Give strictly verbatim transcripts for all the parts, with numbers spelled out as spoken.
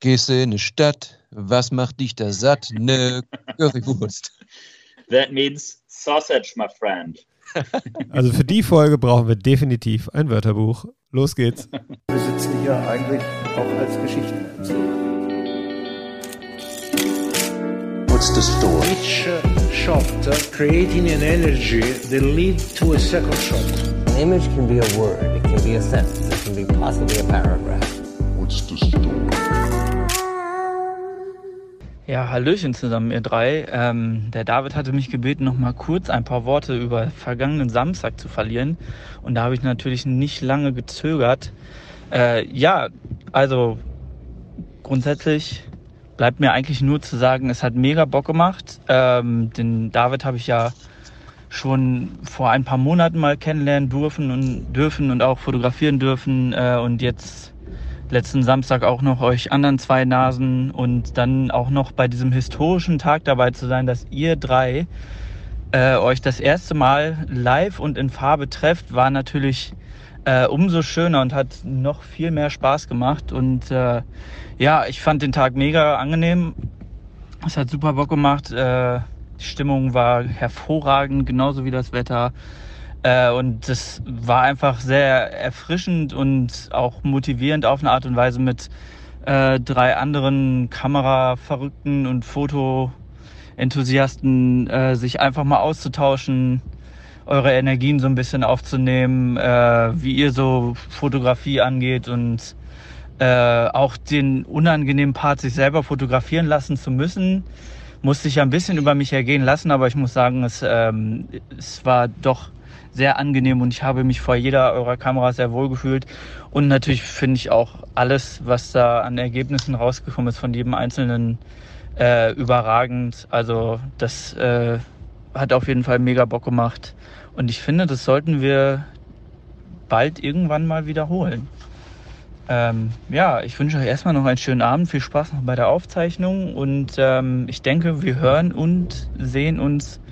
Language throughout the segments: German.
Gehst du in eine Stadt, was macht dich da satt? Ne Currywurst. That means sausage, my friend. Also für die Folge brauchen wir definitiv ein Wörterbuch. Los geht's. Wir sitzen hier eigentlich auch als Geschichtenerzähler. What's the story? Each uh, shot uh, creating an energy that leads to a second shot. An image can be a word, it can be a sentence, it can be possibly a paragraph. What's the story? Ja, Hallöchen zusammen, ihr drei. Ähm, der David hatte mich gebeten, noch mal kurz ein paar Worte über vergangenen Samstag zu verlieren. Und da habe ich natürlich nicht lange gezögert. Äh, ja, also grundsätzlich bleibt mir eigentlich nur zu sagen, es hat mega Bock gemacht. Ähm, den David habe ich ja schon vor ein paar Monaten mal kennenlernen dürfen und dürfen und auch fotografieren dürfen. Äh, und jetzt letzten Samstag auch noch euch anderen zwei Nasen und dann auch noch bei diesem historischen Tag dabei zu sein, dass ihr drei äh, euch das erste Mal live und in Farbe trefft, war natürlich äh, umso schöner und hat noch viel mehr Spaß gemacht. Und äh, ja, ich fand den Tag mega angenehm. Es hat super Bock gemacht. Äh, die Stimmung war hervorragend, genauso wie das Wetter. Äh, und das war einfach sehr erfrischend und auch motivierend auf eine Art und Weise mit äh, drei anderen Kameraverrückten und Fotoenthusiasten äh, sich einfach mal auszutauschen, eure Energien so ein bisschen aufzunehmen, äh, wie ihr so Fotografie angeht und äh, auch den unangenehmen Part, sich selber fotografieren lassen zu müssen, musste ich ja ein bisschen über mich ergehen lassen, aber ich muss sagen, es, ähm, es war doch sehr angenehm und ich habe mich vor jeder eurer Kameras sehr wohl gefühlt. Und natürlich finde ich auch alles, was da an Ergebnissen rausgekommen ist, von jedem Einzelnen äh, überragend. Also das äh, hat auf jeden Fall mega Bock gemacht. Und ich finde, das sollten wir bald irgendwann mal wiederholen. Ähm, ja, ich wünsche euch erstmal noch einen schönen Abend. Viel Spaß noch bei der Aufzeichnung. Und ähm, ich denke, wir hören und sehen uns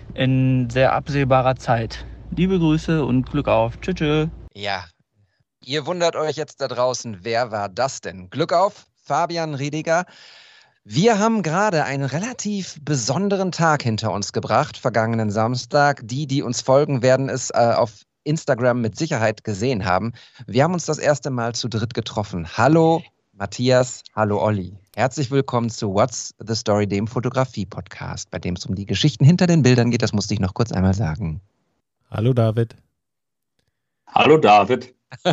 in sehr absehbarer Zeit. Liebe Grüße und Glück auf. Tschüss. Tschüss. Ja, ihr wundert euch jetzt da draußen, wer war das denn? Glück auf, Fabian Riediger. Wir haben gerade einen relativ besonderen Tag hinter uns gebracht, vergangenen Samstag. Die, die uns folgen, werden es äh, auf Instagram mit Sicherheit gesehen haben. Wir haben uns das erste Mal zu dritt getroffen. Hallo Matthias, hallo Olli. Herzlich willkommen zu What's the Story, dem Fotografie-Podcast, bei dem es um die Geschichten hinter den Bildern geht. Das musste ich noch kurz einmal sagen. Hallo David. Hallo David.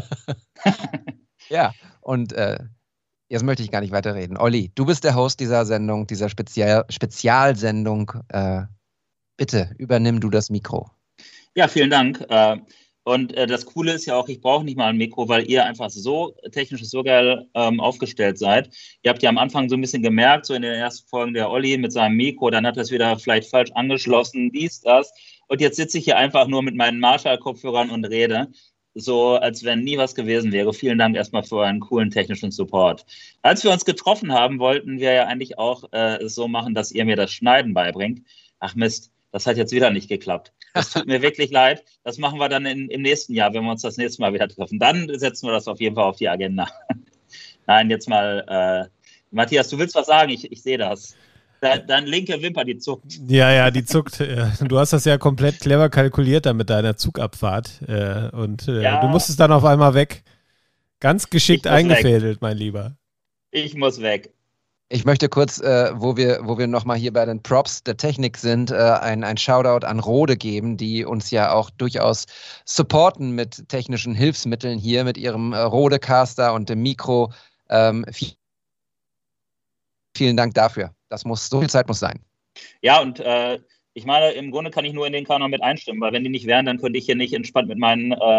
Ja, und äh, jetzt möchte ich gar nicht weiter reden. Olli, du bist der Host dieser Sendung, dieser Spezial Spezialsendung. Äh, bitte übernimm du das Mikro. Ja, vielen Dank. Äh, und äh, das Coole ist ja auch, ich brauche nicht mal ein Mikro, weil ihr einfach so technisch so geil ähm, aufgestellt seid. Ihr habt ja am Anfang so ein bisschen gemerkt, so in den ersten Folgen der Olli mit seinem Mikro, dann hat er es wieder vielleicht falsch angeschlossen, dies, das. Und jetzt sitze ich hier einfach nur mit meinen Marshall-Kopfhörern und rede, so als wenn nie was gewesen wäre. Vielen Dank erstmal für euren coolen technischen Support. Als wir uns getroffen haben, wollten wir ja eigentlich auch äh, es so machen, dass ihr mir das Schneiden beibringt. Ach Mist, das hat jetzt wieder nicht geklappt. Das tut mir wirklich leid. Das machen wir dann in, im nächsten Jahr, wenn wir uns das nächste Mal wieder treffen. Dann setzen wir das auf jeden Fall auf die Agenda. Nein, jetzt mal, äh, Matthias, du willst was sagen? Ich, ich sehe das. Deine linke Wimper, die zuckt. Ja, ja, die zuckt. Du hast das ja komplett clever kalkuliert dann mit deiner Zugabfahrt. Und ja. Du musstest dann auf einmal weg. Ganz geschickt eingefädelt, weg. Mein Lieber. Ich muss weg. Ich möchte kurz, äh, wo wir, wo wir nochmal hier bei den Props der Technik sind, äh, ein, ein Shoutout an Rode geben, die uns ja auch durchaus supporten mit technischen Hilfsmitteln hier, mit ihrem äh, Rodecaster und dem Mikro. Ähm, viel, vielen Dank dafür. Das muss, so viel Zeit muss sein. Ja, und äh, ich meine, im Grunde kann ich nur in den Kanal mit einstimmen, weil wenn die nicht wären, dann könnte ich hier nicht entspannt mit meinen äh,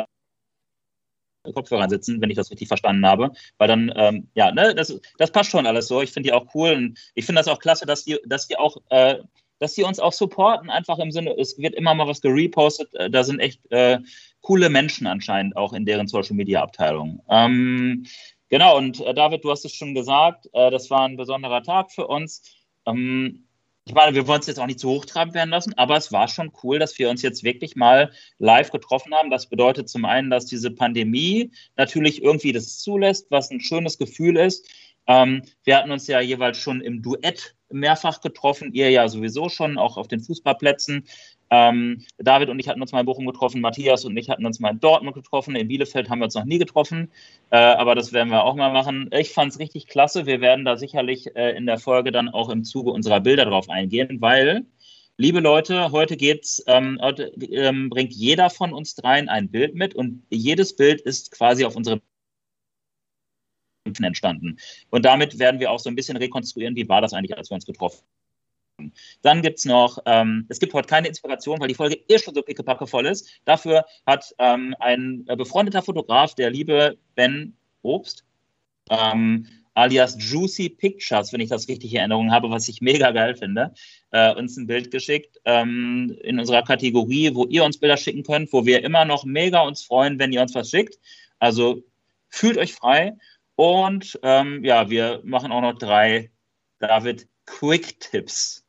Kopfhörern sitzen, wenn ich das richtig verstanden habe. Weil dann, ähm, ja, ne, das, das passt schon alles so. Ich finde die auch cool und ich finde das auch klasse, dass die, dass die auch, äh, dass die uns auch supporten, einfach im Sinne, es wird immer mal was gerepostet. Äh, da sind echt äh, coole Menschen anscheinend auch in deren Social-Media-Abteilung. Ähm, genau, und äh, David, du hast es schon gesagt, äh, das war ein besonderer Tag für uns. Ähm, ich meine, wir wollen es jetzt auch nicht zu hochtrabend werden lassen, aber es war schon cool, dass wir uns jetzt wirklich mal live getroffen haben. Das bedeutet zum einen, dass diese Pandemie natürlich irgendwie das zulässt, was ein schönes Gefühl ist. Ähm, wir hatten uns ja jeweils schon im Duett mehrfach getroffen, ihr ja sowieso schon, auch auf den Fußballplätzen. Ähm, David und ich hatten uns mal in Bochum getroffen, Matthias und ich hatten uns mal in Dortmund getroffen, in Bielefeld haben wir uns noch nie getroffen, äh, aber das werden wir auch mal machen. Ich fand es richtig klasse, wir werden da sicherlich äh, in der Folge dann auch im Zuge unserer Bilder drauf eingehen, weil, liebe Leute, heute geht's, ähm, heute, ähm, bringt jeder von uns dreien ein Bild mit und jedes Bild ist quasi auf unsere entstanden. Und damit werden wir auch so ein bisschen rekonstruieren, wie war das eigentlich, als wir uns getroffen haben. Dann gibt es noch, ähm, es gibt heute keine Inspiration, weil die Folge eh schon so pickepacke voll ist. Dafür hat ähm, ein äh, befreundeter Fotograf, der liebe Ben Obst, ähm, alias Juicy Pictures, wenn ich das richtig in Erinnerung habe, was ich mega geil finde, äh, uns ein Bild geschickt ähm, in unserer Kategorie, wo ihr uns Bilder schicken könnt, wo wir immer noch mega uns freuen, wenn ihr uns was schickt. Also fühlt euch frei. Und ähm, ja, wir machen auch noch drei David Quick-Tipps.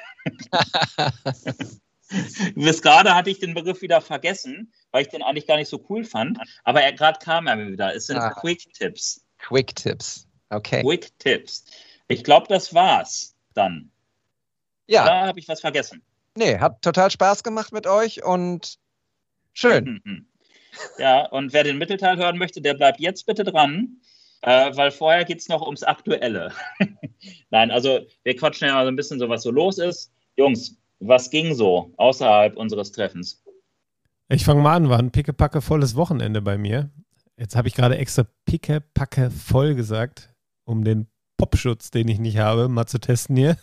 Bis gerade hatte ich den Begriff wieder vergessen, weil ich den eigentlich gar nicht so cool fand. Aber er gerade kam er mir wieder. Es sind ah. Quick-Tipps. Quick-Tipps, okay. Quick-Tipps. Ich glaube, das war's dann. Ja. Da habe ich was vergessen. Nee, hat total Spaß gemacht mit euch und schön. Mhm. Ja, und wer den Mittelteil hören möchte, der bleibt jetzt bitte dran. Äh, weil vorher geht es noch ums Aktuelle. Nein, also wir quatschen ja mal so ein bisschen so, was so los ist. Jungs, was ging so außerhalb unseres Treffens? Ich fange mal an, war ein pickepacke volles Wochenende bei mir. Jetzt habe ich gerade extra pickepacke voll gesagt, um den Popschutz, den ich nicht habe, mal zu testen hier.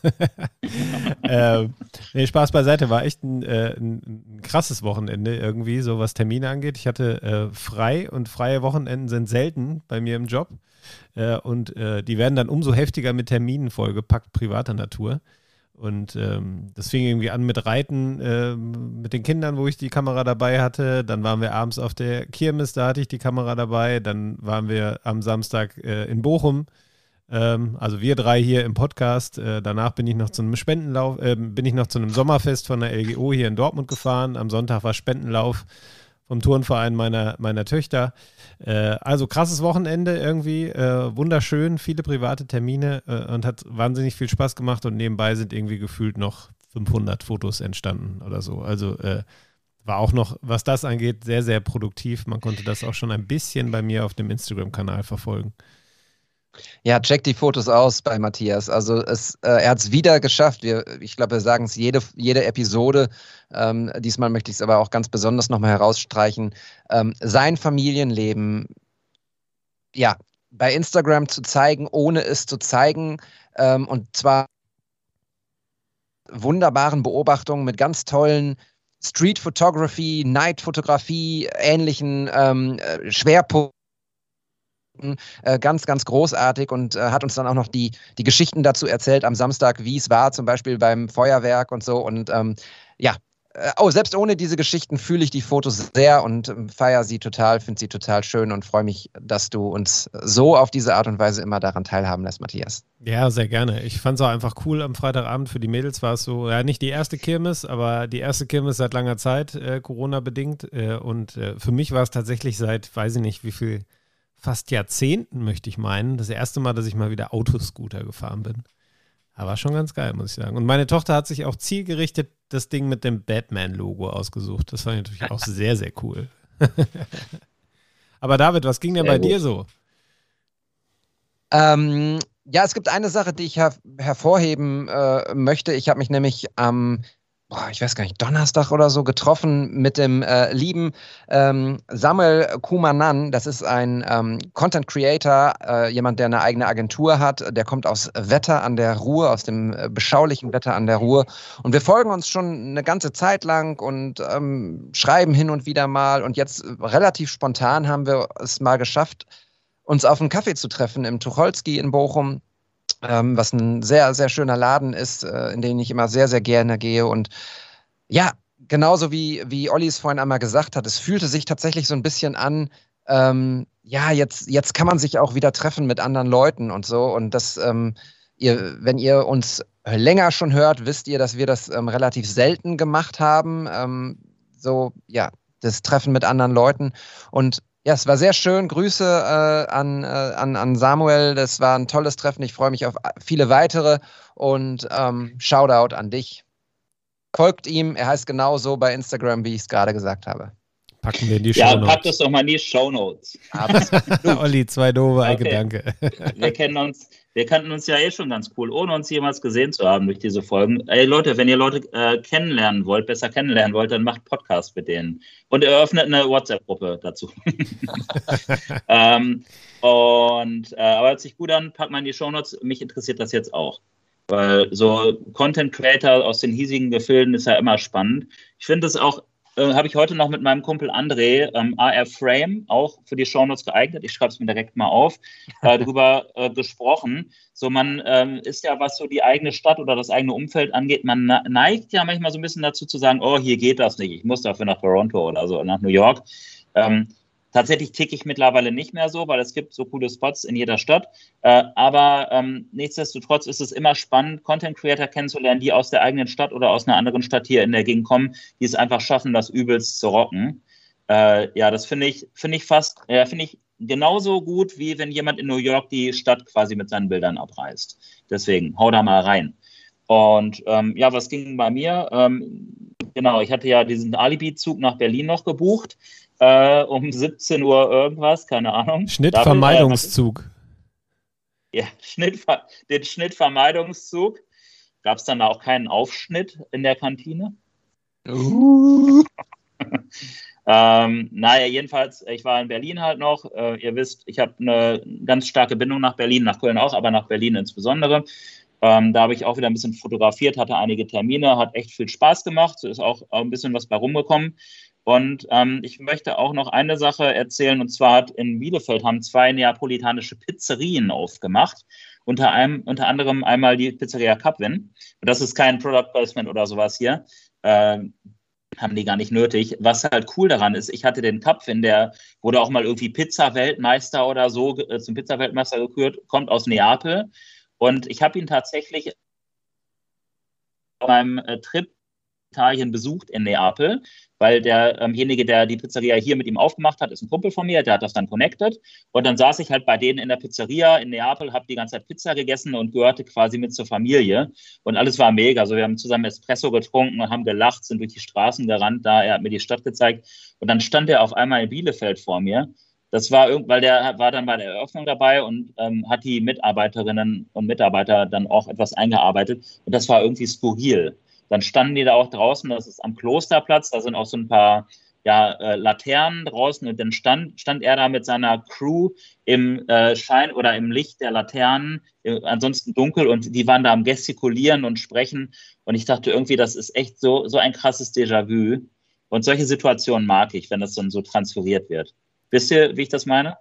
äh, nee, Spaß beiseite, war echt ein, äh, ein, ein krasses Wochenende irgendwie, so was Termine angeht. Ich hatte äh, frei und freie Wochenenden sind selten bei mir im Job. Äh, und äh, die werden dann umso heftiger mit Terminen vollgepackt, privater Natur. Und ähm, das fing irgendwie an mit Reiten äh, mit den Kindern, wo ich die Kamera dabei hatte. Dann waren wir abends auf der Kirmes, da hatte ich die Kamera dabei. Dann waren wir am Samstag äh, in Bochum. Ähm, also wir drei hier im Podcast. Äh, danach bin ich noch zu einem Spendenlauf, äh, bin ich noch zu einem Sommerfest von der L G O hier in Dortmund gefahren. Am Sonntag war Spendenlauf vom Turnverein meiner, meiner Töchter. Äh, also krasses Wochenende irgendwie, äh, wunderschön, viele private Termine äh, und hat wahnsinnig viel Spaß gemacht und nebenbei sind irgendwie gefühlt noch fünfhundert Fotos entstanden oder so. Also äh, war auch noch, was das angeht, sehr, sehr produktiv. Man konnte das auch schon ein bisschen bei mir auf dem Instagram-Kanal verfolgen. Ja, check die Fotos aus bei Matthias. Also es, äh, er hat es wieder geschafft. Wir, ich glaube, wir sagen es jede, jede Episode. Ähm, diesmal möchte ich es aber auch ganz besonders nochmal herausstreichen. Ähm, sein Familienleben, ja, bei Instagram zu zeigen, ohne es zu zeigen. Ähm, und zwar wunderbaren Beobachtungen mit ganz tollen Street Photography, Night Fotografie, ähnlichen ähm, Schwerpunkten. Äh, ganz, ganz großartig und äh, hat uns dann auch noch die, die Geschichten dazu erzählt am Samstag, wie es war, zum Beispiel beim Feuerwerk und so. Und ähm, ja, äh, oh, selbst ohne diese Geschichten fühle ich die Fotos sehr und ähm, feiere sie total, finde sie total schön und freue mich, dass du uns so auf diese Art und Weise immer daran teilhaben lässt, Matthias. Ja, sehr gerne. Ich fand es auch einfach cool am Freitagabend. Für die Mädels war es so, ja, nicht die erste Kirmes, aber die erste Kirmes seit langer Zeit, äh, Corona-bedingt. Äh, und äh, für mich war es tatsächlich seit, weiß ich nicht, wie viel fast Jahrzehnten, möchte ich meinen. Das erste Mal, dass ich mal wieder Autoscooter gefahren bin. Aber war schon ganz geil, muss ich sagen. Und meine Tochter hat sich auch zielgerichtet das Ding mit dem Batman-Logo ausgesucht. Das fand ich natürlich auch sehr, sehr cool. Aber David, was ging denn sehr bei gut. dir so? Ähm, ja, es gibt eine Sache, die ich her- hervorheben äh, möchte. Ich habe mich nämlich am ähm, Boah, ich weiß gar nicht, Donnerstag oder so getroffen mit dem äh, lieben ähm, Samuel Kumanan. Das ist ein ähm, Content Creator, äh, jemand, der eine eigene Agentur hat. Der kommt aus Wetter an der Ruhr, aus dem äh, beschaulichen Wetter an der Ruhr. Und wir folgen uns schon eine ganze Zeit lang und ähm, schreiben hin und wieder mal. Und jetzt äh, relativ spontan haben wir es mal geschafft, uns auf einen Kaffee zu treffen im Tucholsky in Bochum. Ähm, was ein sehr, sehr schöner Laden ist, äh, in den ich immer sehr, sehr gerne gehe. Und ja, genauso wie, wie Olli es vorhin einmal gesagt hat, es fühlte sich tatsächlich so ein bisschen an, ähm, ja, jetzt, jetzt kann man sich auch wieder treffen mit anderen Leuten und so. Und das, ähm, ihr, wenn ihr uns länger schon hört, wisst ihr, dass wir das ähm, relativ selten gemacht haben. Ähm, so, ja, das Treffen mit anderen Leuten. Und Ja, es war sehr schön. Grüße äh, an, äh, an, an Samuel. Das war ein tolles Treffen. Ich freue mich auf viele weitere. Und ähm, Shoutout an dich. Folgt ihm. Er heißt genauso bei Instagram, wie ich es gerade gesagt habe. Packen wir in die Ja, Shownotes. packt es doch mal in die Shownotes. Olli, zwei doofe Okay. Gedanke. Wir kennen uns, wir kannten uns ja eh schon ganz cool, ohne uns jemals gesehen zu haben durch diese Folgen. Ey Leute, wenn ihr Leute äh, kennenlernen wollt, besser kennenlernen wollt, dann macht Podcast mit denen. Und eröffnet eine WhatsApp-Gruppe dazu. ähm, und äh, aber hört sich gut an, packt mal in die Shownotes. Mich interessiert das jetzt auch. Weil so Content Creator aus den hiesigen Gefilden ist ja immer spannend. Ich finde es auch, äh, habe ich heute noch mit meinem Kumpel André, ähm, A R Frame, auch für die Shownotes geeignet, ich schreibe es mir direkt mal auf, äh, darüber äh, gesprochen. So, man ähm, ist ja, was so die eigene Stadt oder das eigene Umfeld angeht, man neigt ja manchmal so ein bisschen dazu zu sagen, oh, hier geht das nicht, ich muss dafür nach Toronto oder so, nach New York. Ähm, Tatsächlich ticke ich mittlerweile nicht mehr so, weil es gibt so coole Spots in jeder Stadt. Äh, aber ähm, nichtsdestotrotz ist es immer spannend, Content Creator kennenzulernen, die aus der eigenen Stadt oder aus einer anderen Stadt hier in der Gegend kommen, die es einfach schaffen, das übelst zu rocken. Äh, ja, das finde ich, finde ich fast, äh, finde ich genauso gut, wie wenn jemand in New York die Stadt quasi mit seinen Bildern abreißt. Deswegen, hau da mal rein. Und ähm, ja, was ging bei mir? Ähm, genau, ich hatte ja diesen Alibi-Zug nach Berlin noch gebucht. Äh, um siebzehn Uhr irgendwas, keine Ahnung. Schnittvermeidungszug. Ja, Schnittver- den Schnittvermeidungszug. Gab es dann auch keinen Aufschnitt in der Kantine? Uh. ähm, naja, jedenfalls, ich war in Berlin halt noch. Äh, ihr wisst, ich habe eine ganz starke Bindung nach Berlin, nach Köln auch, aber nach Berlin insbesondere. Ähm, da habe ich auch wieder ein bisschen fotografiert, hatte einige Termine, hat echt viel Spaß gemacht. Ist auch ein bisschen was bei rumgekommen. Und ähm, ich möchte auch noch eine Sache erzählen, und zwar hat in Bielefeld haben zwei neapolitanische Pizzerien aufgemacht, unter, einem, unter anderem einmal die Pizzeria Capvin. Und das ist kein Product Placement oder sowas hier, ähm, haben die gar nicht nötig. Was halt cool daran ist, ich hatte den Capvin, der wurde auch mal irgendwie Pizza-Weltmeister oder so, äh, zum Pizza-Weltmeister gekürt, kommt aus Neapel. Und ich habe ihn tatsächlich beim äh, Trip Italien besucht in Neapel, weil derjenige, der die Pizzeria hier mit ihm aufgemacht hat, ist ein Kumpel von mir, der hat das dann connected und dann saß ich halt bei denen in der Pizzeria in Neapel, habe die ganze Zeit Pizza gegessen und gehörte quasi mit zur Familie und alles war mega, also wir haben zusammen Espresso getrunken und haben gelacht, sind durch die Straßen gerannt, da er hat mir die Stadt gezeigt und dann stand er auf einmal in Bielefeld vor mir. Das war irgend, weil der war dann bei der Eröffnung dabei und ähm, hat die Mitarbeiterinnen und Mitarbeiter dann auch etwas eingearbeitet und das war irgendwie skurril. Dann standen die da auch draußen, das ist am Klosterplatz, da sind auch so ein paar ja, äh, Laternen draußen und dann stand, stand er da mit seiner Crew im äh, Schein oder im Licht der Laternen, äh, ansonsten dunkel und die waren da am Gestikulieren und Sprechen und ich dachte irgendwie, das ist echt so, so ein krasses Déjà-vu und solche Situationen mag ich, wenn das dann so transferiert wird. Wisst ihr, wie ich das meine?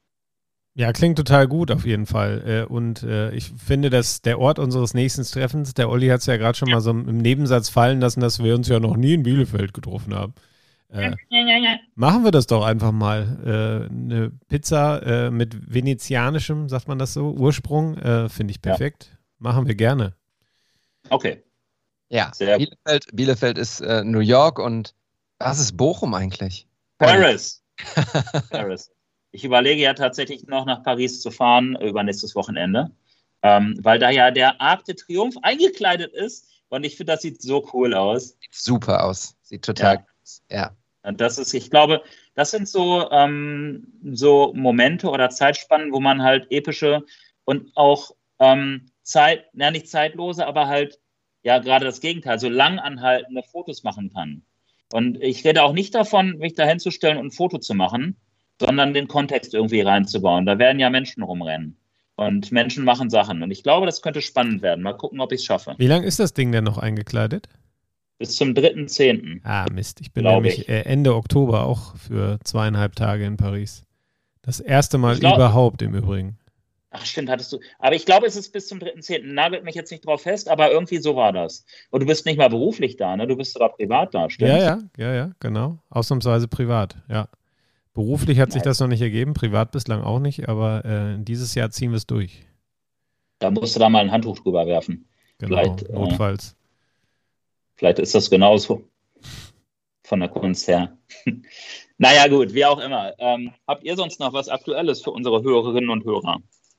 Ja, klingt total gut auf jeden Fall. Und ich finde, dass der Ort unseres nächsten Treffens, der Olli hat es ja gerade schon mal so im Nebensatz fallen lassen, dass wir uns ja noch nie in Bielefeld getroffen haben. Äh, machen wir das doch einfach mal. Äh, eine Pizza äh, mit venezianischem, sagt man das so, Ursprung, äh, finde ich perfekt. Ja. Machen wir gerne. Okay. Ja, Bielefeld, Bielefeld ist äh, New York und was ist Bochum eigentlich? Paris. Paris. Ich überlege ja tatsächlich noch nach Paris zu fahren, übernächstes Wochenende, ähm, weil da ja der Arc de Triomphe eingekleidet ist und ich finde, das sieht so cool aus. Sieht super aus. Sieht total ja. aus. Ja. Und das ist, ich glaube, das sind so, ähm, so Momente oder Zeitspannen, wo man halt epische und auch ähm, Zeit, ja nicht zeitlose, aber halt ja gerade das Gegenteil, so langanhaltende Fotos machen kann. Und ich rede auch nicht davon, mich da hinzustellen und ein Foto zu machen, sondern den Kontext irgendwie reinzubauen. Da werden ja Menschen rumrennen. Und Menschen machen Sachen. Und ich glaube, das könnte spannend werden. Mal gucken, ob ich es schaffe. Wie lange ist das Ding denn noch eingekleidet? Bis zum dritten zehnten Ah, Mist. Ich bin nämlich ich. Ende Oktober auch für zweieinhalb Tage in Paris. Das erste Mal glaub, überhaupt im Übrigen. Ach, stimmt, hattest du. Aber ich glaube, es ist bis zum dritten zehnten Nagelt mich jetzt nicht drauf fest, aber irgendwie so war das. Und du bist nicht mal beruflich da, ne? Du bist sogar privat da, stimmt? Ja, ja, ja, ja, genau. Ausnahmsweise privat, ja. Beruflich hat sich das noch nicht ergeben, privat bislang auch nicht, aber äh, dieses Jahr ziehen wir es durch. Da musst du da mal ein Handtuch drüber werfen. Genau, vielleicht, notfalls. Äh, vielleicht ist das genauso. von der Kunst her. Naja, gut, wie auch immer. Ähm, habt ihr sonst noch was Aktuelles für unsere Hörerinnen und Hörer?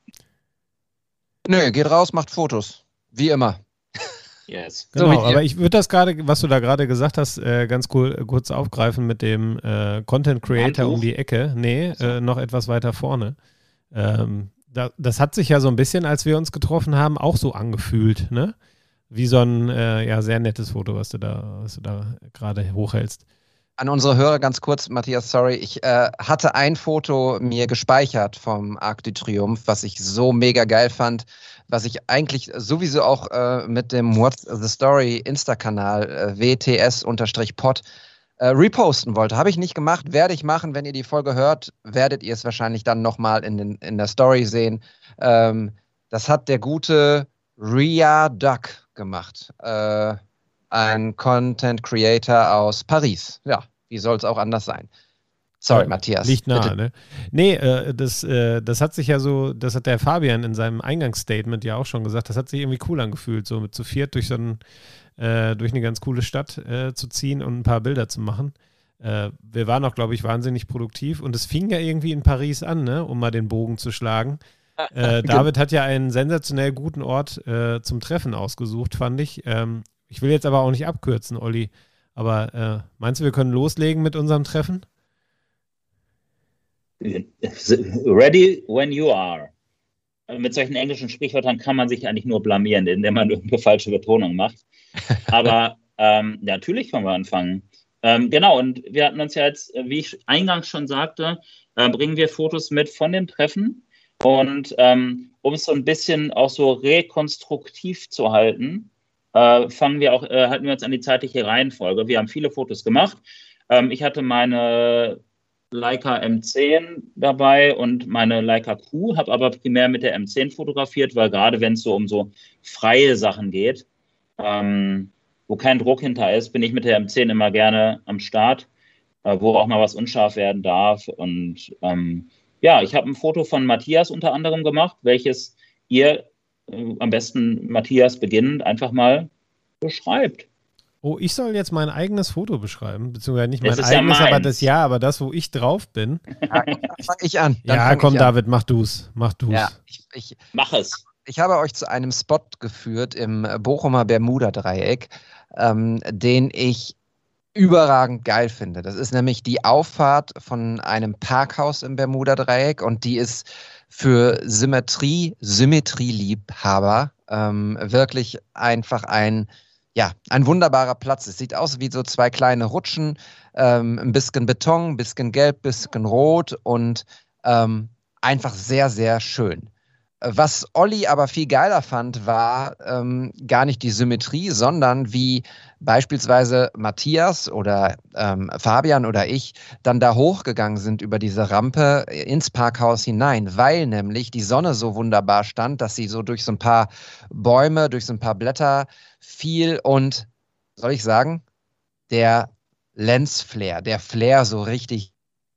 Nö, geht raus, macht Fotos. Wie immer. Yes. Genau, So wie wir. aber ich würde das gerade, was du da gerade gesagt hast, äh, ganz cool äh, kurz aufgreifen mit dem äh, Content Creator Handtuch? um die Ecke. Nee, äh, noch etwas weiter vorne. Ähm, da, das hat sich ja so ein bisschen, als wir uns getroffen haben, auch so angefühlt, ne? Wie so ein äh, ja, sehr nettes Foto, was du da, was du da gerade hochhältst. An unsere Hörer ganz kurz, Matthias, sorry, ich äh, hatte ein Foto mir gespeichert vom Arc du Triomphe, was ich so mega geil fand, was ich eigentlich sowieso auch äh, mit dem What's the Story Insta-Kanal äh, W T S-Pod äh, reposten wollte. Habe ich nicht gemacht, werde ich machen. Wenn ihr die Folge hört, werdet ihr es wahrscheinlich dann nochmal in, den, in der Story sehen. Ähm, das hat der gute Ria Duck gemacht. Äh, Ein Content Creator aus Paris. Ja, wie soll es auch anders sein? Sorry, Ja, Matthias. Liegt nahe, bitte. ne? Nee, äh, das, äh, das hat sich ja so, das hat der Fabian in seinem Eingangsstatement ja auch schon gesagt, das hat sich irgendwie cool angefühlt, so mit zu viert durch so ein, äh, durch eine ganz coole Stadt äh, zu ziehen und ein paar Bilder zu machen. Äh, wir waren auch, glaube ich, wahnsinnig produktiv und es fing ja irgendwie in Paris an, ne? Um mal den Bogen zu schlagen. Äh, David hat ja einen sensationell guten Ort äh, zum Treffen ausgesucht, fand ich. Ähm, Ich will jetzt aber auch nicht abkürzen, Olli. Aber äh, meinst du, wir können loslegen mit unserem Treffen? Ready when you are. Mit solchen englischen Sprichwörtern kann man sich eigentlich nur blamieren, indem man irgendeine falsche Betonung macht. Aber ähm, natürlich können wir anfangen. Ähm, genau, und wir hatten uns ja jetzt, wie ich eingangs schon sagte, äh, bringen wir Fotos mit von dem Treffen. Und ähm, um es so ein bisschen auch so rekonstruktiv zu halten, Äh, fangen wir auch, äh, halten wir uns an die zeitliche Reihenfolge. Wir haben viele Fotos gemacht. Ähm, ich hatte meine Leica M zehn dabei und meine Leica Q, habe aber primär mit der M zehn fotografiert, weil gerade wenn es so um so freie Sachen geht, ähm, wo kein Druck hinter ist, bin ich mit der M zehn immer gerne am Start, äh, wo auch mal was unscharf werden darf. Und ähm, ja, ich habe ein Foto von Matthias unter anderem gemacht, welches ihr am besten Matthias beginnend einfach mal beschreibt. Oh, ich soll jetzt mein eigenes Foto beschreiben, beziehungsweise nicht mein Das ist ja eigenes, aber meins. das ja, aber das, wo ich drauf bin. Ja, dann fange ich an. Dann Ja, fang komm, ich an. David, mach du's. Mach du's. Ja, ich, ich, Mach es. ich habe euch zu einem Spot geführt im Bochumer Bermuda-Dreieck, ähm, den ich überragend geil finde. Das ist nämlich die Auffahrt von einem Parkhaus im Bermuda-Dreieck und die ist für Symmetrie, Symmetrieliebhaber ähm, wirklich einfach ein, ja, ein wunderbarer Platz. Es sieht aus wie so zwei kleine Rutschen, ähm, ein bisschen Beton, ein bisschen Gelb, ein bisschen Rot und ähm, einfach sehr, sehr schön. Was Olli aber viel geiler fand, war ähm, gar nicht die Symmetrie, sondern wie beispielsweise Matthias oder ähm, Fabian oder ich dann da hochgegangen sind über diese Rampe ins Parkhaus hinein, weil nämlich die Sonne so wunderbar stand, dass sie so durch so ein paar Bäume, durch so ein paar Blätter fiel und, soll ich sagen, der Lensflare, der Flare so richtig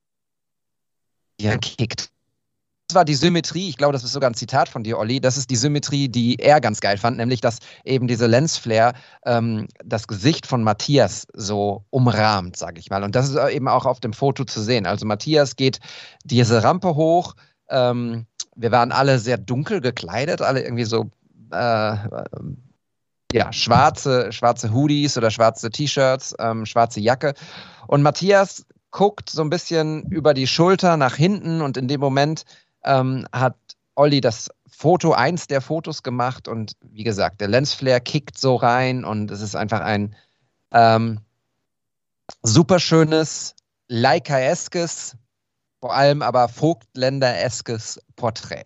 kickt. Das war die Symmetrie, ich glaube, das ist sogar ein Zitat von dir, Olli, das ist die Symmetrie, die er ganz geil fand, nämlich, dass eben diese Lensflare ähm, das Gesicht von Matthias so umrahmt, sage ich mal. Und das ist eben auch auf dem Foto zu sehen. Also Matthias geht diese Rampe hoch, ähm, wir waren alle sehr dunkel gekleidet, alle irgendwie so äh, ja, schwarze, schwarze Hoodies oder schwarze T-Shirts, ähm, schwarze Jacke. Und Matthias guckt so ein bisschen über die Schulter nach hinten und in dem Moment ähm, hat Olli das Foto, eins der Fotos gemacht und wie gesagt, der Lensflare kickt so rein und es ist einfach ein ähm, super schönes, Leica-eskes, vor allem aber Vogtländer-eskes Porträt.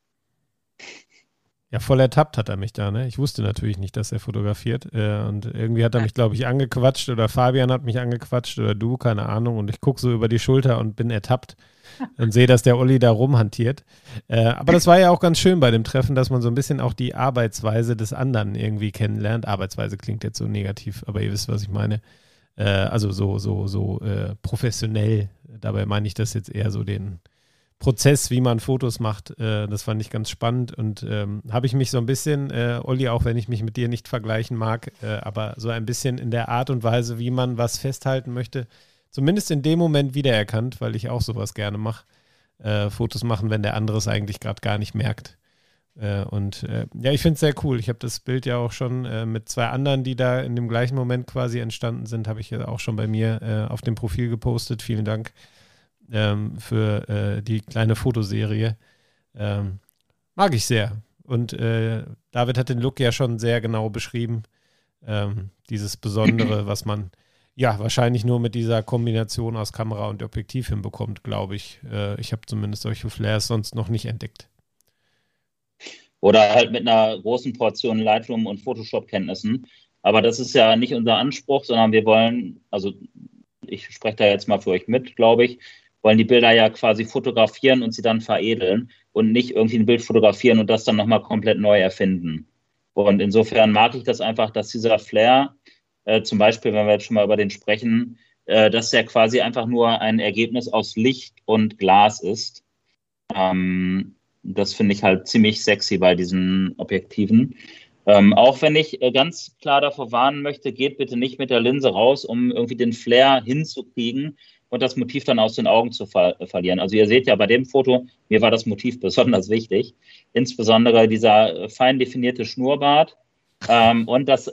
Ja, voll ertappt hat er mich da, ne? Ich wusste natürlich nicht, dass er fotografiert. Äh, und irgendwie hat er mich, glaube ich, angequatscht oder Fabian hat mich angequatscht oder du, keine Ahnung. Und ich gucke so über die Schulter und bin ertappt und sehe, dass der Olli da rumhantiert. Äh, aber das war ja auch ganz schön bei dem Treffen, dass man so ein bisschen auch die Arbeitsweise des anderen irgendwie kennenlernt. Arbeitsweise klingt jetzt so negativ, aber ihr wisst, was ich meine. Äh, also so, so, so äh, professionell. Dabei meine ich das jetzt eher so den Prozess, wie man Fotos macht. Äh, das fand ich ganz spannend und ähm, habe ich mich so ein bisschen, äh, Olli, auch wenn ich mich mit dir nicht vergleichen mag, äh, aber so ein bisschen in der Art und Weise, wie man was festhalten möchte, zumindest in dem Moment wiedererkannt, weil ich auch sowas gerne mache. Äh, Fotos machen, wenn der andere es eigentlich gerade gar nicht merkt. Äh, und äh, ja, ich finde es sehr cool. Ich habe das Bild ja auch schon äh, mit zwei anderen, die da in dem gleichen Moment quasi entstanden sind, habe ich ja auch schon bei mir äh, auf dem Profil gepostet. Vielen Dank ähm, für äh, die kleine Fotoserie. Ähm, mag ich sehr. Und äh, David hat den Look ja schon sehr genau beschrieben. Ähm, dieses Besondere, was man ja wahrscheinlich nur mit dieser Kombination aus Kamera und Objektiv hinbekommt, glaube ich. Äh, ich habe zumindest solche Flares sonst noch nicht entdeckt. Oder halt mit einer großen Portion Lightroom und Photoshop-Kenntnissen. Aber das ist ja nicht unser Anspruch, sondern wir wollen, also ich spreche da jetzt mal für euch mit, glaube ich, wollen die Bilder ja quasi fotografieren und sie dann veredeln und nicht irgendwie ein Bild fotografieren und das dann nochmal komplett neu erfinden. Und insofern mag ich das einfach, dass dieser Flair, äh, zum Beispiel, wenn wir jetzt schon mal über den sprechen, äh, dass der quasi einfach nur ein Ergebnis aus Licht und Glas ist. Ähm, das finde ich halt ziemlich sexy bei diesen Objektiven. Ähm, auch wenn ich äh, ganz klar davor warnen möchte, geht bitte nicht mit der Linse raus, um irgendwie den Flair hinzukriegen und das Motiv dann aus den Augen zu ver- verlieren. Also ihr seht ja bei dem Foto, mir war das Motiv besonders wichtig, insbesondere dieser äh, fein definierte Schnurrbart ähm, und das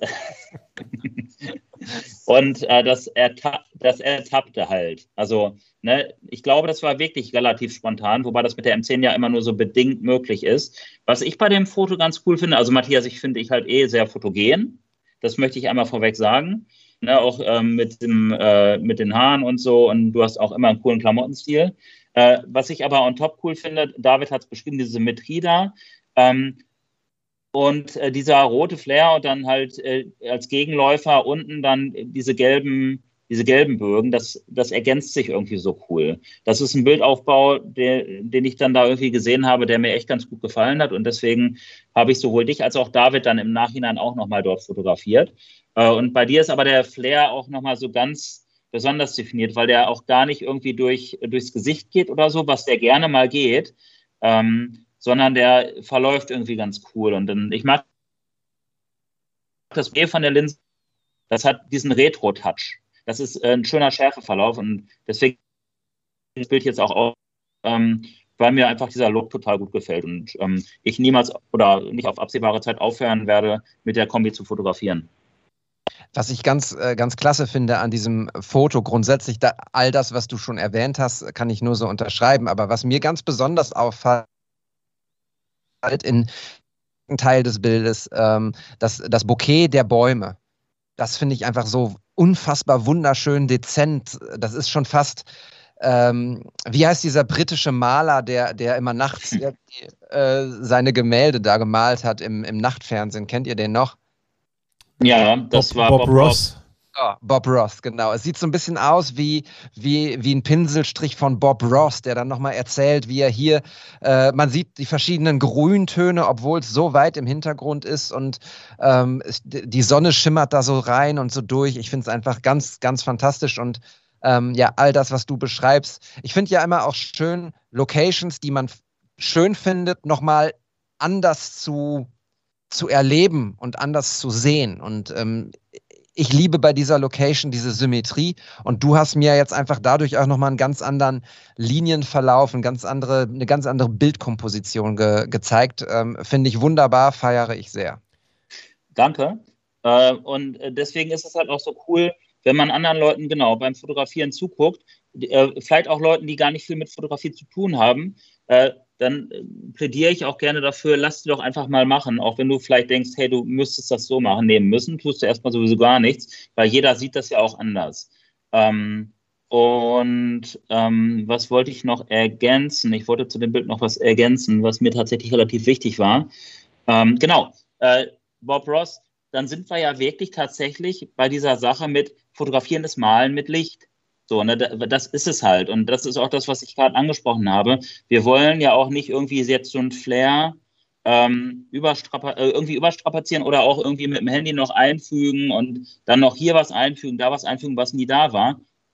und äh, das, Erta- das Ertappte halt. Also ne, ich glaube, das war wirklich relativ spontan, wobei das mit der M zehn ja immer nur so bedingt möglich ist. Was ich bei dem Foto ganz cool finde, also Matthias, ich finde ich halt eh sehr fotogen. Das möchte ich einmal vorweg sagen. Ne, auch ähm, mit, dem, äh, mit den Haaren und so. Und du hast auch immer einen coolen Klamottenstil. Äh, was ich aber on top cool finde, David hat es beschrieben, diese Symmetrie da. Ähm, und äh, dieser rote Flair und dann halt äh, als Gegenläufer unten dann diese gelben, diese gelben Bögen, das, das ergänzt sich irgendwie so cool. Das ist ein Bildaufbau, der, den ich dann da irgendwie gesehen habe, der mir echt ganz gut gefallen hat. Und deswegen habe ich sowohl dich als auch David dann im Nachhinein auch nochmal dort fotografiert. Äh, und bei dir ist aber der Flair auch nochmal so ganz besonders definiert, weil der auch gar nicht irgendwie durch, durchs Gesicht geht oder so, was der gerne mal geht, ähm, sondern der verläuft irgendwie ganz cool. Und dann, ich mag das eh von der Linse, das hat diesen Retro-Touch. Das ist äh, ein schöner Schärfeverlauf und deswegen das Bild jetzt auch auf, ähm, weil mir einfach dieser Look total gut gefällt und ähm, ich niemals oder nicht auf absehbare Zeit aufhören werde, mit der Kombi zu fotografieren. Was ich ganz, äh, ganz klasse finde an diesem Foto, grundsätzlich da, all das, was du schon erwähnt hast, kann ich nur so unterschreiben, aber was mir ganz besonders auffällt in einem Teil des Bildes, ähm, das, das Bouquet der Bäume. Das finde ich einfach so unfassbar wunderschön, dezent. Das ist schon fast, ähm, wie heißt dieser britische Maler, der, der immer nachts äh, seine Gemälde da gemalt hat im, im Nachtfernsehen. Kennt ihr den noch? Ja, das Bob, war Bob, Bob Ross. Ross. Oh, Bob Ross, genau. Es sieht so ein bisschen aus wie, wie, wie ein Pinselstrich von Bob Ross, der dann nochmal erzählt, wie er hier, äh, man sieht die verschiedenen Grüntöne, obwohl es so weit im Hintergrund ist und ähm, es, die Sonne schimmert da so rein und so durch. Ich finde es einfach ganz, ganz fantastisch und ähm, ja, all das, was du beschreibst. Ich finde ja immer auch schön, Locations, die man schön findet, nochmal anders zu, zu erleben und anders zu sehen und ähm, ich liebe bei dieser Location diese Symmetrie und du hast mir jetzt einfach dadurch auch nochmal einen ganz anderen Linienverlauf, eine ganz andere, eine ganz andere Bildkomposition ge gezeigt. Ähm, finde ich wunderbar, feiere ich sehr. Danke. Äh, und deswegen ist es halt auch so cool, wenn man anderen Leuten genau beim Fotografieren zuguckt, äh, vielleicht auch Leuten, die gar nicht viel mit Fotografie zu tun haben, äh, dann plädiere ich auch gerne dafür, lass die doch einfach mal machen, auch wenn du vielleicht denkst, hey, du müsstest das so machen, nehmen müssen, tust du erstmal sowieso gar nichts, weil jeder sieht das ja auch anders. Ähm, und ähm, was wollte ich noch ergänzen? Ich wollte zu dem Bild noch was ergänzen, was mir tatsächlich relativ wichtig war. Ähm, genau, äh, Bob Ross, dann sind wir ja wirklich tatsächlich bei dieser Sache mit Fotografieren des Malen mit Licht. So, ne, das ist es halt. Und das ist auch das, was ich gerade angesprochen habe. Wir wollen ja auch nicht irgendwie jetzt so ein Flair ähm, überstrapa äh, irgendwie überstrapazieren oder auch irgendwie mit dem Handy noch einfügen und dann noch hier was einfügen, da was einfügen, was nie da war.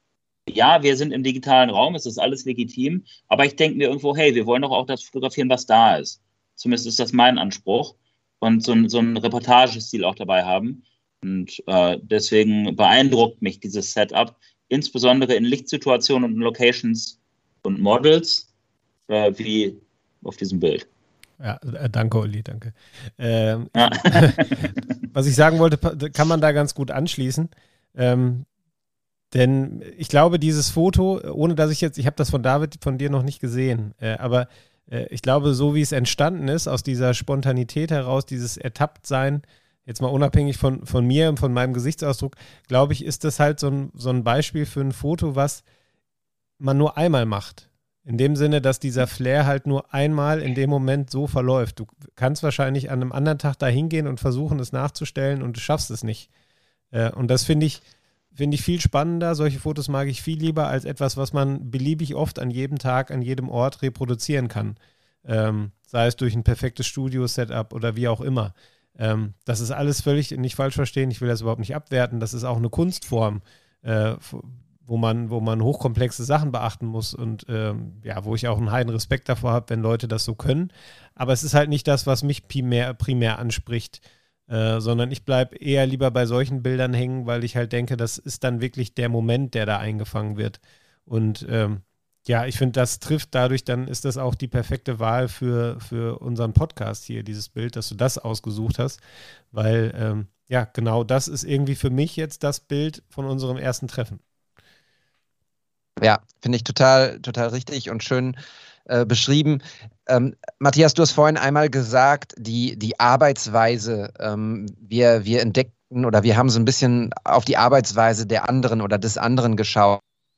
ja, wir sind im digitalen Raum, es ist alles legitim, aber ich denke mir irgendwo, hey, wir wollen doch auch das fotografieren, was da ist. Zumindest ist das mein Anspruch und so, so einen Reportagestil auch dabei haben. Und äh, deswegen beeindruckt mich dieses Setup, insbesondere in Lichtsituationen und Locations und Models, äh, wie auf diesem Bild. Ja, äh, danke, Olli, danke. Ähm, ja. Was ich sagen wollte, kann man da ganz gut anschließen. Ähm, denn ich glaube, dieses Foto, ohne dass ich jetzt, ich habe das von David, von dir noch nicht gesehen, äh, aber äh, ich glaube, so wie es entstanden ist, aus dieser Spontanität heraus, dieses Ertapptsein, jetzt mal unabhängig von, von mir und von meinem Gesichtsausdruck, glaube ich, ist das halt so ein, so ein Beispiel für ein Foto, was man nur einmal macht. In dem Sinne, dass dieser Flair halt nur einmal in dem Moment so verläuft. Du kannst wahrscheinlich an einem anderen Tag da hingehen und versuchen, es nachzustellen und du schaffst es nicht. Äh, und das finde ich, finde ich viel spannender. Solche Fotos mag ich viel lieber als etwas, was man beliebig oft an jedem Tag, an jedem Ort reproduzieren kann. Ähm, sei es durch ein perfektes Studio-Setup oder wie auch immer. Ähm, das ist alles völlig nicht falsch verstehen. Ich will das überhaupt nicht abwerten. Das ist auch eine Kunstform, äh, wo man, wo man hochkomplexe Sachen beachten muss und ähm, ja, wo ich auch einen heiden Respekt davor habe, wenn Leute das so können. Aber es ist halt nicht das, was mich primär, primär anspricht, äh, sondern ich bleibe eher lieber bei solchen Bildern hängen, weil ich halt denke, das ist dann wirklich der Moment, der da eingefangen wird. Und ähm, ja, ich finde, das trifft dadurch, dann ist das auch die perfekte Wahl für, für unseren Podcast hier, dieses Bild, dass du das ausgesucht hast, weil ähm, ja, genau das ist irgendwie für mich jetzt das Bild von unserem ersten Treffen. Ja, finde ich total, total richtig und schön äh, beschrieben. Ähm, Matthias, du hast vorhin einmal gesagt, die, die Arbeitsweise, ähm, wir, wir entdeckten oder wir haben so ein bisschen auf die Arbeitsweise der anderen oder des anderen geschaut.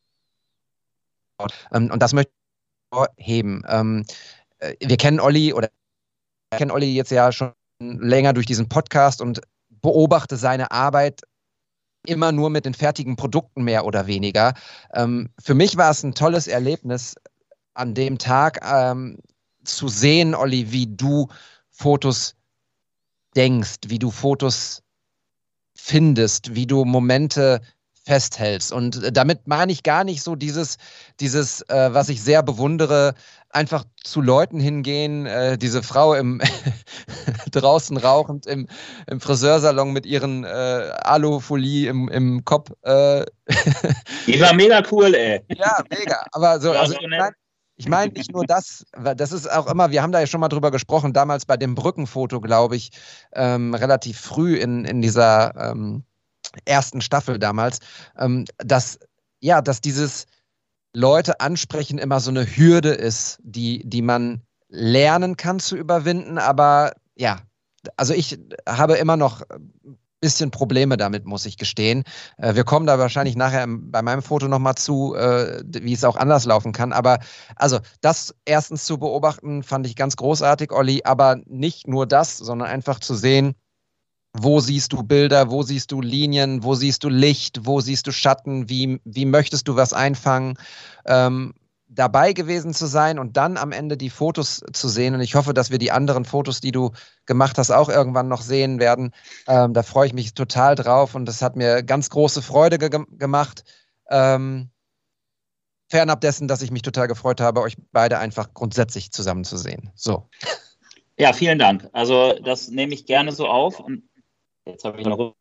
Ähm, und das möchte ich hervorheben. Ähm, äh, wir kennen Olli oder ich kenne Olli jetzt ja schon länger durch diesen Podcast und beobachte seine Arbeit immer nur mit den fertigen Produkten mehr oder weniger. Ähm, für mich war es ein tolles Erlebnis, an dem Tag ähm, zu sehen, Olli, wie du Fotos denkst, wie du Fotos findest, wie du Momente festhältst. Und damit meine ich gar nicht so dieses, dieses äh, was ich sehr bewundere, einfach zu Leuten hingehen, äh, diese Frau im draußen rauchend im, im Friseursalon mit ihren äh, Alufolie im, im Kopf. Äh. Die war mega cool, ey. Ja, mega. Aber so, also ich meine ich mein nicht nur das, das ist auch immer, wir haben da ja schon mal drüber gesprochen, damals bei dem Brückenfoto, glaube ich, ähm, relativ früh in, in dieser ähm, ersten Staffel damals, ähm, dass, ja, dass dieses Leute ansprechen immer so eine Hürde ist, die, die man lernen kann zu überwinden, aber ja, also ich habe immer noch ein bisschen Probleme damit, muss ich gestehen. Äh, wir kommen da wahrscheinlich nachher bei meinem Foto nochmal zu, äh, wie es auch anders laufen kann, aber also das erstens zu beobachten, fand ich ganz großartig, Olli, aber nicht nur das, sondern einfach zu sehen, wo siehst du Bilder, wo siehst du Linien, wo siehst du Licht, wo siehst du Schatten, wie, wie möchtest du was einfangen, ähm, dabei gewesen zu sein und dann am Ende die Fotos zu sehen. Und ich hoffe, dass wir die anderen Fotos, die du gemacht hast, auch irgendwann noch sehen werden. Ähm, da freue ich mich total drauf und das hat mir ganz große Freude ge- gemacht. Ähm, fernab dessen, dass ich mich total gefreut habe, euch beide einfach grundsätzlich zusammenzusehen. So. Ja, vielen Dank. Also das nehme ich gerne so auf und jetzt habe ich noch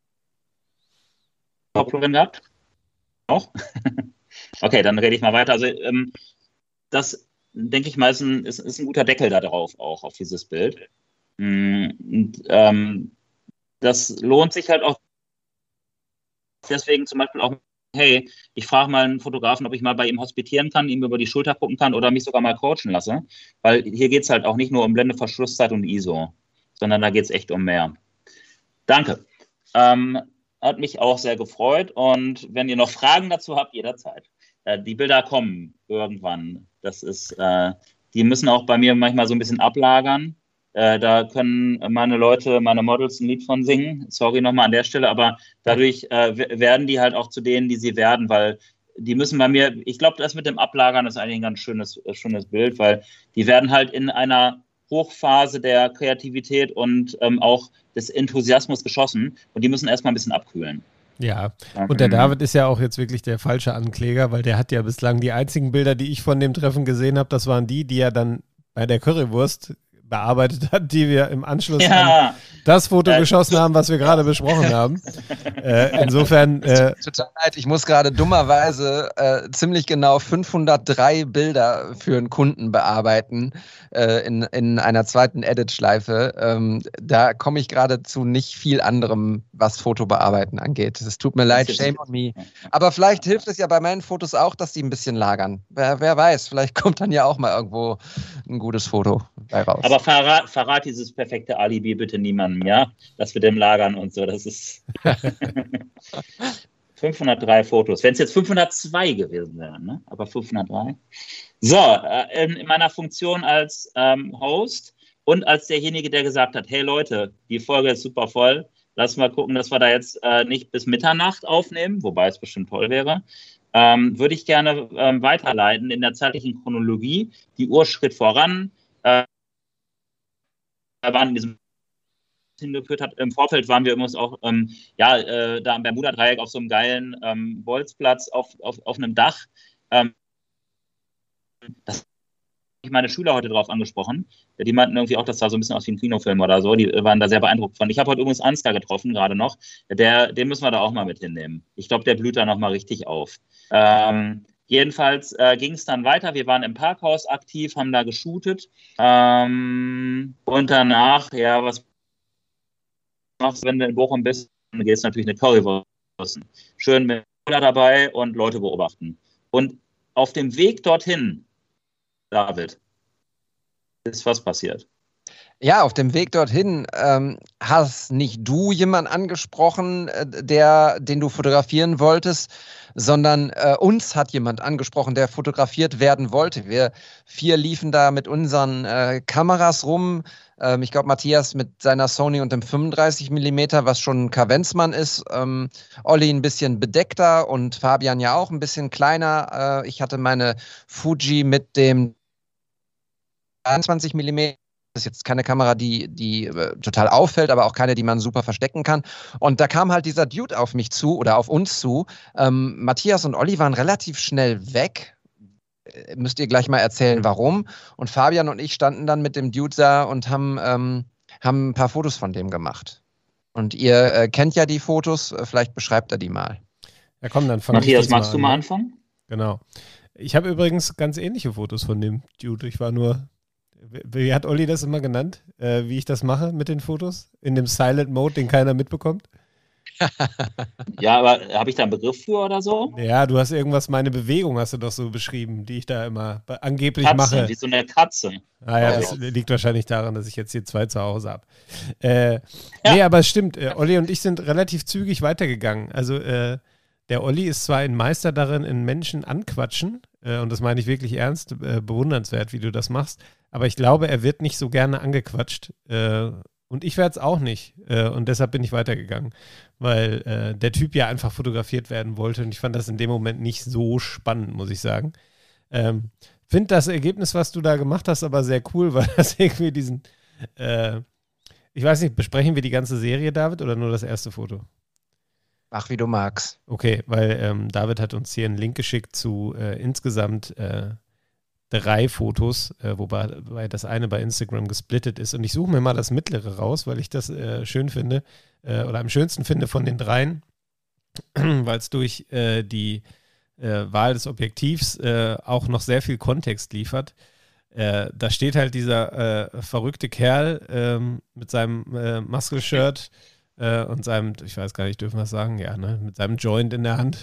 Kopfhörer gehabt. Auch? Okay, dann rede ich mal weiter. Also ähm, das, denke ich mal, ist ein, ist, ist ein guter Deckel da drauf, auch auf dieses Bild. Und, ähm, das lohnt sich halt auch deswegen zum Beispiel auch, hey, ich frage mal einen Fotografen, ob ich mal bei ihm hospitieren kann, ihm über die Schulter gucken kann oder mich sogar mal coachen lasse. Weil hier geht es halt auch nicht nur um Blende, Verschlusszeit und I S O, sondern da geht es echt um mehr. Danke. Ähm, hat mich auch sehr gefreut und wenn ihr noch Fragen dazu habt, jederzeit. Äh, die Bilder kommen irgendwann. Das ist, äh, die müssen auch bei mir manchmal so ein bisschen ablagern. Äh, da können meine Leute, meine Models ein Lied von singen. Sorry nochmal an der Stelle, aber dadurch äh, w- werden die halt auch zu denen, die sie werden, weil die müssen bei mir, ich glaube, das mit dem Ablagern ist eigentlich ein ganz schönes, schönes Bild, weil die werden halt in einer Hochphase der Kreativität und ähm, auch des Enthusiasmus geschossen und die müssen erstmal ein bisschen abkühlen. Ja, und der David ist ja auch jetzt wirklich der falsche Ankläger, weil der hat ja bislang die einzigen Bilder, die ich von dem Treffen gesehen habe, das waren die, die er dann bei der Currywurst bearbeitet hat, die wir im Anschluss Ja. an das Foto Äh, geschossen haben, was wir gerade besprochen haben. Äh, insofern... Äh, Total leid, ich muss gerade dummerweise äh, ziemlich genau fünfhundertdrei Bilder für einen Kunden bearbeiten äh, in, in einer zweiten Edit-Schleife. Ähm, da komme ich gerade zu nicht viel anderem, was Fotobearbeiten angeht. Es tut mir leid, shame on me. Aber vielleicht hilft es ja bei meinen Fotos auch, dass die ein bisschen lagern. Wer, wer weiß, vielleicht kommt dann ja auch mal irgendwo ein gutes Foto bei raus. Aber verrat, verrat dieses perfekte Alibi bitte niemandem, ja? Das mit dem Lagern und so, das ist fünfhundertdrei Fotos. Wenn es jetzt fünfhundertzwei gewesen wären, ne? Aber fünfhundertdrei. So, äh, in, in meiner Funktion als ähm, Host und als derjenige, der gesagt hat, hey Leute, die Folge ist super voll, lass mal gucken, dass wir da jetzt äh, nicht bis Mitternacht aufnehmen, wobei es bestimmt toll wäre. Ähm, würde ich gerne ähm, weiterleiten in der zeitlichen Chronologie, die Uhr Schritt voran, äh, waren in diesem hingeführt hat. Im Vorfeld waren wir übrigens auch ähm, ja, äh, da am Bermuda-Dreieck auf so einem geilen ähm, Bolzplatz auf, auf, auf einem Dach. Ähm, das habe ich meine Schüler heute drauf angesprochen. Die meinten irgendwie auch, das sah so ein bisschen aus wie ein Kinofilm oder so. Die waren da sehr beeindruckt von. Ich habe heute übrigens Ansgar getroffen, gerade noch. Der, den müssen wir da auch mal mit hinnehmen. Ich glaube, der blüht da nochmal richtig auf. Ähm, Jedenfalls äh, ging es dann weiter. Wir waren im Parkhaus aktiv, haben da geshootet. Ähm, und danach, ja, was machst du, wenn du in Bochum bist? Dann gehst du natürlich eine Currywurst. Schön mit Cola dabei und Leute beobachten. Und auf dem Weg dorthin, David, ist was passiert. Ja, auf dem Weg dorthin ähm, hast nicht du jemanden angesprochen, äh, der, den du fotografieren wolltest, sondern äh, uns hat jemand angesprochen, der fotografiert werden wollte. Wir vier liefen da mit unseren äh, Kameras rum. Ähm, ich glaube, Matthias mit seiner Sony und dem fünfunddreißig Millimeter, was schon ein Kavenzmann ist. Ähm, Olli ein bisschen bedeckter und Fabian ja auch ein bisschen kleiner. Äh, ich hatte meine Fuji mit dem einundzwanzig Millimeter. Das ist jetzt keine Kamera, die, die äh, total auffällt, aber auch keine, die man super verstecken kann. Und da kam halt dieser Dude auf mich zu oder auf uns zu. Ähm, Matthias und Olli waren relativ schnell weg. Äh, müsst ihr gleich mal erzählen, warum. Und Fabian und ich standen dann mit dem Dude da und haben, ähm, haben ein paar Fotos von dem gemacht. Und ihr äh, kennt ja die Fotos, vielleicht beschreibt er die mal. Ja, komm, dann fang Matthias, ich mal magst an, du mal ne? anfangen? Genau. Ich habe übrigens ganz ähnliche Fotos von dem Dude. Ich war nur... Wie hat Olli das immer genannt, äh, wie ich das mache mit den Fotos? In dem Silent Mode, den keiner mitbekommt? Ja, aber habe ich da einen Begriff für oder so? Ja, du hast irgendwas, meine Bewegung hast du doch so beschrieben, die ich da immer angeblich Katze, mache. wie so eine Katze. Ah ja, das liegt wahrscheinlich daran, dass ich jetzt hier zwei zu Hause habe. Äh, ja. Nee, aber es stimmt, äh, Olli und ich sind relativ zügig weitergegangen. Also äh, der Olli ist zwar ein Meister darin, in Menschen anquatschen, äh, und das meine ich wirklich ernst, äh, bewundernswert, wie du das machst, aber ich glaube, er wird nicht so gerne angequatscht. Äh, und ich werde es auch nicht. Äh, und deshalb bin ich weitergegangen. Weil äh, der Typ ja einfach fotografiert werden wollte. Und ich fand das in dem Moment nicht so spannend, muss ich sagen. Ähm, finde das Ergebnis, was du da gemacht hast, aber sehr cool, weil das irgendwie diesen... Äh, ich weiß nicht, besprechen wir die ganze Serie, David, oder nur das erste Foto? Mach, wie du magst. Okay, weil ähm, David hat uns hier einen Link geschickt zu äh, insgesamt... Äh, drei Fotos, äh, wobei, wobei das eine bei Instagram gesplittet ist. Und ich suche mir mal das mittlere raus, weil ich das äh, schön finde äh, oder am schönsten finde von den dreien, weil es durch äh, die äh, Wahl des Objektivs äh, auch noch sehr viel Kontext liefert. Äh, da steht halt dieser äh, verrückte Kerl ähm, mit seinem äh, Muscle-Shirt äh, und seinem, ich weiß gar nicht, dürfen wir das sagen? Ja, ne? Mit seinem Joint in der Hand.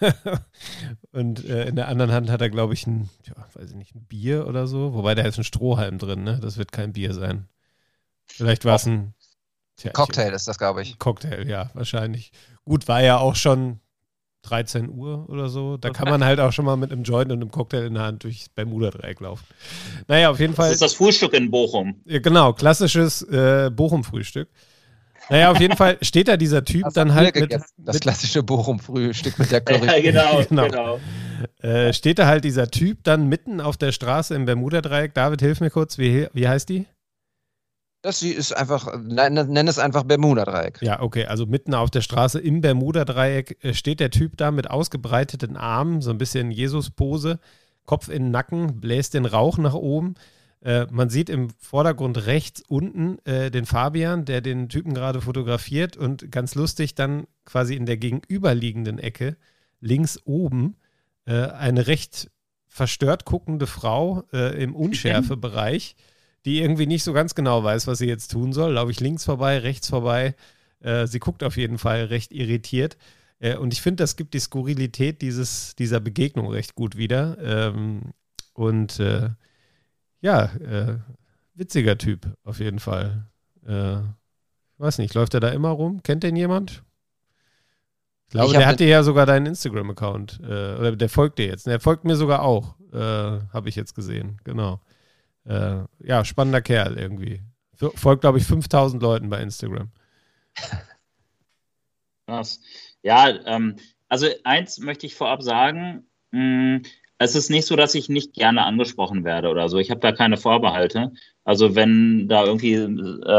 Und äh, in der anderen Hand hat er, glaube ich, ein, ja, weiß ich nicht, ein Bier oder so. Wobei, da ist ein Strohhalm drin, ne? Das wird kein Bier sein. Vielleicht war es ein tja, Cocktail ich, ist das, glaube ich. Cocktail, ja, wahrscheinlich. Gut, war ja auch schon dreizehn Uhr oder so. Da kann man halt auch schon mal mit einem Joint und einem Cocktail in der Hand durchs Bermuda-Dreieck laufen. Naja, auf jeden Fall. Das ist das Frühstück in Bochum. Ja, genau, klassisches äh, Bochum-Frühstück. Naja, auf jeden Fall steht da dieser Typ das dann halt mit, das mit klassische Bochum-Frühstück mit der Curry. Ja, genau, genau. genau. Äh, steht da halt dieser Typ dann mitten auf der Straße im Bermuda-Dreieck. David, hilf mir kurz, wie, wie heißt die? Das ist einfach, nenn es einfach Bermuda-Dreieck. Ja, okay, also mitten auf der Straße im Bermuda-Dreieck steht der Typ da mit ausgebreiteten Armen, so ein bisschen Jesus-Pose, Kopf in den Nacken, bläst den Rauch nach oben. Äh, man sieht im Vordergrund rechts unten äh, den Fabian, der den Typen gerade fotografiert und ganz lustig dann quasi in der gegenüberliegenden Ecke, links oben, äh, eine recht verstört guckende Frau äh, im Unschärfebereich, die irgendwie nicht so ganz genau weiß, was sie jetzt tun soll. Laufe ich links vorbei, rechts vorbei. Äh, sie guckt auf jeden Fall recht irritiert. Äh, und ich finde, das gibt die Skurrilität dieses, dieser Begegnung recht gut wieder. Ähm, und äh, ja, äh, witziger Typ auf jeden Fall. Äh, ich weiß nicht, läuft er da immer rum? Kennt den jemand? Ich glaube, ich der hatte ja sogar deinen Instagram-Account. Äh, oder der folgt dir jetzt. Der folgt mir sogar auch. Äh, habe ich jetzt gesehen. Genau. Äh, ja, spannender Kerl irgendwie. Folgt, glaube ich, fünftausend Leuten bei Instagram. Krass. Ja, ähm, also eins möchte ich vorab sagen, mh, es ist nicht so, dass ich nicht gerne angesprochen werde oder so. Ich habe da keine Vorbehalte. Also wenn da irgendwie, äh,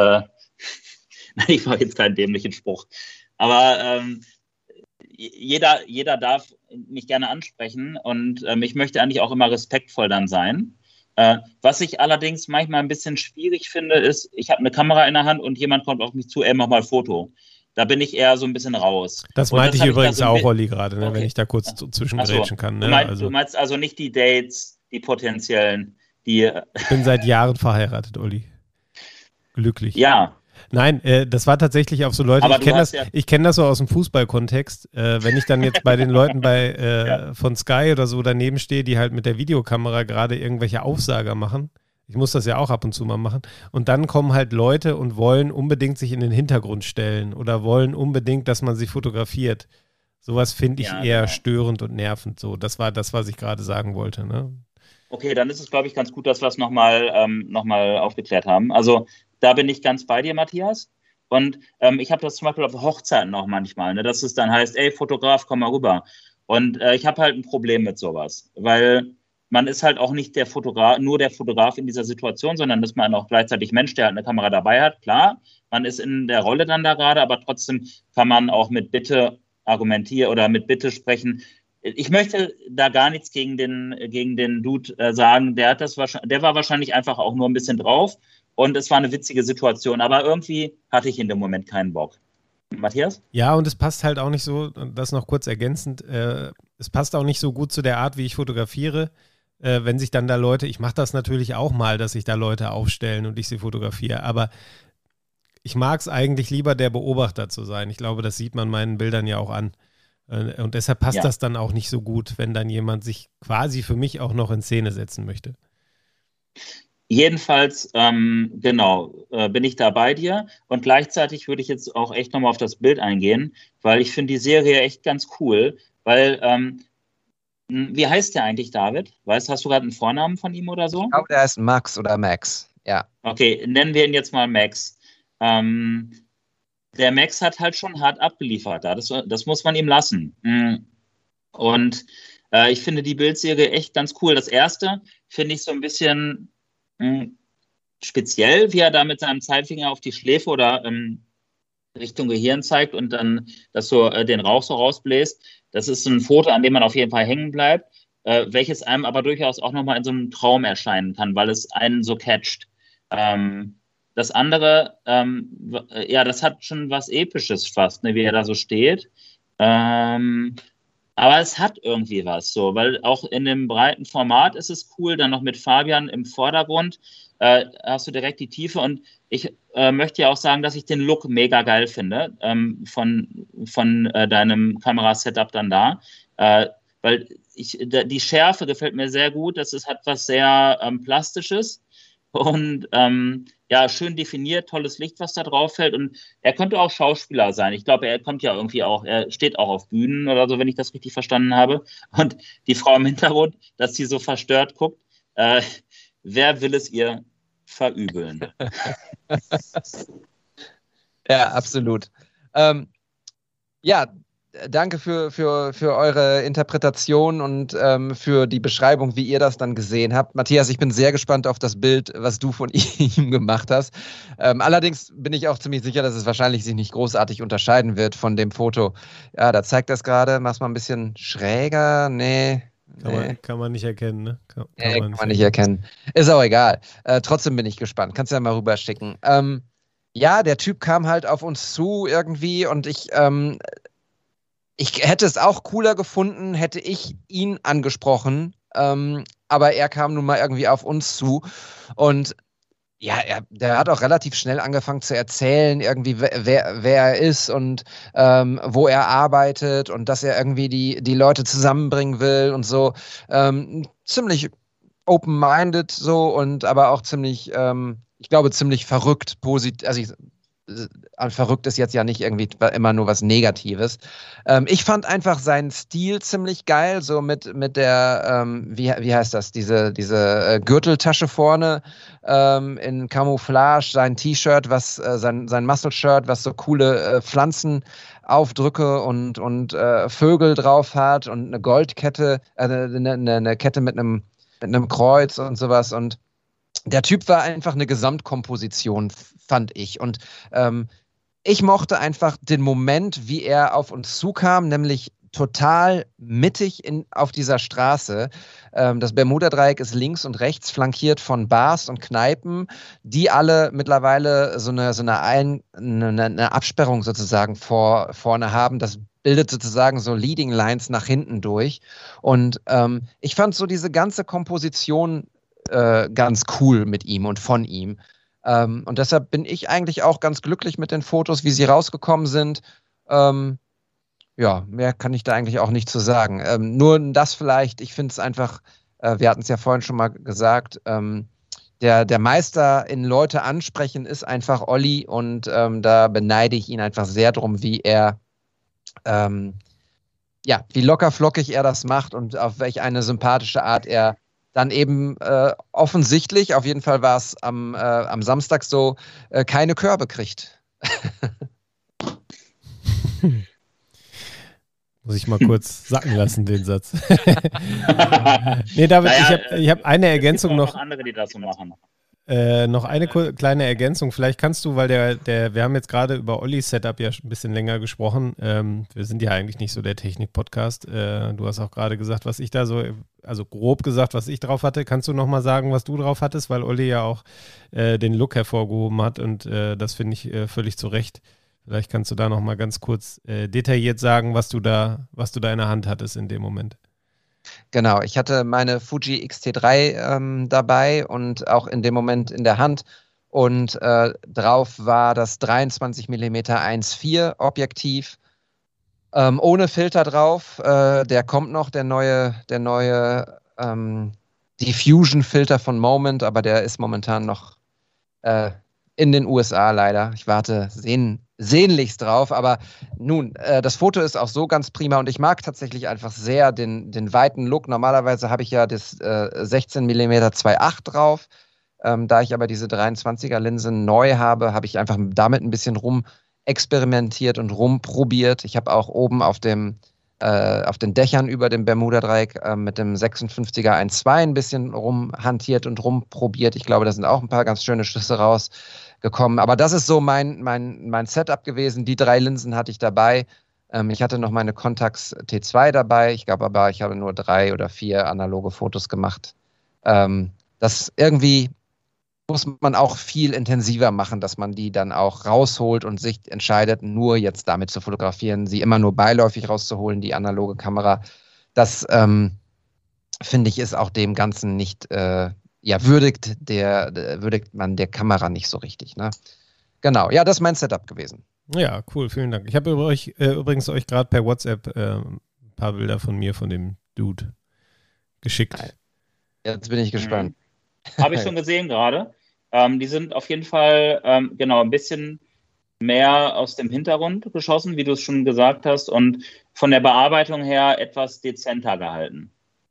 nein, ich mache jetzt keinen dämlichen Spruch, aber ähm, jeder, jeder darf mich gerne ansprechen und ähm, ich möchte eigentlich auch immer respektvoll dann sein. Äh, was ich allerdings manchmal ein bisschen schwierig finde, ist, ich habe eine Kamera in der Hand und jemand kommt auf mich zu, ey, mach mal ein Foto. Da bin ich eher so ein bisschen raus. Das meinte ich übrigens ich so auch, Olli, gerade, ne, okay. Wenn ich da kurz ja. zwischengrätschen so. kann. Ne? Du, meinst, also. du meinst also nicht die Dates, die potenziellen, die... Ich bin seit Jahren verheiratet, Olli. Glücklich. Ja. Nein, äh, das war tatsächlich auch so Leute, Aber ich kenne das, ja ich kenn das so aus dem Fußballkontext, äh, wenn ich dann jetzt bei den Leuten bei äh, ja. von Sky oder so daneben stehe, die halt mit der Videokamera gerade irgendwelche Aufsager machen, ich muss das ja auch ab und zu mal machen, und dann kommen halt Leute und wollen unbedingt sich in den Hintergrund stellen oder wollen unbedingt, dass man sie fotografiert. Sowas finde ich ja, eher genau. störend und nervend. So, das war das, was ich gerade sagen wollte, ne? Okay, dann ist es, glaube ich, ganz gut, dass wir es nochmal ähm, noch mal aufgeklärt haben. Also da bin ich ganz bei dir, Matthias. Und ähm, ich habe das zum Beispiel auf Hochzeiten auch manchmal, ne, dass es dann heißt, ey, Fotograf, komm mal rüber. Und äh, ich habe halt ein Problem mit sowas, weil man ist halt auch nicht der Fotograf, nur der Fotograf in dieser Situation, sondern ist man auch gleichzeitig Mensch, der halt eine Kamera dabei hat. Klar, man ist in der Rolle dann da gerade, aber trotzdem kann man auch mit Bitte argumentieren oder mit Bitte sprechen. Ich möchte da gar nichts gegen den, gegen den Dude äh, sagen. Der hat das wahrscheinlich, der war wahrscheinlich einfach auch nur ein bisschen drauf und es war eine witzige Situation, aber irgendwie hatte ich in dem Moment keinen Bock. Matthias? Ja, und es passt halt auch nicht so, das noch kurz ergänzend, äh, es passt auch nicht so gut zu der Art, wie ich fotografiere, äh, wenn sich dann da Leute, ich mache das natürlich auch mal, dass sich da Leute aufstellen und ich sie fotografiere, aber ich mag es eigentlich lieber, der Beobachter zu sein. Ich glaube, das sieht man meinen Bildern ja auch an. Und deshalb passt ja. das dann auch nicht so gut, wenn dann jemand sich quasi für mich auch noch in Szene setzen möchte. Jedenfalls, ähm, genau, äh, bin ich da bei dir. Und gleichzeitig würde ich jetzt auch echt nochmal auf das Bild eingehen, weil ich finde die Serie echt ganz cool. Weil, ähm, wie heißt der eigentlich, David? Weißt, hast du gerade einen Vornamen von ihm oder so? Ich glaube, der heißt Max oder Max, ja. Okay, nennen wir ihn jetzt mal Max. Ähm, Der Max hat halt schon hart abgeliefert, das, das muss man ihm lassen. Und äh, ich finde die Bildserie echt ganz cool. Das erste finde ich so ein bisschen mh, speziell, wie er da mit seinem Zeigefinger auf die Schläfe oder ähm, Richtung Gehirn zeigt und dann das so äh, den Rauch so rausbläst. Das ist ein Foto, an dem man auf jeden Fall hängen bleibt, äh, welches einem aber durchaus auch nochmal in so einem Traum erscheinen kann, weil es einen so catcht. Ähm, Das andere, ähm, ja, das hat schon was Episches fast, ne, wie er da so steht. Ähm, aber es hat irgendwie was, so, weil auch in dem breiten Format ist es cool, dann noch mit Fabian im Vordergrund äh, hast du direkt die Tiefe und ich äh, möchte ja auch sagen, dass ich den Look mega geil finde ähm, von, von äh, deinem Kamerasetup dann da, äh, weil ich, die Schärfe gefällt mir sehr gut, das ist, hat was sehr ähm, Plastisches. Und ähm, ja, schön definiert, tolles Licht, was da drauf fällt. Und er könnte auch Schauspieler sein. Ich glaube, er kommt ja irgendwie auch, er steht auch auf Bühnen oder so, wenn ich das richtig verstanden habe. Und die Frau im Hintergrund, dass sie so verstört guckt, äh, wer will es ihr verübeln? Ja, absolut. Ähm, ja, danke für, für, für eure Interpretation und ähm, für die Beschreibung, wie ihr das dann gesehen habt. Matthias, ich bin sehr gespannt auf das Bild, was du von ihm gemacht hast. Ähm, allerdings bin ich auch ziemlich sicher, dass es wahrscheinlich sich nicht großartig unterscheiden wird von dem Foto. Ja, da zeigt das gerade. Mach's mal ein bisschen schräger. Nee. Kann, nee. man, kann man nicht erkennen, ne? Kann, kann, nee, man, kann nicht man nicht erkennen. Ist auch egal. Äh, trotzdem bin ich gespannt. Kannst du ja mal rüberschicken. Ähm, ja, der Typ kam halt auf uns zu irgendwie und ich... Ähm, Ich hätte es auch cooler gefunden, hätte ich ihn angesprochen, ähm, aber er kam nun mal irgendwie auf uns zu und ja, er, der hat auch relativ schnell angefangen zu erzählen, irgendwie wer, wer, wer er ist und ähm, wo er arbeitet und dass er irgendwie die, die Leute zusammenbringen will und so. Ähm, ziemlich open-minded so und aber auch ziemlich, ähm, ich glaube, ziemlich verrückt, positiv, also ich, äh, verrückt ist jetzt ja nicht irgendwie immer nur was Negatives. Ähm, ich fand einfach seinen Stil ziemlich geil, so mit, mit der, ähm, wie, wie heißt das, diese, diese äh, Gürteltasche vorne ähm, in Camouflage, sein T-Shirt, was, äh, sein, sein Muscle-Shirt, was so coole äh, Pflanzenaufdrücke und, und äh, Vögel drauf hat und eine Goldkette, äh, eine, eine, eine Kette mit einem, mit einem Kreuz und sowas und der Typ war einfach eine Gesamtkomposition, fand ich. Und ähm, ich mochte einfach den Moment, wie er auf uns zukam, nämlich total mittig in, auf dieser Straße. Ähm, das Bermuda-Dreieck ist links und rechts flankiert von Bars und Kneipen, die alle mittlerweile so eine, so eine, Ein, eine, eine Absperrung sozusagen vor, vorne haben. Das bildet sozusagen so Leading Lines nach hinten durch. Und ähm, ich fand so diese ganze Komposition Äh, ganz cool mit ihm und von ihm. Ähm, und deshalb bin ich eigentlich auch ganz glücklich mit den Fotos, wie sie rausgekommen sind. Ähm, ja, mehr kann ich da eigentlich auch nicht zu sagen. Ähm, nur das vielleicht, ich finde es einfach, äh, wir hatten es ja vorhin schon mal gesagt, ähm, der, der Meister in Leute ansprechen ist einfach Olli und ähm, da beneide ich ihn einfach sehr drum, wie er ähm, ja, wie locker flockig er das macht und auf welch eine sympathische Art er dann eben äh, offensichtlich, auf jeden Fall war es am, äh, am Samstag so, äh, keine Körbe kriegt. Muss ich mal kurz sacken lassen, den Satz. Nee, David, naja, ich habe ich hab eine Ergänzung noch. noch andere, die das so machen. Äh, noch eine kleine Ergänzung. Vielleicht kannst du, weil der, der, wir haben jetzt gerade über Ollis Setup ja ein bisschen länger gesprochen. Ähm, wir sind ja eigentlich nicht so der Technik-Podcast. Äh, du hast auch gerade gesagt, was ich da so, also grob gesagt, was ich drauf hatte. Kannst du nochmal sagen, was du drauf hattest? Weil Olli ja auch äh, den Look hervorgehoben hat und äh, das finde ich äh, völlig zu Recht. Vielleicht kannst du da nochmal ganz kurz äh, detailliert sagen, was du da, was du da in der Hand hattest in dem Moment. Genau, ich hatte meine Fuji X T drei ähm, dabei und auch in dem Moment in der Hand und äh, drauf war das dreiundzwanzig Millimeter eins Komma vier Objektiv ähm, ohne Filter drauf. Äh, der kommt noch, der neue, der neue ähm, Diffusion-Filter von Moment, aber der ist momentan noch äh, in den U S A leider. Ich warte sehen, sehnlichst drauf, aber nun, äh, das Foto ist auch so ganz prima und ich mag tatsächlich einfach sehr den, den weiten Look. Normalerweise habe ich ja das äh, sechzehn Millimeter zwei Komma acht drauf. Ähm, da ich aber diese dreiundzwanziger Linse neu habe, habe ich einfach damit ein bisschen rum experimentiert und rumprobiert. Ich habe auch oben auf dem äh, auf den Dächern über dem Bermuda-Dreieck äh, mit dem sechsundfünfziger eins Komma zwei ein bisschen rumhantiert und rumprobiert. Ich glaube, da sind auch ein paar ganz schöne Schlüsse rausgekommen. Aber das ist so mein, mein, mein Setup gewesen. Die drei Linsen hatte ich dabei. Ähm, ich hatte noch meine Contax T zwei dabei. Ich glaube aber, ich habe nur drei oder vier analoge Fotos gemacht. Ähm, das irgendwie muss man auch viel intensiver machen, dass man die dann auch rausholt und sich entscheidet, nur jetzt damit zu fotografieren, sie immer nur beiläufig rauszuholen, die analoge Kamera. Das, ähm, finde ich, ist auch dem Ganzen nicht, äh, ja, würdigt, der, der, würdigt man der Kamera nicht so richtig. Ne? Genau, ja, das ist mein Setup gewesen. Ja, cool, vielen Dank. Ich habe euch, äh, übrigens euch gerade per WhatsApp äh, ein paar Bilder von mir, von dem Dude geschickt. Jetzt bin ich gespannt. Mhm. Habe ich schon gesehen gerade. Ähm, die sind auf jeden Fall, ähm, genau, ein bisschen mehr aus dem Hintergrund geschossen, wie du es schon gesagt hast, und von der Bearbeitung her etwas dezenter gehalten.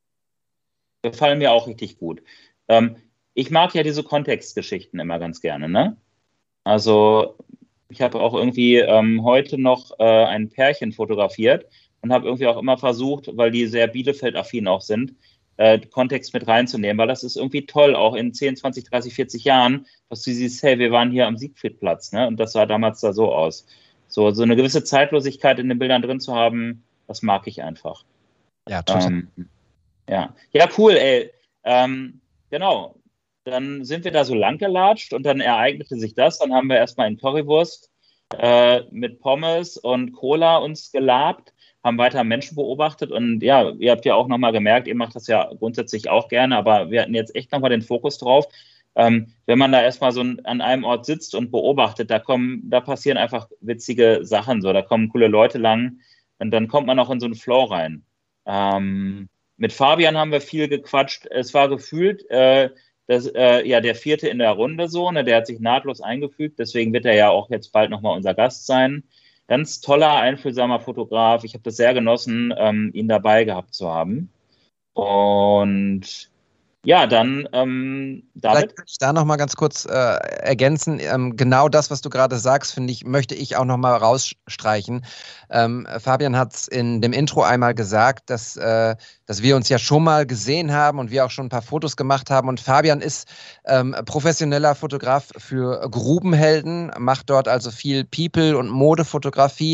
Gefallen mir auch richtig gut. Ähm, ich mag ja diese Kontextgeschichten immer ganz gerne, ne? Also Ich habe auch irgendwie ähm, heute noch äh, ein Pärchen fotografiert und habe irgendwie auch immer versucht, weil die sehr Bielefeld-affin auch sind, äh, Kontext mit reinzunehmen, weil das ist irgendwie toll, auch in zehn, zwanzig, dreißig, vierzig Jahren, dass du siehst, hey, wir waren hier am Siegfriedplatz, ne? Und das sah damals da so aus. So, so eine gewisse Zeitlosigkeit in den Bildern drin zu haben, das mag ich einfach. Ja, total. Ähm, ja. ja, cool, ey. Ähm, genau. Dann sind wir da so lang gelatscht und dann ereignete sich das. Dann haben wir erstmal in Currywurst äh, mit Pommes und Cola uns gelabt, haben weiter Menschen beobachtet und ja, ihr habt ja auch nochmal gemerkt, ihr macht das ja grundsätzlich auch gerne, aber wir hatten jetzt echt nochmal den Fokus drauf. Ähm, wenn man da erstmal so an einem Ort sitzt und beobachtet, da kommen, da passieren einfach witzige Sachen, so, da kommen coole Leute lang und dann kommt man auch in so einen Flow rein. Ähm, mit Fabian haben wir viel gequatscht. Es war gefühlt, äh, Das, äh, ja, der vierte in der Runde so, ne, der hat sich nahtlos eingefügt, deswegen wird er ja auch jetzt bald nochmal unser Gast sein. Ganz toller, einfühlsamer Fotograf. Ich habe das sehr genossen, ähm, ihn dabei gehabt zu haben. Und ja, dann ähm, David. Vielleicht kann ich da noch mal ganz kurz äh, ergänzen. Ähm, genau das, was du gerade sagst, finde ich, möchte ich auch noch mal rausstreichen. Ähm, Fabian hat es in dem Intro einmal gesagt, dass, äh, dass wir uns ja schon mal gesehen haben und wir auch schon ein paar Fotos gemacht haben. Und Fabian ist ähm, professioneller Fotograf für Grubenhelden, macht dort also viel People- und Modefotografie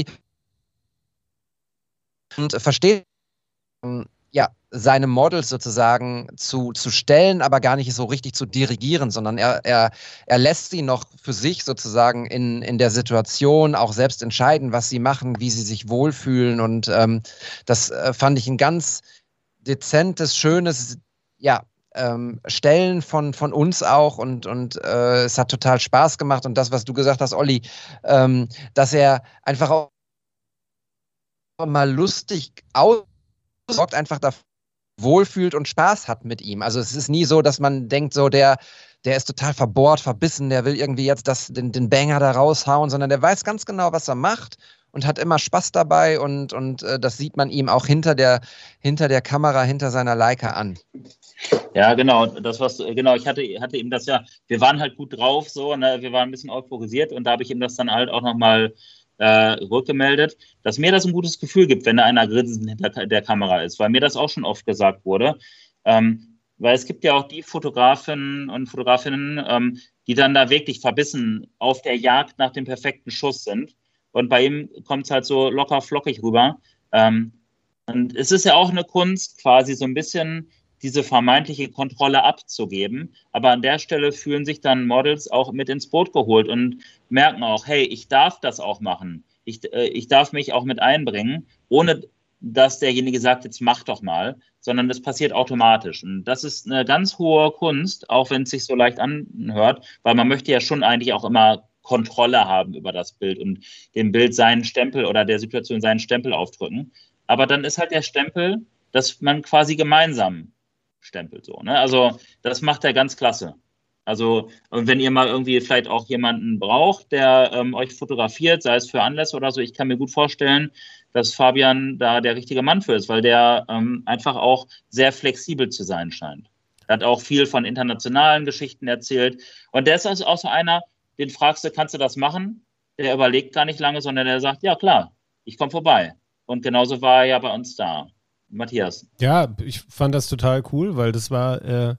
und versteht ähm, ja, seine Models sozusagen zu, zu stellen, aber gar nicht so richtig zu dirigieren, sondern er, er, er lässt sie noch für sich sozusagen in, in der Situation auch selbst entscheiden, was sie machen, wie sie sich wohlfühlen. Und ähm, das äh, fand ich ein ganz dezentes, schönes, ja, ähm, Stellen von, von uns auch. Und, und äh, es hat total Spaß gemacht. Und das, was du gesagt hast, Olli, ähm, dass er einfach auch mal lustig aus sorgt einfach dafür, wohlfühlt und Spaß hat mit ihm. Also es ist nie so, dass man denkt, so der, der ist total verbohrt, verbissen, der will irgendwie jetzt das, den, den Banger da raushauen, sondern der weiß ganz genau, was er macht und hat immer Spaß dabei und, und äh, das sieht man ihm auch hinter der, hinter der Kamera, hinter seiner Leica an. Ja, genau, das was, genau, ich hatte, hatte ihm das ja, wir waren halt gut drauf, so, ne, wir waren ein bisschen euphorisiert und da habe ich ihm das dann halt auch nochmal Äh, rückgemeldet, dass mir das ein gutes Gefühl gibt, wenn da einer grinsend hinter der Kamera ist, weil mir das auch schon oft gesagt wurde. Ähm, weil es gibt ja auch die Fotografinnen und Fotografinnen, ähm, die dann da wirklich verbissen auf der Jagd nach dem perfekten Schuss sind. Und bei ihm kommt es halt so locker flockig rüber. Ähm, und es ist ja auch eine Kunst, quasi so ein bisschen diese vermeintliche Kontrolle abzugeben. Aber an der Stelle fühlen sich dann Models auch mit ins Boot geholt und merken auch, hey, ich darf das auch machen. Ich, äh, ich darf mich auch mit einbringen, ohne dass derjenige sagt, jetzt mach doch mal, sondern das passiert automatisch. Und das ist eine ganz hohe Kunst, auch wenn es sich so leicht anhört, weil man möchte ja schon eigentlich auch immer Kontrolle haben über das Bild und dem Bild seinen Stempel oder der Situation seinen Stempel aufdrücken. Aber dann ist halt der Stempel, dass man quasi gemeinsam stempelt so, ne? Also das macht er ganz klasse. Also und wenn ihr mal irgendwie vielleicht auch jemanden braucht, der ähm, euch fotografiert, sei es für Anlässe oder so, ich kann mir gut vorstellen, dass Fabian da der richtige Mann für ist, weil der ähm, einfach auch sehr flexibel zu sein scheint. Er hat auch viel von internationalen Geschichten erzählt und der ist also auch so einer, den fragst du, kannst du das machen? Der überlegt gar nicht lange, sondern der sagt, ja klar, ich komme vorbei. Und genauso war er ja bei uns da. Matthias. Ja, ich fand das total cool, weil das war, äh,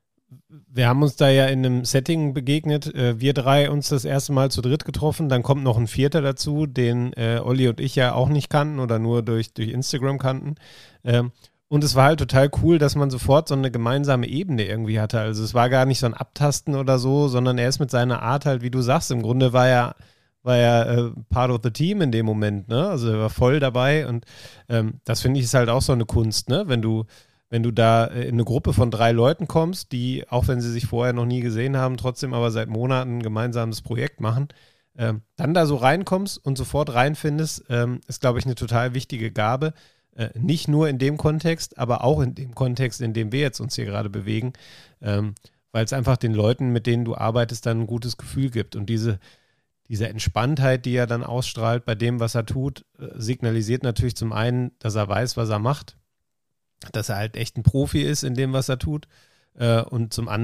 wir haben uns da ja in einem Setting begegnet, äh, wir drei uns das erste Mal zu dritt getroffen, dann kommt noch ein Vierter dazu, den äh, Olli und ich ja auch nicht kannten oder nur durch, durch Instagram kannten. Ähm, und es war halt total cool, dass man sofort so eine gemeinsame Ebene irgendwie hatte. Also es war gar nicht so ein Abtasten oder so, sondern er ist mit seiner Art halt, wie du sagst, im Grunde war er war ja äh, part of the team in dem Moment, ne? Also er war voll dabei und ähm, das finde ich ist halt auch so eine Kunst, ne? Wenn du, wenn du da in eine Gruppe von drei Leuten kommst, die, auch wenn sie sich vorher noch nie gesehen haben, trotzdem aber seit Monaten ein gemeinsames Projekt machen, ähm, dann da so reinkommst und sofort reinfindest, ähm, ist, glaube ich, eine total wichtige Gabe. Äh, nicht nur in dem Kontext, aber auch in dem Kontext, in dem wir jetzt uns hier gerade bewegen, ähm, weil es einfach den Leuten, mit denen du arbeitest, dann ein gutes Gefühl gibt und diese Diese Entspanntheit, die er dann ausstrahlt bei dem, was er tut, signalisiert natürlich zum einen, dass er weiß, was er macht, dass er halt echt ein Profi ist in dem, was er tut und zum anderen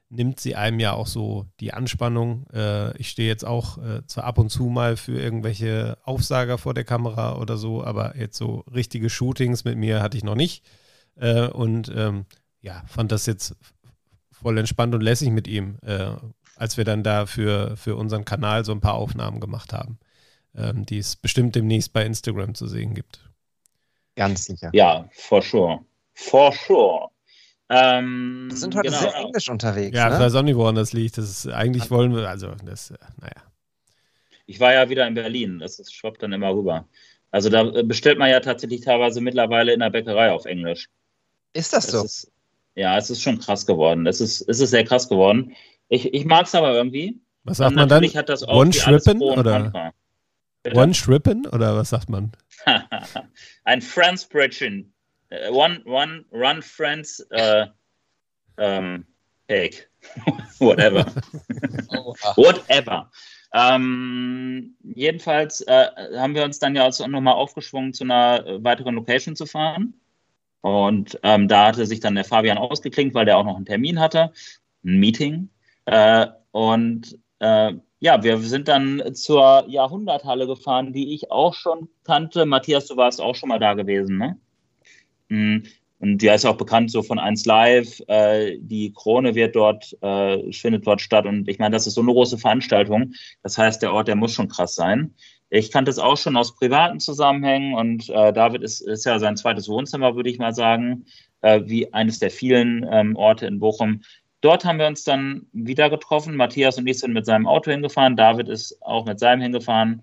nimmt sie einem ja auch so die Anspannung. Äh, ich stehe jetzt auch äh, zwar ab und zu mal für irgendwelche Aufsager vor der Kamera oder so, aber jetzt so richtige Shootings mit mir hatte ich noch nicht. Äh, und ähm, ja, fand das jetzt voll entspannt und lässig mit ihm, äh, als wir dann da für, für unseren Kanal so ein paar Aufnahmen gemacht haben, ähm, die es bestimmt demnächst bei Instagram zu sehen gibt. Ganz sicher. Ja, for sure. For sure. Ähm, Wir sind heute genau. sehr englisch unterwegs. Ja, ne? ich weiß auch nicht, woran das liegt. Das ist, eigentlich wollen wir, also das, äh, naja. Ich war ja wieder in Berlin, das ist, schwappt dann immer rüber. Also da bestellt man ja tatsächlich teilweise mittlerweile in der Bäckerei auf Englisch. Ist das so? Es ist, ja, es ist schon krass geworden. Es ist, es ist sehr krass geworden. Ich, ich mag es aber irgendwie. Was sagt Und man dann? natürlich hat das auch One wie alles Shrippen Pro und oder? Contra. Bitte? One Shrippen oder was sagt man? Ein Friends Bridgen. Uh, one, one, run Friends uh, um, Cake. Whatever. Whatever. Ähm, jedenfalls äh, haben wir uns dann ja auch nochmal aufgeschwungen, zu einer weiteren Location zu fahren. Und ähm, da hatte sich dann der Fabian ausgeklinkt, weil der auch noch einen Termin hatte, ein Meeting. Äh, und äh, ja, wir sind dann zur Jahrhunderthalle gefahren, die ich auch schon kannte. Matthias, du warst auch schon mal da gewesen, ne? Und die ist ja auch bekannt so von eins Live. Äh, die Krone wird dort, äh, findet dort statt. Und ich meine, das ist so eine große Veranstaltung. Das heißt, der Ort, der muss schon krass sein. Ich kannte es auch schon aus privaten Zusammenhängen. Und äh, David ist, ist ja sein zweites Wohnzimmer, würde ich mal sagen, äh, wie eines der vielen ähm, Orte in Bochum. Dort haben wir uns dann wieder getroffen. Matthias und ich sind mit seinem Auto hingefahren. David ist auch mit seinem hingefahren.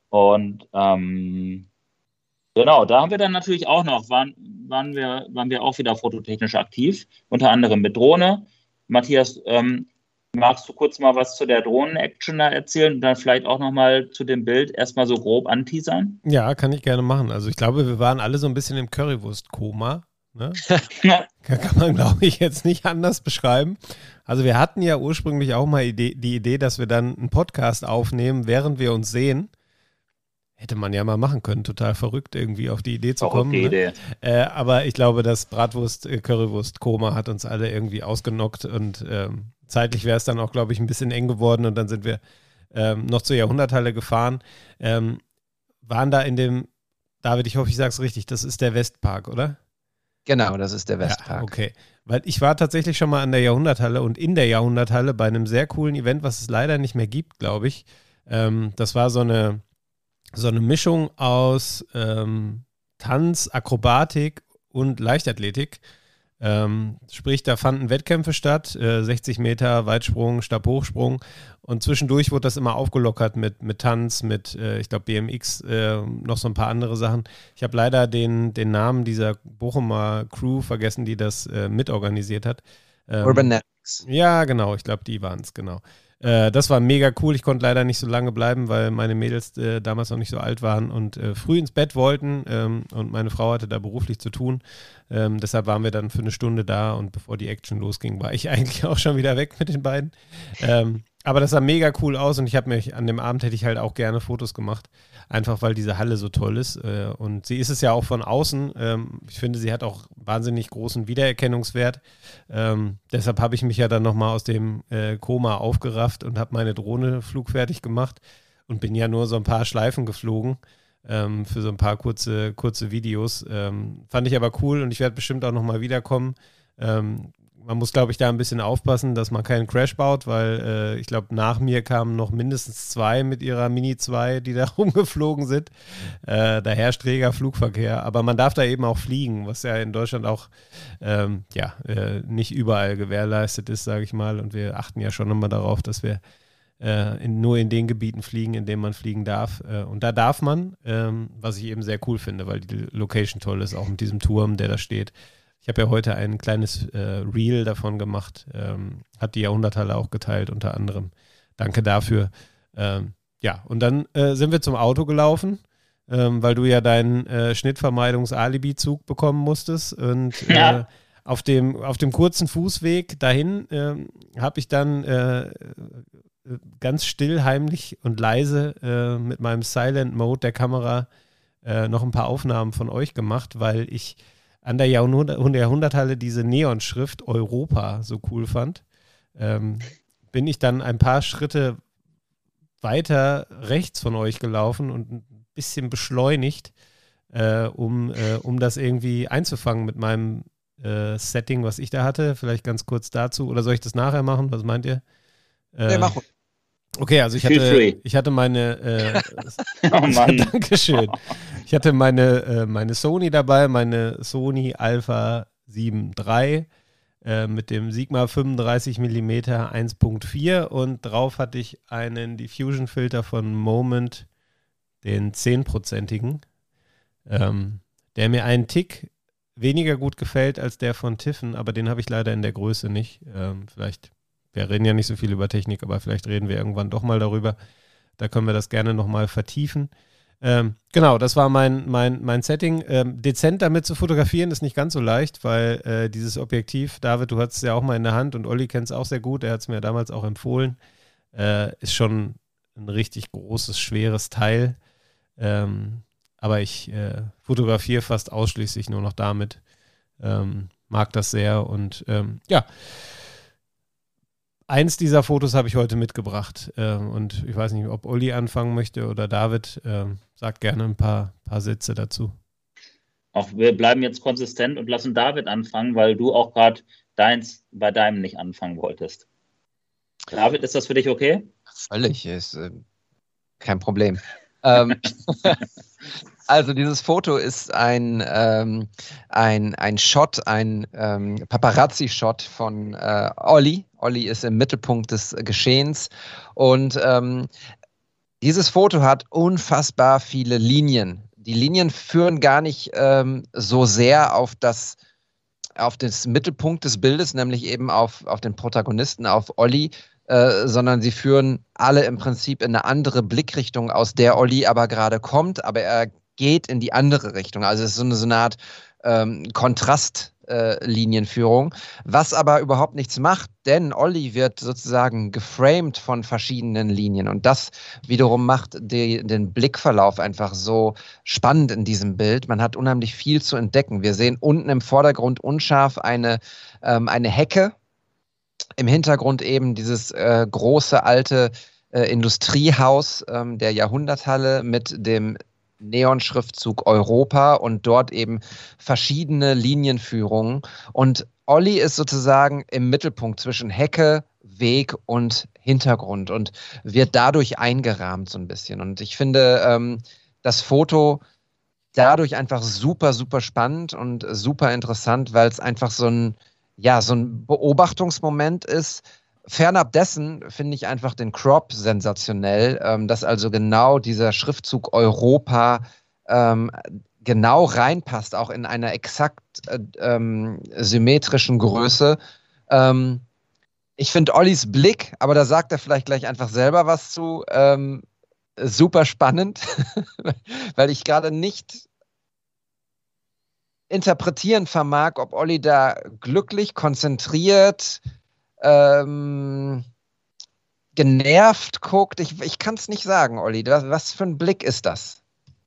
Und ähm, genau, da haben wir dann natürlich auch noch, waren, waren, wir, waren wir auch wieder fototechnisch aktiv, unter anderem mit Drohne. Matthias, ähm, magst du kurz mal was zu der Drohnen-Action da erzählen und dann vielleicht auch nochmal zu dem Bild erstmal so grob anteasern? Ja, kann ich gerne machen. Also ich glaube, wir waren alle so ein bisschen im Currywurst-Koma. Ne? Kann man, glaube ich, jetzt nicht anders beschreiben. Also wir hatten ja ursprünglich auch mal Idee, die Idee, dass wir dann einen Podcast aufnehmen, während wir uns sehen. Hätte man ja mal machen können, total verrückt irgendwie auf die Idee zu kommen. Die ne? Idee. Äh, aber ich glaube, das Bratwurst-Currywurst-Koma hat uns alle irgendwie ausgenockt und ähm, zeitlich wäre es dann auch, glaube ich, ein bisschen eng geworden und dann sind wir ähm, noch zur Jahrhunderthalle gefahren. Ähm, waren da in dem, David, ich hoffe, ich sage es richtig, das ist der Westpark, oder? Genau, das ist der Westpark. Ja, okay. Weil ich war tatsächlich schon mal an der Jahrhunderthalle und in der Jahrhunderthalle bei einem sehr coolen Event, was es leider nicht mehr gibt, glaube ich. Ähm, das war so eine So eine Mischung aus ähm, Tanz, Akrobatik und Leichtathletik. Ähm, sprich, da fanden Wettkämpfe statt, äh, sechzig Meter Weitsprung, Stabhochsprung und zwischendurch wurde das immer aufgelockert mit, mit Tanz, mit, äh, ich glaube, B M X, äh, noch so ein paar andere Sachen. Ich habe leider den, den Namen dieser Bochumer Crew vergessen, die das äh, mitorganisiert hat. Ähm, Urbanetics. Ja, genau, ich glaube, die waren es, genau. Äh, das war mega cool. Ich konnte leider nicht so lange bleiben, weil meine Mädels äh, damals noch nicht so alt waren und äh, früh ins Bett wollten ähm, und meine Frau hatte da beruflich zu tun. Ähm, deshalb waren wir dann für eine Stunde da und bevor die Action losging, war ich eigentlich auch schon wieder weg mit den beiden. Ähm, aber das sah mega cool aus und ich habe mich, an dem Abend hätte ich halt auch gerne Fotos gemacht, einfach weil diese Halle so toll ist. Äh, und sie ist es ja auch von außen. Ähm, ich finde, sie hat auch wahnsinnig großen Wiedererkennungswert. Ähm, deshalb habe ich mich ja dann nochmal aus dem äh, Koma aufgerafft und habe meine Drohne flugfertig gemacht und bin ja nur so ein paar Schleifen geflogen ähm, für so ein paar kurze, kurze Videos. Ähm, fand ich aber cool und ich werde bestimmt auch nochmal wiederkommen. Ähm, Man muss, glaube ich, da ein bisschen aufpassen, dass man keinen Crash baut, weil äh, ich glaube, nach mir kamen noch mindestens zwei mit ihrer Mini zwei, die da rumgeflogen sind. Äh, da herrscht reger Flugverkehr, aber man darf da eben auch fliegen, was ja in Deutschland auch ähm, ja, äh, nicht überall gewährleistet ist, sage ich mal. Und wir achten ja schon immer darauf, dass wir äh, in, nur in den Gebieten fliegen, in denen man fliegen darf. Äh, und da darf man, ähm, was ich eben sehr cool finde, weil die Location toll ist, auch mit diesem Turm, der da steht. Ich habe ja heute ein kleines äh, Reel davon gemacht, ähm, hat die Jahrhunderthalle auch geteilt unter anderem. Danke dafür. Ähm, ja, und dann äh, sind wir zum Auto gelaufen, ähm, weil du ja deinen äh, Schnittvermeidungs-Alibi-Zug bekommen musstest. Und äh, ja. auf, dem, auf dem kurzen Fußweg dahin äh, habe ich dann äh, ganz still, heimlich und leise äh, mit meinem Silent-Mode der Kamera äh, noch ein paar Aufnahmen von euch gemacht, weil ich an der Jahrhunderthalle diese Neonschrift Europa so cool fand. ähm, bin ich dann ein paar Schritte weiter rechts von euch gelaufen und ein bisschen beschleunigt, äh, um, äh, um das irgendwie einzufangen mit meinem äh, Setting, was ich da hatte. Vielleicht ganz kurz dazu. Oder soll ich das nachher machen? Was meint ihr? Äh, Nee, mach. Okay, also ich Feel hatte, free. ich hatte meine äh, Oh Mann. Dankeschön. Ich hatte meine, äh, meine Sony dabei, meine Sony Alpha sieben drei äh, mit dem Sigma fünfunddreißig Millimeter eins Punkt vier und drauf hatte ich einen Diffusion-Filter von Moment, den zehnprozentigen, ähm, der mir einen Tick weniger gut gefällt als der von Tiffen, aber den habe ich leider in der Größe nicht. Ähm, vielleicht, wir reden ja nicht so viel über Technik, aber vielleicht reden wir irgendwann doch mal darüber. Da können wir das gerne nochmal vertiefen. Ähm, genau, das war mein, mein, mein Setting. Ähm, dezent damit zu fotografieren ist nicht ganz so leicht, weil äh, dieses Objektiv, David, du hattest es ja auch mal in der Hand und Olli kennt es auch sehr gut, er hat es mir damals auch empfohlen, äh, ist schon ein richtig großes, schweres Teil. Ähm, aber ich äh, fotografiere fast ausschließlich nur noch damit. Ähm, mag das sehr und ähm, ja, eins dieser Fotos habe ich heute mitgebracht ähm, und ich weiß nicht, ob Olli anfangen möchte oder David. Ähm, sagt gerne ein paar, paar Sätze dazu. Auch wir bleiben jetzt konsistent und lassen David anfangen, weil du auch gerade deins bei deinem nicht anfangen wolltest. David, ist das für dich okay? Völlig, ist äh, kein Problem. ähm, also dieses Foto ist ein, ähm, ein, ein Shot, ein ähm, Paparazzi-Shot von äh, Olli. Olli ist im Mittelpunkt des Geschehens und ähm, dieses Foto hat unfassbar viele Linien. Die Linien führen gar nicht ähm, so sehr auf das, auf das Mittelpunkt des Bildes, nämlich eben auf, auf den Protagonisten, auf Olli, Äh, sondern sie führen alle im Prinzip in eine andere Blickrichtung, aus der Olli aber gerade kommt, aber er geht in die andere Richtung. Also es ist so eine, so eine Art ähm, Kontrastlinienführung, äh, was aber überhaupt nichts macht, denn Olli wird sozusagen geframed von verschiedenen Linien und das wiederum macht die, den Blickverlauf einfach so spannend in diesem Bild. Man hat unheimlich viel zu entdecken. Wir sehen unten im Vordergrund unscharf eine, ähm, eine Hecke, im Hintergrund eben dieses äh, große alte äh, Industriehaus ähm, der Jahrhunderthalle mit dem Neonschriftzug Europa und dort eben verschiedene Linienführungen. Und Olli ist sozusagen im Mittelpunkt zwischen Hecke, Weg und Hintergrund und wird dadurch eingerahmt so ein bisschen. Und ich finde ähm, das Foto dadurch einfach super, super spannend und super interessant, weil es einfach so ein ja, so ein Beobachtungsmoment ist. Fernab dessen finde ich einfach den Crop sensationell, ähm, dass also genau dieser Schriftzug Europa ähm, genau reinpasst, auch in einer exakt äh, ähm, symmetrischen Größe. Ähm, ich finde Ollis Blick, aber da sagt er vielleicht gleich einfach selber was zu, ähm, super spannend, weil ich gerade nicht interpretieren vermag, ob Olli da glücklich, konzentriert, ähm, genervt guckt. Ich, ich kann es nicht sagen, Olli. Was, was für ein Blick ist das?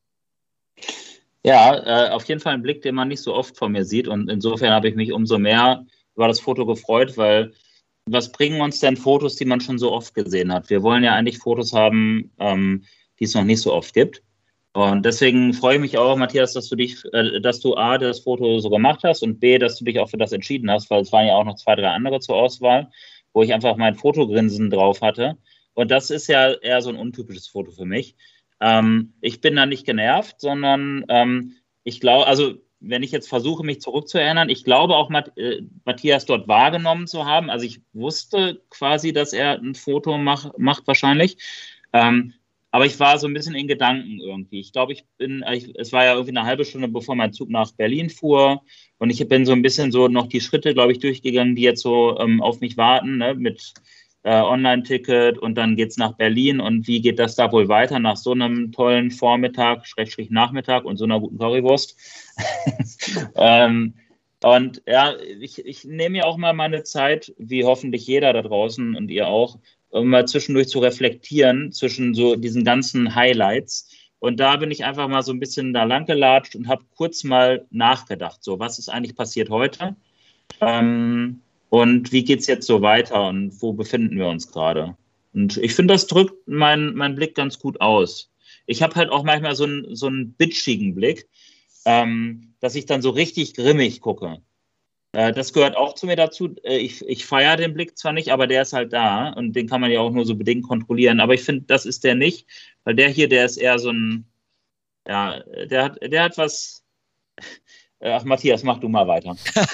Ja, äh, auf jeden Fall ein Blick, den man nicht so oft von mir sieht und insofern habe ich mich umso mehr über das Foto gefreut, weil was bringen uns denn Fotos, die man schon so oft gesehen hat? Wir wollen ja eigentlich Fotos haben, ähm, die es noch nicht so oft gibt. Und deswegen freue ich mich auch, Matthias, dass du dich, äh, dass du A, das Foto so gemacht hast und B, dass du dich auch für das entschieden hast, weil es waren ja auch noch zwei, drei andere zur Auswahl, wo ich einfach mein Fotogrinsen drauf hatte. Und das ist ja eher so ein untypisches Foto für mich. Ähm, ich bin da nicht genervt, sondern ähm, ich glaube, also wenn ich jetzt versuche, mich zurückzuerinnern, ich glaube auch Matt, äh, Matthias dort wahrgenommen zu haben. Also ich wusste quasi, dass er ein Foto mach, macht wahrscheinlich. Ähm, Aber ich war so ein bisschen in Gedanken irgendwie. Ich glaube, ich bin, ich, es war ja irgendwie eine halbe Stunde, bevor mein Zug nach Berlin fuhr. Und ich bin so ein bisschen so noch die Schritte, glaube ich, durchgegangen, die jetzt so ähm, auf mich warten, ne? Mit äh, Online-Ticket und dann geht's nach Berlin. Und wie geht das da wohl weiter nach so einem tollen Vormittag, Schrägstrich Nachmittag und so einer guten Currywurst? ähm, und ja, ich, ich nehme mir auch mal meine Zeit, wie hoffentlich jeder da draußen und ihr auch, um mal zwischendurch zu reflektieren zwischen so diesen ganzen Highlights. Und da bin ich einfach mal so ein bisschen da lang gelatscht und habe kurz mal nachgedacht, so was ist eigentlich passiert heute? Ähm, und wie geht es jetzt so weiter und wo befinden wir uns gerade? Und ich finde, das drückt meinen mein Blick ganz gut aus. Ich habe halt auch manchmal so einen, so einen bitschigen Blick, ähm, dass ich dann so richtig grimmig gucke. Äh, das gehört auch zu mir dazu. Äh, ich ich feiere den Blick zwar nicht, aber der ist halt da und den kann man ja auch nur so bedingt kontrollieren. Aber ich finde, das ist der nicht, weil der hier, der ist eher so ein, ja, der hat, der hat was. Ach, Matthias, mach du mal weiter.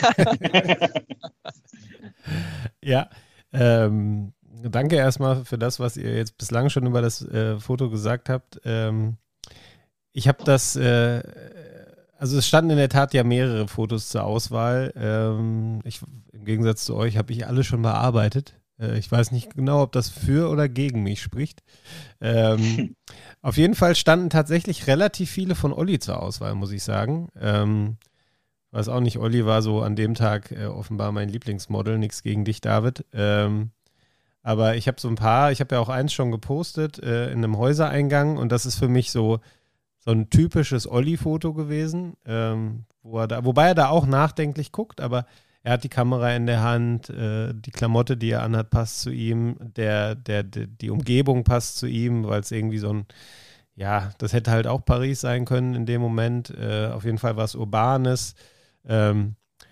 Ja, ähm, danke erstmal für das, was ihr jetzt bislang schon über das äh, Foto gesagt habt. Ähm, ich habe das, äh, also es standen in der Tat ja mehrere Fotos zur Auswahl. Ähm, ich, im Gegensatz zu euch habe ich alle schon bearbeitet. Äh, ich weiß nicht genau, ob das für oder gegen mich spricht. Ähm, auf jeden Fall standen tatsächlich relativ viele von Olli zur Auswahl, muss ich sagen. Ähm, weiß auch nicht, Olli war so an dem Tag äh, offenbar mein Lieblingsmodel. Nichts gegen dich, David. Ähm, aber ich habe so ein paar, ich habe ja auch eins schon gepostet äh, in einem Häusereingang und das ist für mich so, so ein typisches Olli-Foto gewesen, ähm, wo er da, wobei er da auch nachdenklich guckt, aber er hat die Kamera in der Hand, äh, die Klamotte, die er anhat, passt zu ihm, der, der, der, die Umgebung passt zu ihm, weil es irgendwie so ein, ja, das hätte halt auch Paris sein können in dem Moment, äh, auf jeden Fall was Urbanes, ähm,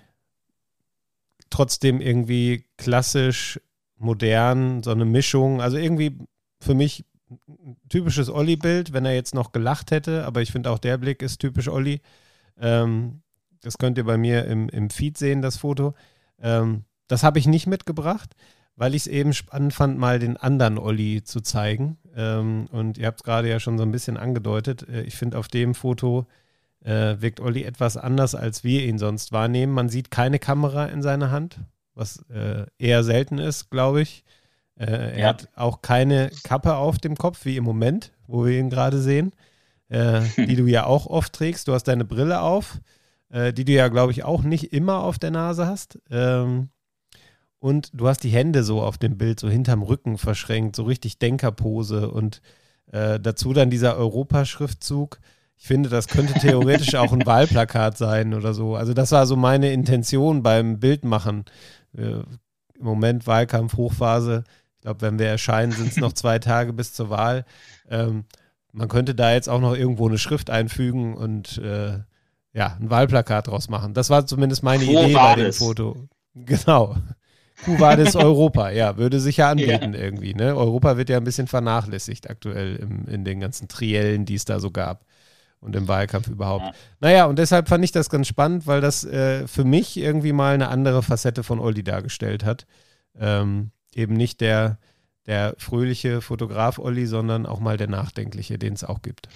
trotzdem irgendwie klassisch, modern, so eine Mischung, also irgendwie für mich ein typisches Olli-Bild, wenn er jetzt noch gelacht hätte, aber ich finde auch der Blick ist typisch Olli. Ähm, das könnt ihr bei mir im, im Feed sehen, das Foto. Ähm, das habe ich nicht mitgebracht, weil ich es eben spannend fand, mal den anderen Olli zu zeigen. Ähm, und ihr habt es gerade ja schon so ein bisschen angedeutet. Äh, ich finde, auf dem Foto äh, wirkt Olli etwas anders, als wir ihn sonst wahrnehmen. Man sieht keine Kamera in seiner Hand, was äh, eher selten ist, glaube ich. Äh, er Ja. hat auch keine Kappe auf dem Kopf, wie im Moment, wo wir ihn gerade sehen, äh, die du ja auch oft trägst. Du hast deine Brille auf, äh, die du ja, glaube ich, auch nicht immer auf der Nase hast. Ähm, und du hast die Hände so auf dem Bild, so hinterm Rücken verschränkt, so richtig Denkerpose und äh, dazu dann dieser Europaschriftzug. Ich finde, das könnte theoretisch auch ein Wahlplakat sein oder so. Also das war so meine Intention beim Bildmachen. Äh, Im Moment Wahlkampf, Hochphase. Ich glaube, wenn wir erscheinen, sind es noch zwei Tage bis zur Wahl. Ähm, man könnte da jetzt auch noch irgendwo eine Schrift einfügen und äh, ja, ein Wahlplakat draus machen. Das war zumindest meine Quo Idee vadis. bei dem Foto. Genau. Quo vadis Europa, ja, würde sich ja anbieten Ja. irgendwie. Ne? Europa wird ja ein bisschen vernachlässigt aktuell im, in den ganzen Triellen, die es da so gab. Und im Wahlkampf überhaupt. Ja. Naja, und deshalb fand ich das ganz spannend, weil das äh, für mich irgendwie mal eine andere Facette von Olli dargestellt hat. Ähm, eben nicht der, der fröhliche Fotograf Olli, sondern auch mal der nachdenkliche, den es auch gibt.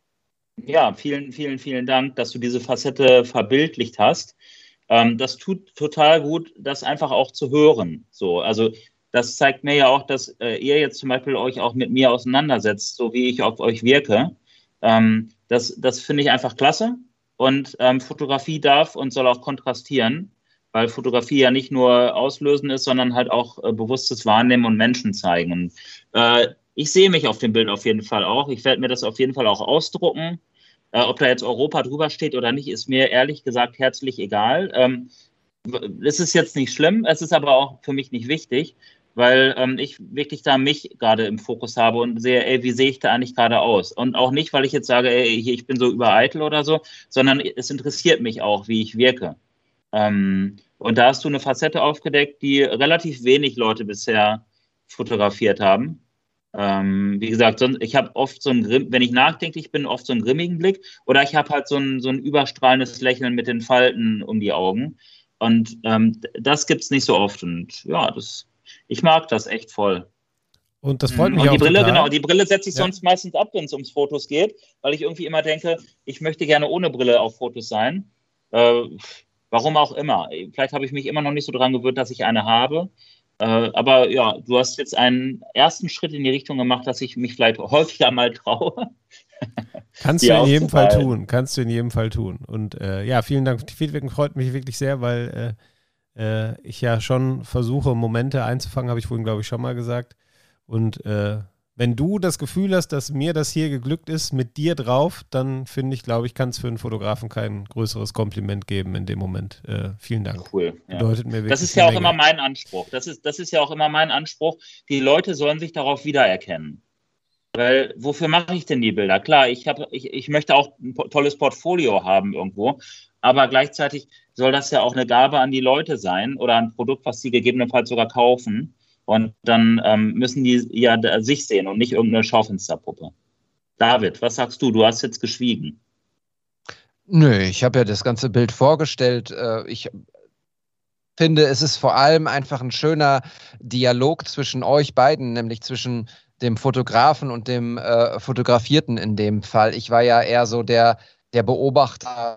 Ja, vielen, vielen, vielen Dank, dass du diese Facette verbildlicht hast. Ähm, das tut total gut, das einfach auch zu hören. So, also das zeigt mir ja auch, dass äh, ihr jetzt zum Beispiel euch auch mit mir auseinandersetzt, so wie ich auf euch wirke. Ähm, das das finde ich einfach klasse. Und ähm, Fotografie darf und soll auch kontrastieren, weil Fotografie ja nicht nur auslösen ist, sondern halt auch äh, bewusstes Wahrnehmen und Menschen zeigen. Und äh, ich sehe mich auf dem Bild auf jeden Fall auch. Ich werde mir das auf jeden Fall auch ausdrucken. Äh, ob da jetzt Europa drüber steht oder nicht, ist mir ehrlich gesagt herzlich egal. Ähm, es ist jetzt nicht schlimm, es ist aber auch für mich nicht wichtig, weil ähm, ich wirklich da mich gerade im Fokus habe und sehe, ey, wie sehe ich da eigentlich gerade aus? Und auch nicht, weil ich jetzt sage, ey, ich bin so übereitel oder so, sondern es interessiert mich auch, wie ich wirke. Ähm, und da hast du eine Facette aufgedeckt, die relativ wenig Leute bisher fotografiert haben. Ähm, wie gesagt, sonst, ich habe oft so einen, Grimm, wenn ich nachdenklich bin, oft so einen grimmigen Blick oder ich habe halt so ein, so ein überstrahlendes Lächeln mit den Falten um die Augen. Und ähm, das gibt es nicht so oft. Und ja, das ich mag das echt voll. Und das freut mich und auch die Brille, total. genau, die Brille setze ich Ja. sonst meistens ab, wenn es ums Fotos geht, weil ich irgendwie immer denke, ich möchte gerne ohne Brille auf Fotos sein. Äh, warum auch immer. Vielleicht habe ich mich immer noch nicht so dran gewöhnt, dass ich eine habe. Äh, aber ja, du hast jetzt einen ersten Schritt in die Richtung gemacht, dass ich mich vielleicht häufiger mal traue. Kannst die du in jedem Fall auszufallen. tun. Kannst du in jedem Fall tun. Und äh, ja, vielen Dank. Die Feedback freut mich wirklich sehr, weil äh, äh, ich ja schon versuche, Momente einzufangen, habe ich vorhin, glaube ich, schon mal gesagt. Und äh, wenn du das Gefühl hast, dass mir das hier geglückt ist, mit dir drauf, dann finde ich, glaube ich, kann es für einen Fotografen kein größeres Kompliment geben in dem Moment. Äh, vielen Dank. Cool. Ja. Bedeutet mir wirklich das ist ja auch Menge. immer mein Anspruch. Das ist, das ist ja auch immer mein Anspruch. Die Leute sollen sich darauf wiedererkennen. Weil, wofür mache ich denn die Bilder? Klar, ich, hab, ich, ich möchte auch ein tolles Portfolio haben irgendwo, aber gleichzeitig soll das ja auch eine Gabe an die Leute sein oder ein Produkt, was sie gegebenenfalls sogar kaufen. Und dann ähm, müssen die ja sich sehen und nicht irgendeine Schaufensterpuppe. David, was sagst du? Du hast jetzt geschwiegen. Nö, ich habe ja das ganze Bild vorgestellt. Ich finde, es ist vor allem einfach ein schöner Dialog zwischen euch beiden, nämlich zwischen dem Fotografen und dem äh, Fotografierten in dem Fall. Ich war ja eher so der, der Beobachter,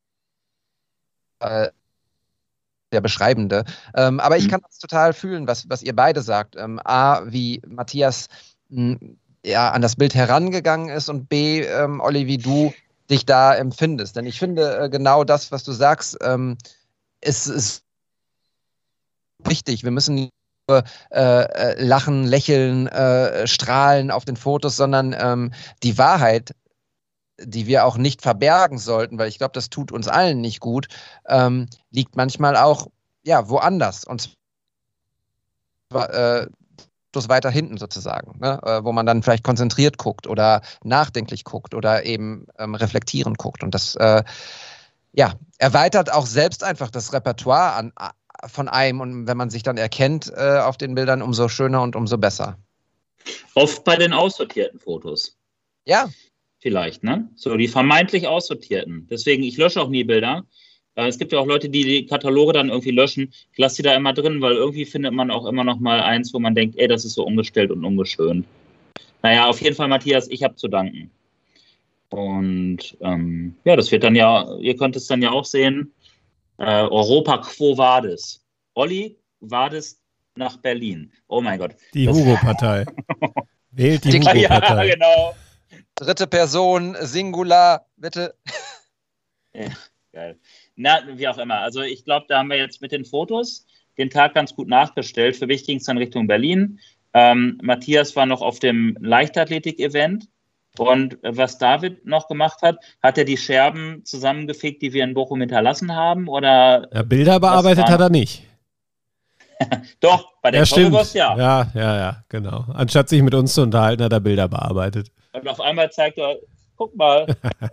äh, der Beschreibende. Ähm, aber ich kann das total fühlen, was, was ihr beide sagt. Ähm, A, wie Matthias mh, ja, an das Bild herangegangen ist und B, ähm, Olli, wie du dich da empfindest. Denn ich finde äh, genau das, was du sagst, ähm, ist, ist wichtig. Wir müssen nicht nur äh, lachen, lächeln, äh, strahlen auf den Fotos, sondern ähm, die Wahrheit, die wir auch nicht verbergen sollten, weil ich glaube, das tut uns allen nicht gut, ähm, liegt manchmal auch ja, woanders. Und zwar äh, weiter hinten sozusagen, ne? äh, wo man dann vielleicht konzentriert guckt oder nachdenklich guckt oder eben ähm, reflektierend guckt. Und das äh, ja, erweitert auch selbst einfach das Repertoire an, von einem. Und wenn man sich dann erkennt äh, auf den Bildern, umso schöner und umso besser. Oft bei den aussortierten Fotos. Ja. Vielleicht, ne? So, die vermeintlich aussortierten. Deswegen, ich lösche auch nie Bilder. Äh, es gibt ja auch Leute, die die Kataloge dann irgendwie löschen. Ich lasse die da immer drin, weil irgendwie findet man auch immer noch mal eins, wo man denkt, ey, das ist so umgestellt und ungeschönt. Naja, auf jeden Fall, Matthias, ich habe zu danken. Und ähm, ja, das wird dann ja, ihr könnt es dann ja auch sehen, äh, Europa Quo Vadis. Olli, Vadis nach Berlin. Oh mein Gott. Die Hugo-Partei. Wählt die, die Hugo-Partei. Ja, genau. Dritte Person, Singular, bitte. Ja, geil. Na, wie auch immer. Also ich glaube, da haben wir jetzt mit den Fotos den Tag ganz gut nachgestellt. Für mich ging es dann Richtung Berlin. Ähm, Matthias war noch auf dem Leichtathletik-Event. Und was David noch gemacht hat, hat er die Scherben zusammengefegt, die wir in Bochum hinterlassen haben? Oder ja, Bilder bearbeitet hat er nicht. Doch, bei der ja, stimmt. ja. Ja, ja, ja, genau. Anstatt sich mit uns zu unterhalten, hat er Bilder bearbeitet. Und auf einmal zeigt er, guck mal.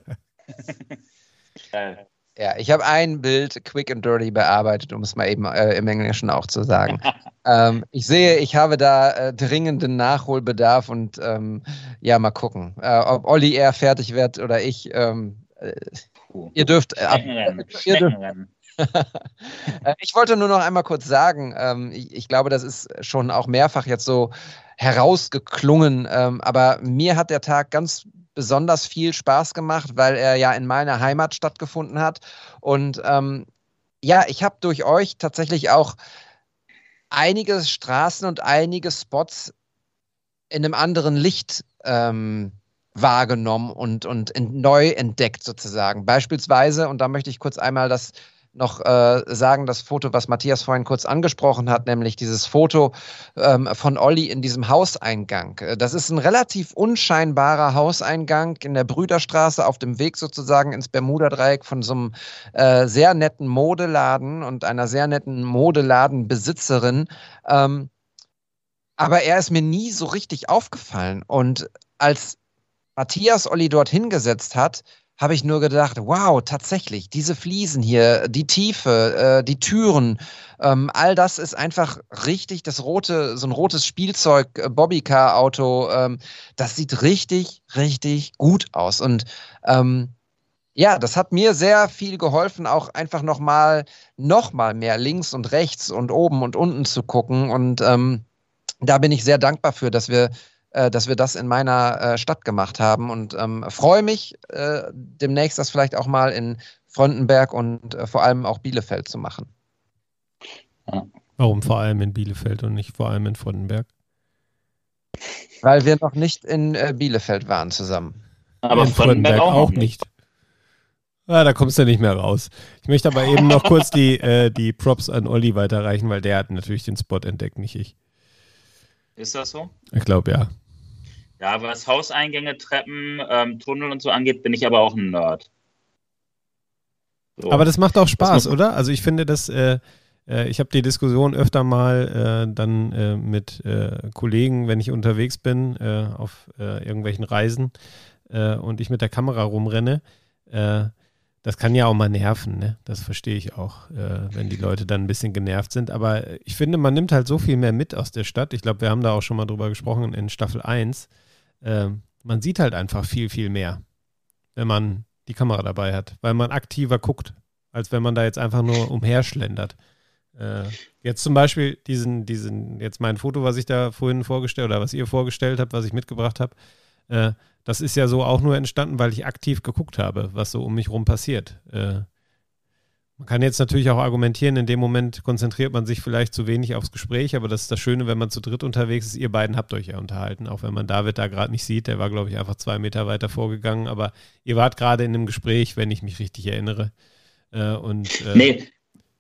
Geil. Ja, ich habe ein Bild quick and dirty bearbeitet, um es mal eben äh, im Englischen auch zu sagen. ähm, ich sehe, ich habe da äh, dringenden Nachholbedarf und ähm, ja, mal gucken, äh, ob Olli eher fertig wird oder ich. Ähm, äh, ihr dürft... Äh, ab, ihr dürft ich wollte nur noch einmal kurz sagen, ähm, ich, ich glaube, das ist schon auch mehrfach jetzt so herausgeklungen, ähm, aber mir hat der Tag ganz besonders viel Spaß gemacht, weil er ja in meiner Heimat stattgefunden hat. Und ähm, ja, ich habe durch euch tatsächlich auch einige Straßen und einige Spots in einem anderen Licht ähm, wahrgenommen und, und in, neu entdeckt sozusagen. Beispielsweise, und da möchte ich kurz einmal das noch äh, sagen, das Foto, was Matthias vorhin kurz angesprochen hat, nämlich dieses Foto ähm, von Olli in diesem Hauseingang. Das ist ein relativ unscheinbarer Hauseingang in der Brüderstraße auf dem Weg sozusagen ins Bermuda-Dreieck von so einem äh, sehr netten Modeladen und einer sehr netten Modeladenbesitzerin. Ähm, aber er ist mir nie so richtig aufgefallen. Und als Matthias Olli dort hingesetzt hat, habe ich nur gedacht, wow, tatsächlich, diese Fliesen hier, die Tiefe, äh, die Türen, ähm, all das ist einfach richtig, das rote, so ein rotes Spielzeug, äh, Bobbycar-Auto, ähm, das sieht richtig, richtig gut aus. Und ähm, ja, das hat mir sehr viel geholfen, auch einfach nochmal noch mal mehr links und rechts und oben und unten zu gucken. Und ähm, da bin ich sehr dankbar für, dass wir dass wir das in meiner äh, Stadt gemacht haben und ähm, freue mich, äh, demnächst das vielleicht auch mal in Fröndenberg und äh, vor allem auch Bielefeld zu machen. Ja. Warum vor allem in Bielefeld und nicht vor allem in Fröndenberg? Weil wir noch nicht in äh, Bielefeld waren zusammen. Aber in Fröndenberg auch, auch nicht. nicht. Ah, da kommst du nicht mehr raus. Ich möchte aber eben noch kurz die, äh, die Props an Olli weiterreichen, weil der hat natürlich den Spot entdeckt, nicht ich. Ist das so? Ich glaube, ja. Ja, was Hauseingänge, Treppen, ähm, Tunnel und so angeht, bin ich aber auch ein Nerd. So. Aber das macht auch Spaß, oder? Also ich finde, dass äh, äh, ich habe die Diskussion öfter mal äh, dann äh, mit äh, Kollegen, wenn ich unterwegs bin, äh, auf äh, irgendwelchen Reisen äh, und ich mit der Kamera rumrenne. Äh, das kann ja auch mal nerven, ne? Das verstehe ich auch, äh, wenn die Leute dann ein bisschen genervt sind. Aber ich finde, man nimmt halt so viel mehr mit aus der Stadt. Ich glaube, wir haben da auch schon mal drüber gesprochen in Staffel eins. Äh, man sieht halt einfach viel, viel mehr, wenn man die Kamera dabei hat, weil man aktiver guckt, als wenn man da jetzt einfach nur umherschlendert. Äh, jetzt zum Beispiel diesen, diesen, jetzt mein Foto, was ich da vorhin vorgestellt oder was ihr vorgestellt habt, was ich mitgebracht habe, äh, das ist ja so auch nur entstanden, weil ich aktiv geguckt habe, was so um mich rum passiert. Äh, man kann jetzt natürlich auch argumentieren, in dem Moment konzentriert man sich vielleicht zu wenig aufs Gespräch, aber das ist das Schöne, wenn man zu dritt unterwegs ist. Ihr beiden habt euch ja unterhalten, auch wenn man David da gerade nicht sieht. Der war, glaube ich, einfach zwei Meter weiter vorgegangen, aber ihr wart gerade in einem Gespräch, wenn ich mich richtig erinnere. Äh, und, äh, nee.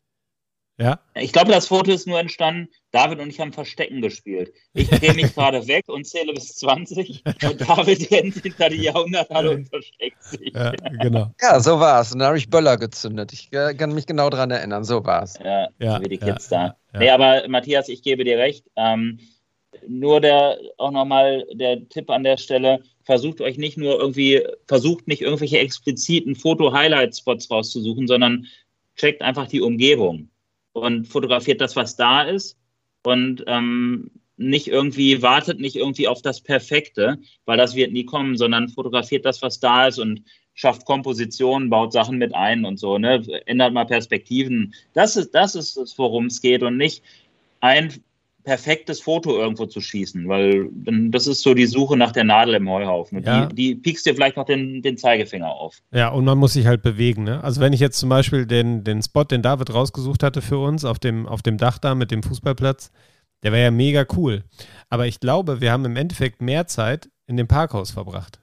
Ja? Ich glaube, das Foto ist nur entstanden, David und ich haben Verstecken gespielt. Ich drehe mich gerade weg und zähle bis zwanzig und David rennt hinter die Jahrhunderthalle und versteckt sich. Ja, genau. Ja, so war es. Und da habe ich Böller gezündet. Ich äh, kann mich genau daran erinnern. So war es. Ja, Ja, so wie die ja, Kids da. ja. Nee, aber Matthias, ich gebe dir recht. Ähm, nur der, auch nochmal der Tipp an der Stelle, versucht euch nicht nur irgendwie, versucht nicht irgendwelche expliziten Foto-Highlight-Spots rauszusuchen, sondern checkt einfach die Umgebung und fotografiert das, was da ist und ähm, nicht irgendwie, wartet nicht irgendwie auf das Perfekte, weil das wird nie kommen, sondern fotografiert das, was da ist und schafft Kompositionen, baut Sachen mit ein und so, ne? Ändert mal Perspektiven. Das ist, das ist es, worum es geht und nicht ein perfektes Foto irgendwo zu schießen, weil dann, das ist so die Suche nach der Nadel im Heuhaufen. Ja. Die, die piekst dir vielleicht noch den, den Zeigefinger auf. Ja, und man muss sich halt bewegen, ne? Also wenn ich jetzt zum Beispiel den, den Spot, den David rausgesucht hatte für uns auf dem, auf dem Dach da mit dem Fußballplatz, der wäre ja mega cool. Aber ich glaube, wir haben im Endeffekt mehr Zeit in dem Parkhaus verbracht.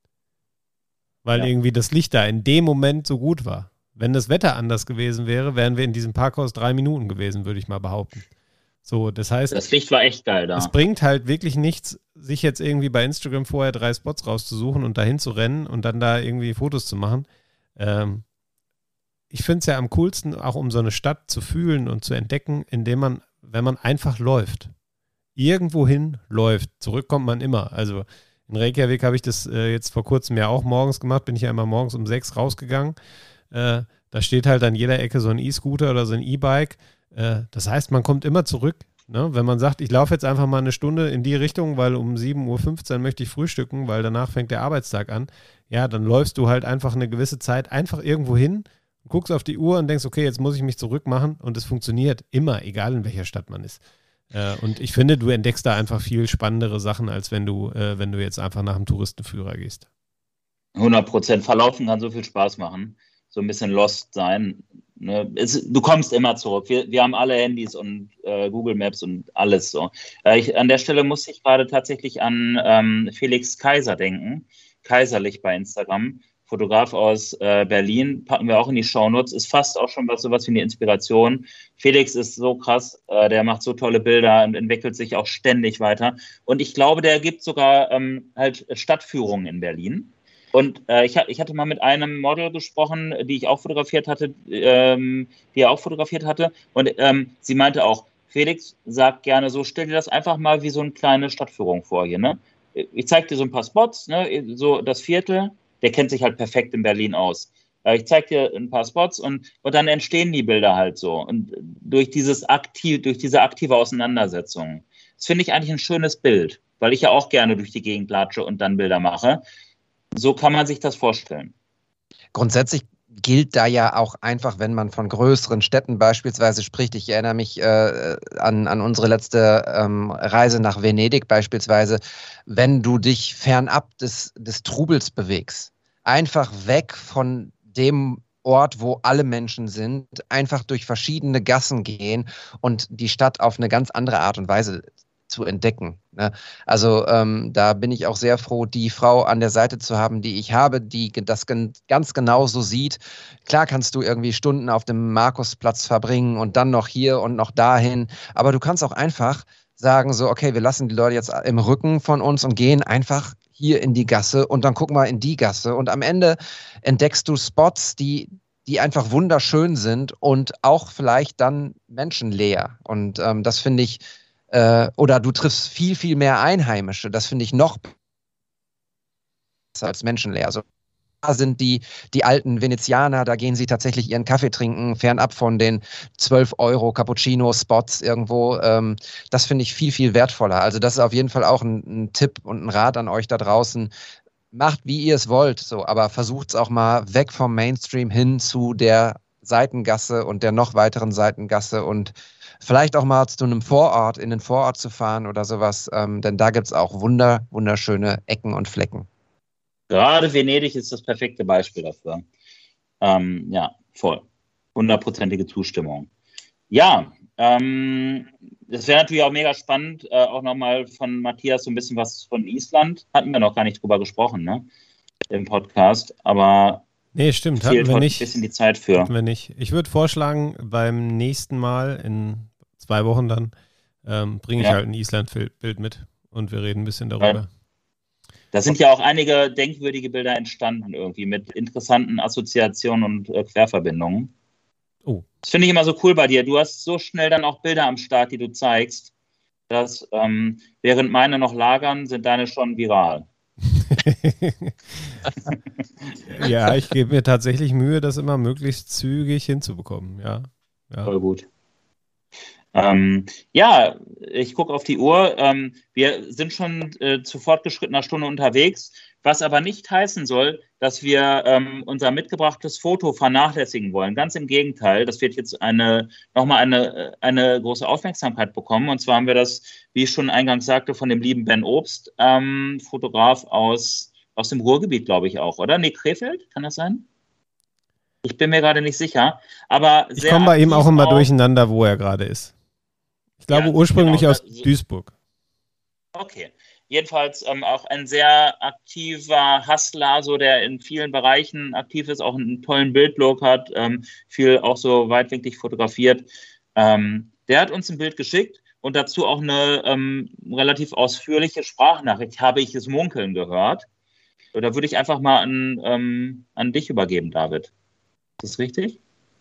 Weil Ja. irgendwie das Licht da in dem Moment so gut war. Wenn das Wetter anders gewesen wäre, wären wir in diesem Parkhaus drei Minuten gewesen, würde ich mal behaupten. So, das heißt, Das Licht war echt geil da. es bringt halt wirklich nichts, sich jetzt irgendwie bei Instagram vorher drei Spots rauszusuchen und dahin zu rennen und dann da irgendwie Fotos zu machen. Ähm, ich finde es ja am coolsten, auch um so eine Stadt zu fühlen und zu entdecken, indem man, wenn man einfach läuft, irgendwohin läuft, zurückkommt man immer. Also in Reykjavik habe ich das äh, jetzt vor kurzem ja auch morgens gemacht, bin ich ja immer morgens um sechs rausgegangen. Äh, da steht halt an jeder Ecke so ein E-Scooter oder so ein E-Bike. Äh, das heißt, man kommt immer zurück. Ne? Wenn man sagt, ich laufe jetzt einfach mal eine Stunde in die Richtung, weil um sieben Uhr fünfzehn möchte ich frühstücken, weil danach fängt der Arbeitstag an. Ja, dann läufst du halt einfach eine gewisse Zeit einfach irgendwo hin, guckst auf die Uhr und denkst, okay, jetzt muss ich mich zurückmachen und es funktioniert immer, egal in welcher Stadt man ist. Äh, und ich finde, du entdeckst da einfach viel spannendere Sachen, als wenn du, äh, wenn du jetzt einfach nach einem Touristenführer gehst. hundert Prozent. Verlaufen kann so viel Spaß machen. So ein bisschen lost sein. Ne? Es, du kommst immer zurück. Wir, wir haben alle Handys und äh, Google Maps und alles so. Äh, ich, an der Stelle musste ich gerade tatsächlich an ähm, Felix Kaiser denken. Kaiserlich bei Instagram. Fotograf aus äh, Berlin. Packen wir auch in die Shownotes. Ist fast auch schon was, sowas wie eine Inspiration. Felix ist so krass. Äh, der macht so tolle Bilder und entwickelt sich auch ständig weiter. Und ich glaube, der gibt sogar ähm, halt Stadtführungen in Berlin. Und äh, ich, ich hatte mal mit einem Model gesprochen, die ich auch fotografiert hatte, ähm, die er auch fotografiert hatte. Und ähm, sie meinte auch, Felix sagt gerne so, stell dir das einfach mal wie so eine kleine Stadtführung vor hier. Ne? Ich zeige dir so ein paar Spots, ne? So das Viertel, der kennt sich halt perfekt in Berlin aus. Äh, ich zeige dir ein paar Spots und, und dann entstehen die Bilder halt so. Und durch, dieses aktiv, durch diese aktive Auseinandersetzung. Das finde ich eigentlich ein schönes Bild, weil ich ja auch gerne durch die Gegend latsche und dann Bilder mache. So kann man sich das vorstellen. Grundsätzlich gilt da ja auch einfach, wenn man von größeren Städten beispielsweise spricht. Ich erinnere mich äh, an, an unsere letzte ähm, Reise nach Venedig beispielsweise. Wenn du dich fernab des, des Trubels bewegst, einfach weg von dem Ort, wo alle Menschen sind, einfach durch verschiedene Gassen gehen und die Stadt auf eine ganz andere Art und Weise zu entdecken. Ne? Also ähm, da bin ich auch sehr froh, die Frau an der Seite zu haben, die ich habe, die das ganz genau so sieht. Klar kannst du irgendwie Stunden auf dem Markusplatz verbringen und dann noch hier und noch dahin, aber du kannst auch einfach sagen so, okay, wir lassen die Leute jetzt im Rücken von uns und gehen einfach hier in die Gasse und dann gucken wir in die Gasse. Und am Ende entdeckst du Spots, die, die einfach wunderschön sind und auch vielleicht dann menschenleer. Und ähm, das finde ich, äh, oder du triffst viel, viel mehr Einheimische. Das finde ich noch besser als menschenleer. Also da sind die, die alten Venezianer, da gehen sie tatsächlich ihren Kaffee trinken, fernab von den zwölf Euro Cappuccino-Spots irgendwo. Ähm, das finde ich viel, viel wertvoller. Also das ist auf jeden Fall auch ein, ein Tipp und ein Rat an euch da draußen. Macht, wie ihr es wollt, so, aber versucht es auch mal weg vom Mainstream hin zu der Seitengasse und der noch weiteren Seitengasse und vielleicht auch mal zu einem Vorort, in den Vorort zu fahren oder sowas, ähm, denn da gibt es auch wunder, wunderschöne Ecken und Flecken. Gerade Venedig ist das perfekte Beispiel dafür. Ähm, ja, voll. Hundertprozentige Zustimmung. Ja, ähm, das wäre natürlich auch mega spannend, äh, auch nochmal von Matthias so ein bisschen was von Island. Hatten wir noch gar nicht drüber gesprochen, ne? Im Podcast, aber nee, stimmt, fehlt hatten wir heute nicht. ein bisschen die Zeit für. Hatten wir nicht. Ich würde vorschlagen, beim nächsten Mal, in zwei Wochen dann, ähm, bringe ich Ja. halt ein Island-Bild mit und wir reden ein bisschen darüber. Ja. Da sind ja auch einige denkwürdige Bilder entstanden irgendwie mit interessanten Assoziationen und äh, Querverbindungen. Oh. Das finde ich immer so cool bei dir. Du hast so schnell dann auch Bilder am Start, die du zeigst, dass ähm, während meine noch lagern, sind deine schon viral. Ja, ich gebe mir tatsächlich Mühe, das immer möglichst zügig hinzubekommen. Ja, ja. Voll gut. Ähm, ja, ich gucke auf die Uhr. Ähm, wir sind schon äh, zu fortgeschrittener Stunde unterwegs, was aber nicht heißen soll, dass wir ähm, unser mitgebrachtes Foto vernachlässigen wollen. Ganz im Gegenteil, das wird jetzt eine, nochmal eine, eine große Aufmerksamkeit bekommen. Und zwar haben wir das, wie ich schon eingangs sagte, von dem lieben Ben Obst, ähm, Fotograf aus, aus dem Ruhrgebiet, glaube ich auch, oder? Nee, Krefeld, kann das sein? Ich bin mir gerade nicht sicher. Aber Ich komme bei ihm auch immer durcheinander, wo er gerade ist. Ich glaube Ja, ursprünglich genau, aus so- Duisburg. Okay. Jedenfalls ähm, auch ein sehr aktiver Hustler, so der in vielen Bereichen aktiv ist, auch einen tollen Bildlook hat, ähm, viel auch so weitwinklig fotografiert. Ähm, der hat uns ein Bild geschickt und dazu auch eine ähm, relativ ausführliche Sprachnachricht, habe ich es munkeln gehört. So, da würde ich einfach mal an, ähm, an dich übergeben, David. Ist das richtig?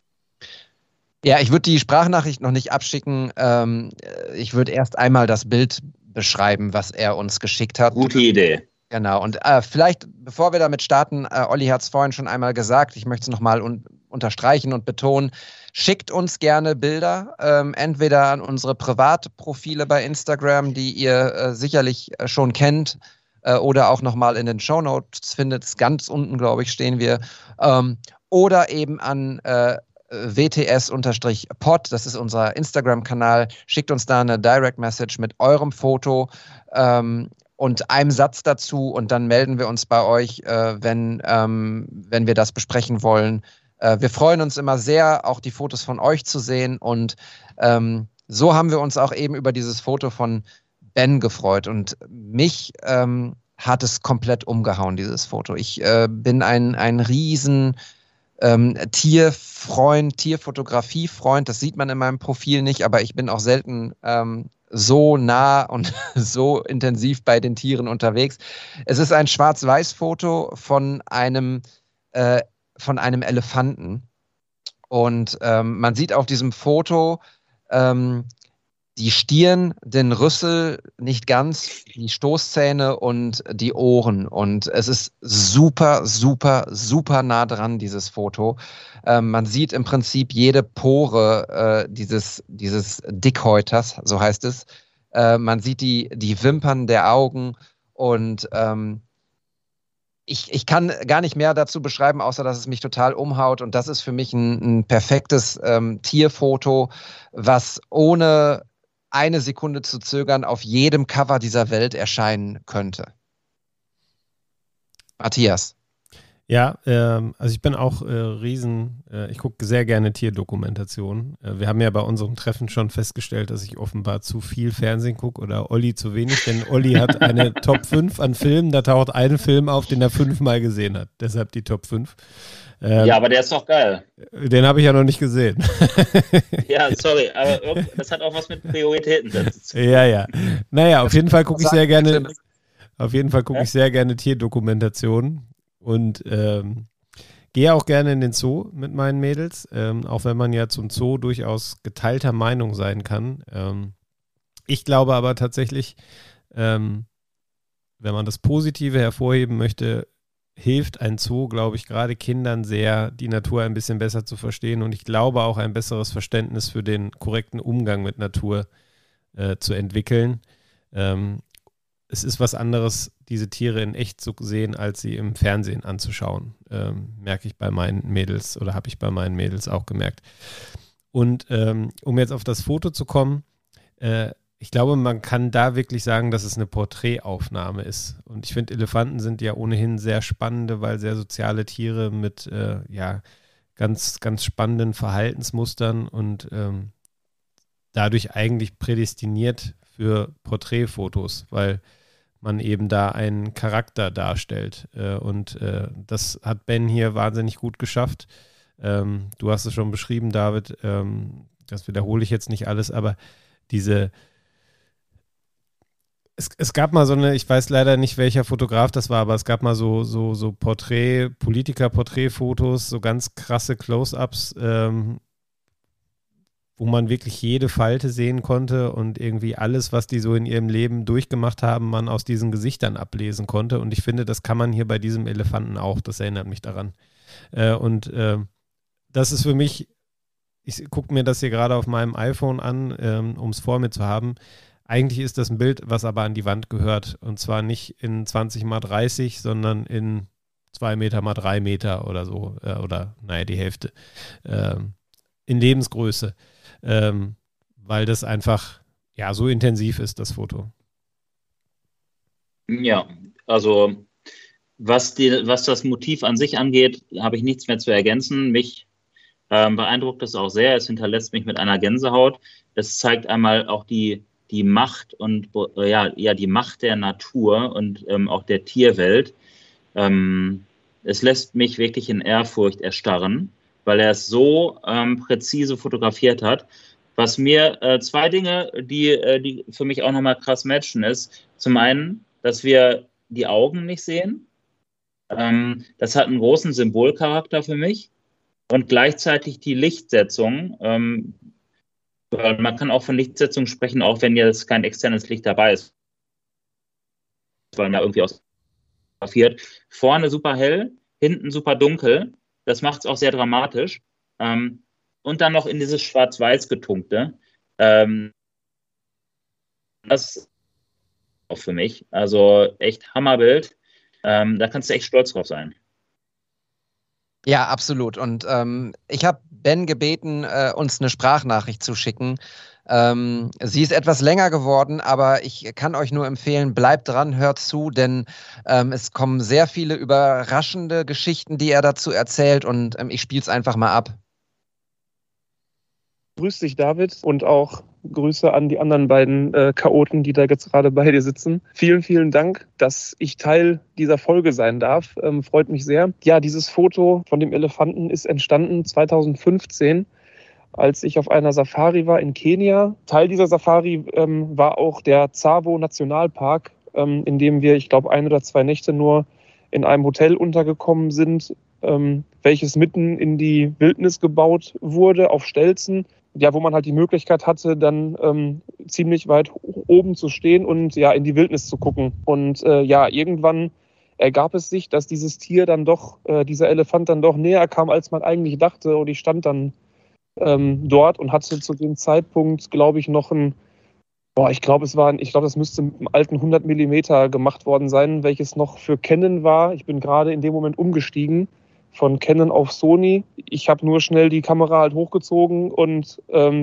Ja, ich würde die Sprachnachricht noch nicht abschicken. Ähm, ich würde erst einmal das Bild beschreiben, was er uns geschickt hat. Gute Idee. Genau. Und äh, vielleicht, bevor wir damit starten, äh, Olli hat es vorhin schon einmal gesagt, ich möchte es nochmal un unterstreichen und betonen, schickt uns gerne Bilder, ähm, entweder an unsere Privatprofile bei Instagram, die ihr äh, sicherlich äh, schon kennt, äh, oder auch nochmal in den Shownotes findet es, ganz unten, glaube ich, stehen wir, ähm, oder eben an äh, W T S-Pod, das ist unser Instagram-Kanal. Schickt uns da eine Direct Message mit eurem Foto ähm, und einem Satz dazu und dann melden wir uns bei euch, äh, wenn, ähm, wenn wir das besprechen wollen. Äh, wir freuen uns immer sehr, auch die Fotos von euch zu sehen und ähm, so haben wir uns auch eben über dieses Foto von Ben gefreut und mich ähm, hat es komplett umgehauen, dieses Foto. Ich äh, bin ein, ein riesen Ähm, Tierfreund, Tierfotografiefreund, das sieht man in meinem Profil nicht, aber ich bin auch selten ähm, so nah und so intensiv bei den Tieren unterwegs. Es ist ein Schwarz-Weiß-Foto von einem, äh, von einem Elefanten und ähm, man sieht auf diesem Foto ähm, die Stirn, den Rüssel nicht ganz, die Stoßzähne und die Ohren. Und es ist super, super, super nah dran, dieses Foto. Ähm, man sieht im Prinzip jede Pore äh, dieses, dieses Dickhäuters, so heißt es. Äh, man sieht die, die Wimpern der Augen und ähm, ich, ich kann gar nicht mehr dazu beschreiben, außer dass es mich total umhaut. Und das ist für mich ein, ein perfektes ähm, Tierfoto, was ohne eine Sekunde zu zögern auf jedem Cover dieser Welt erscheinen könnte. Matthias. Ja, ähm, also ich bin auch äh, riesen, äh, ich gucke sehr gerne Tierdokumentationen. Äh, wir haben ja bei unserem Treffen schon festgestellt, dass ich offenbar zu viel Fernsehen gucke oder Olli zu wenig, denn Olli hat eine Top fünf an Filmen, da taucht ein Film auf, den er fünfmal gesehen hat, deshalb die Top fünf. Ähm, ja, aber der ist doch geil. Den habe ich ja noch nicht gesehen. Ja, sorry, aber das hat auch was mit Prioritäten zu tun. Ja, ja. Naja, auf jeden Fall gucke ich sehr gerne, auf jeden Fall gucke Ja? ich sehr gerne Tierdokumentationen. Und ähm, gehe auch gerne in den Zoo mit meinen Mädels, ähm, auch wenn man ja zum Zoo durchaus geteilter Meinung sein kann. Ähm, ich glaube aber tatsächlich, ähm, wenn man das Positive hervorheben möchte, hilft ein Zoo, glaube ich, gerade Kindern sehr, die Natur ein bisschen besser zu verstehen und ich glaube auch ein besseres Verständnis für den korrekten Umgang mit Natur äh, zu entwickeln. Ähm, Es ist was anderes, diese Tiere in echt zu sehen, als sie im Fernsehen anzuschauen. Ähm, merke ich bei meinen Mädels oder habe ich bei meinen Mädels auch gemerkt. Und ähm, um jetzt auf das Foto zu kommen, äh, ich glaube, man kann da wirklich sagen, dass es eine Porträtaufnahme ist. Und ich finde, Elefanten sind ja ohnehin sehr spannende, weil sehr soziale Tiere mit äh, ja, ganz, ganz spannenden Verhaltensmustern und ähm, dadurch eigentlich prädestiniert für Porträtfotos, weil man eben da einen Charakter darstellt. Äh, und äh, das hat Ben hier wahnsinnig gut geschafft. Ähm, du hast es schon beschrieben, David, ähm, das wiederhole ich jetzt nicht alles, aber diese es, es gab mal so eine, ich weiß leider nicht, welcher Fotograf das war, aber es gab mal so, so, so Porträt, Politiker-Porträtfotos, so ganz krasse Close-Ups, ähm, wo man wirklich jede Falte sehen konnte und irgendwie alles, was die so in ihrem Leben durchgemacht haben, man aus diesen Gesichtern ablesen konnte. Und ich finde, das kann man hier bei diesem Elefanten auch. Das erinnert mich daran. Äh, und äh, das ist für mich, ich gucke mir das hier gerade auf meinem iPhone an, ähm, um es vor mir zu haben. Eigentlich ist das ein Bild, was aber an die Wand gehört. Und zwar nicht in zwanzig mal dreißig, sondern in zwei Meter mal drei Meter oder so. Äh, oder, naja, die Hälfte. Äh, in Lebensgröße. Ähm, weil das einfach ja so intensiv ist, das Foto. Ja, also was, die, was das Motiv an sich angeht, habe ich nichts mehr zu ergänzen. Mich ähm, beeindruckt es auch sehr. Es hinterlässt mich mit einer Gänsehaut. Es zeigt einmal auch die, die Macht und äh, ja, ja, die Macht der Natur und ähm, auch der Tierwelt. Ähm, es lässt mich wirklich in Ehrfurcht erstarren, weil er es so ähm, präzise fotografiert hat. Was mir äh, zwei Dinge, die, äh, die für mich auch nochmal krass matchen, ist zum einen, dass wir die Augen nicht sehen. Ähm, das hat einen großen Symbolcharakter für mich. Und gleichzeitig die Lichtsetzung. Ähm, weil man kann auch von Lichtsetzung sprechen, auch wenn jetzt kein externes Licht dabei ist. Weil man ja irgendwie aus fotografiert. Vorne super hell, hinten super dunkel. Das macht es auch sehr dramatisch. Ähm, und dann noch in dieses Schwarz-Weiß getunkte. Ähm, das ist auch für mich. Also echt Hammerbild. Ähm, da kannst du echt stolz drauf sein. Ja, absolut. Und ähm, ich habe Ben gebeten, äh, uns eine Sprachnachricht zu schicken. Ähm, sie ist etwas länger geworden, aber ich kann euch nur empfehlen, bleibt dran, hört zu, denn ähm, es kommen sehr viele überraschende Geschichten, die er dazu erzählt und ähm, ich spiele es einfach mal ab. Grüß dich, David, und auch Grüße an die anderen beiden äh, Chaoten, die da jetzt gerade bei dir sitzen. Vielen, vielen Dank, dass ich Teil dieser Folge sein darf. Ähm, freut mich sehr. Ja, dieses Foto von dem Elefanten ist entstanden zweitausendfünfzehn, als ich auf einer Safari war in Kenia. Teil dieser Safari ähm, war auch der Tsavo-Nationalpark, ähm, in dem wir, ich glaube, ein oder zwei Nächte nur in einem Hotel untergekommen sind, ähm, welches mitten in die Wildnis gebaut wurde, auf Stelzen. Ja, wo man halt die Möglichkeit hatte, dann ähm, ziemlich weit oben zu stehen und ja in die Wildnis zu gucken. Und äh, ja, irgendwann ergab es sich, dass dieses Tier dann doch, äh, dieser Elefant dann doch näher kam, als man eigentlich dachte. Und ich stand dann ähm, dort und hatte zu dem Zeitpunkt, glaube ich, noch ein, boah, ich glaube, es war, ein, ich glaube, das müsste mit einem alten hundert Millimeter gemacht worden sein, welches noch für Canon war. Ich bin gerade in dem Moment umgestiegen von Canon auf Sony. Ich habe nur schnell die Kamera halt hochgezogen und ähm,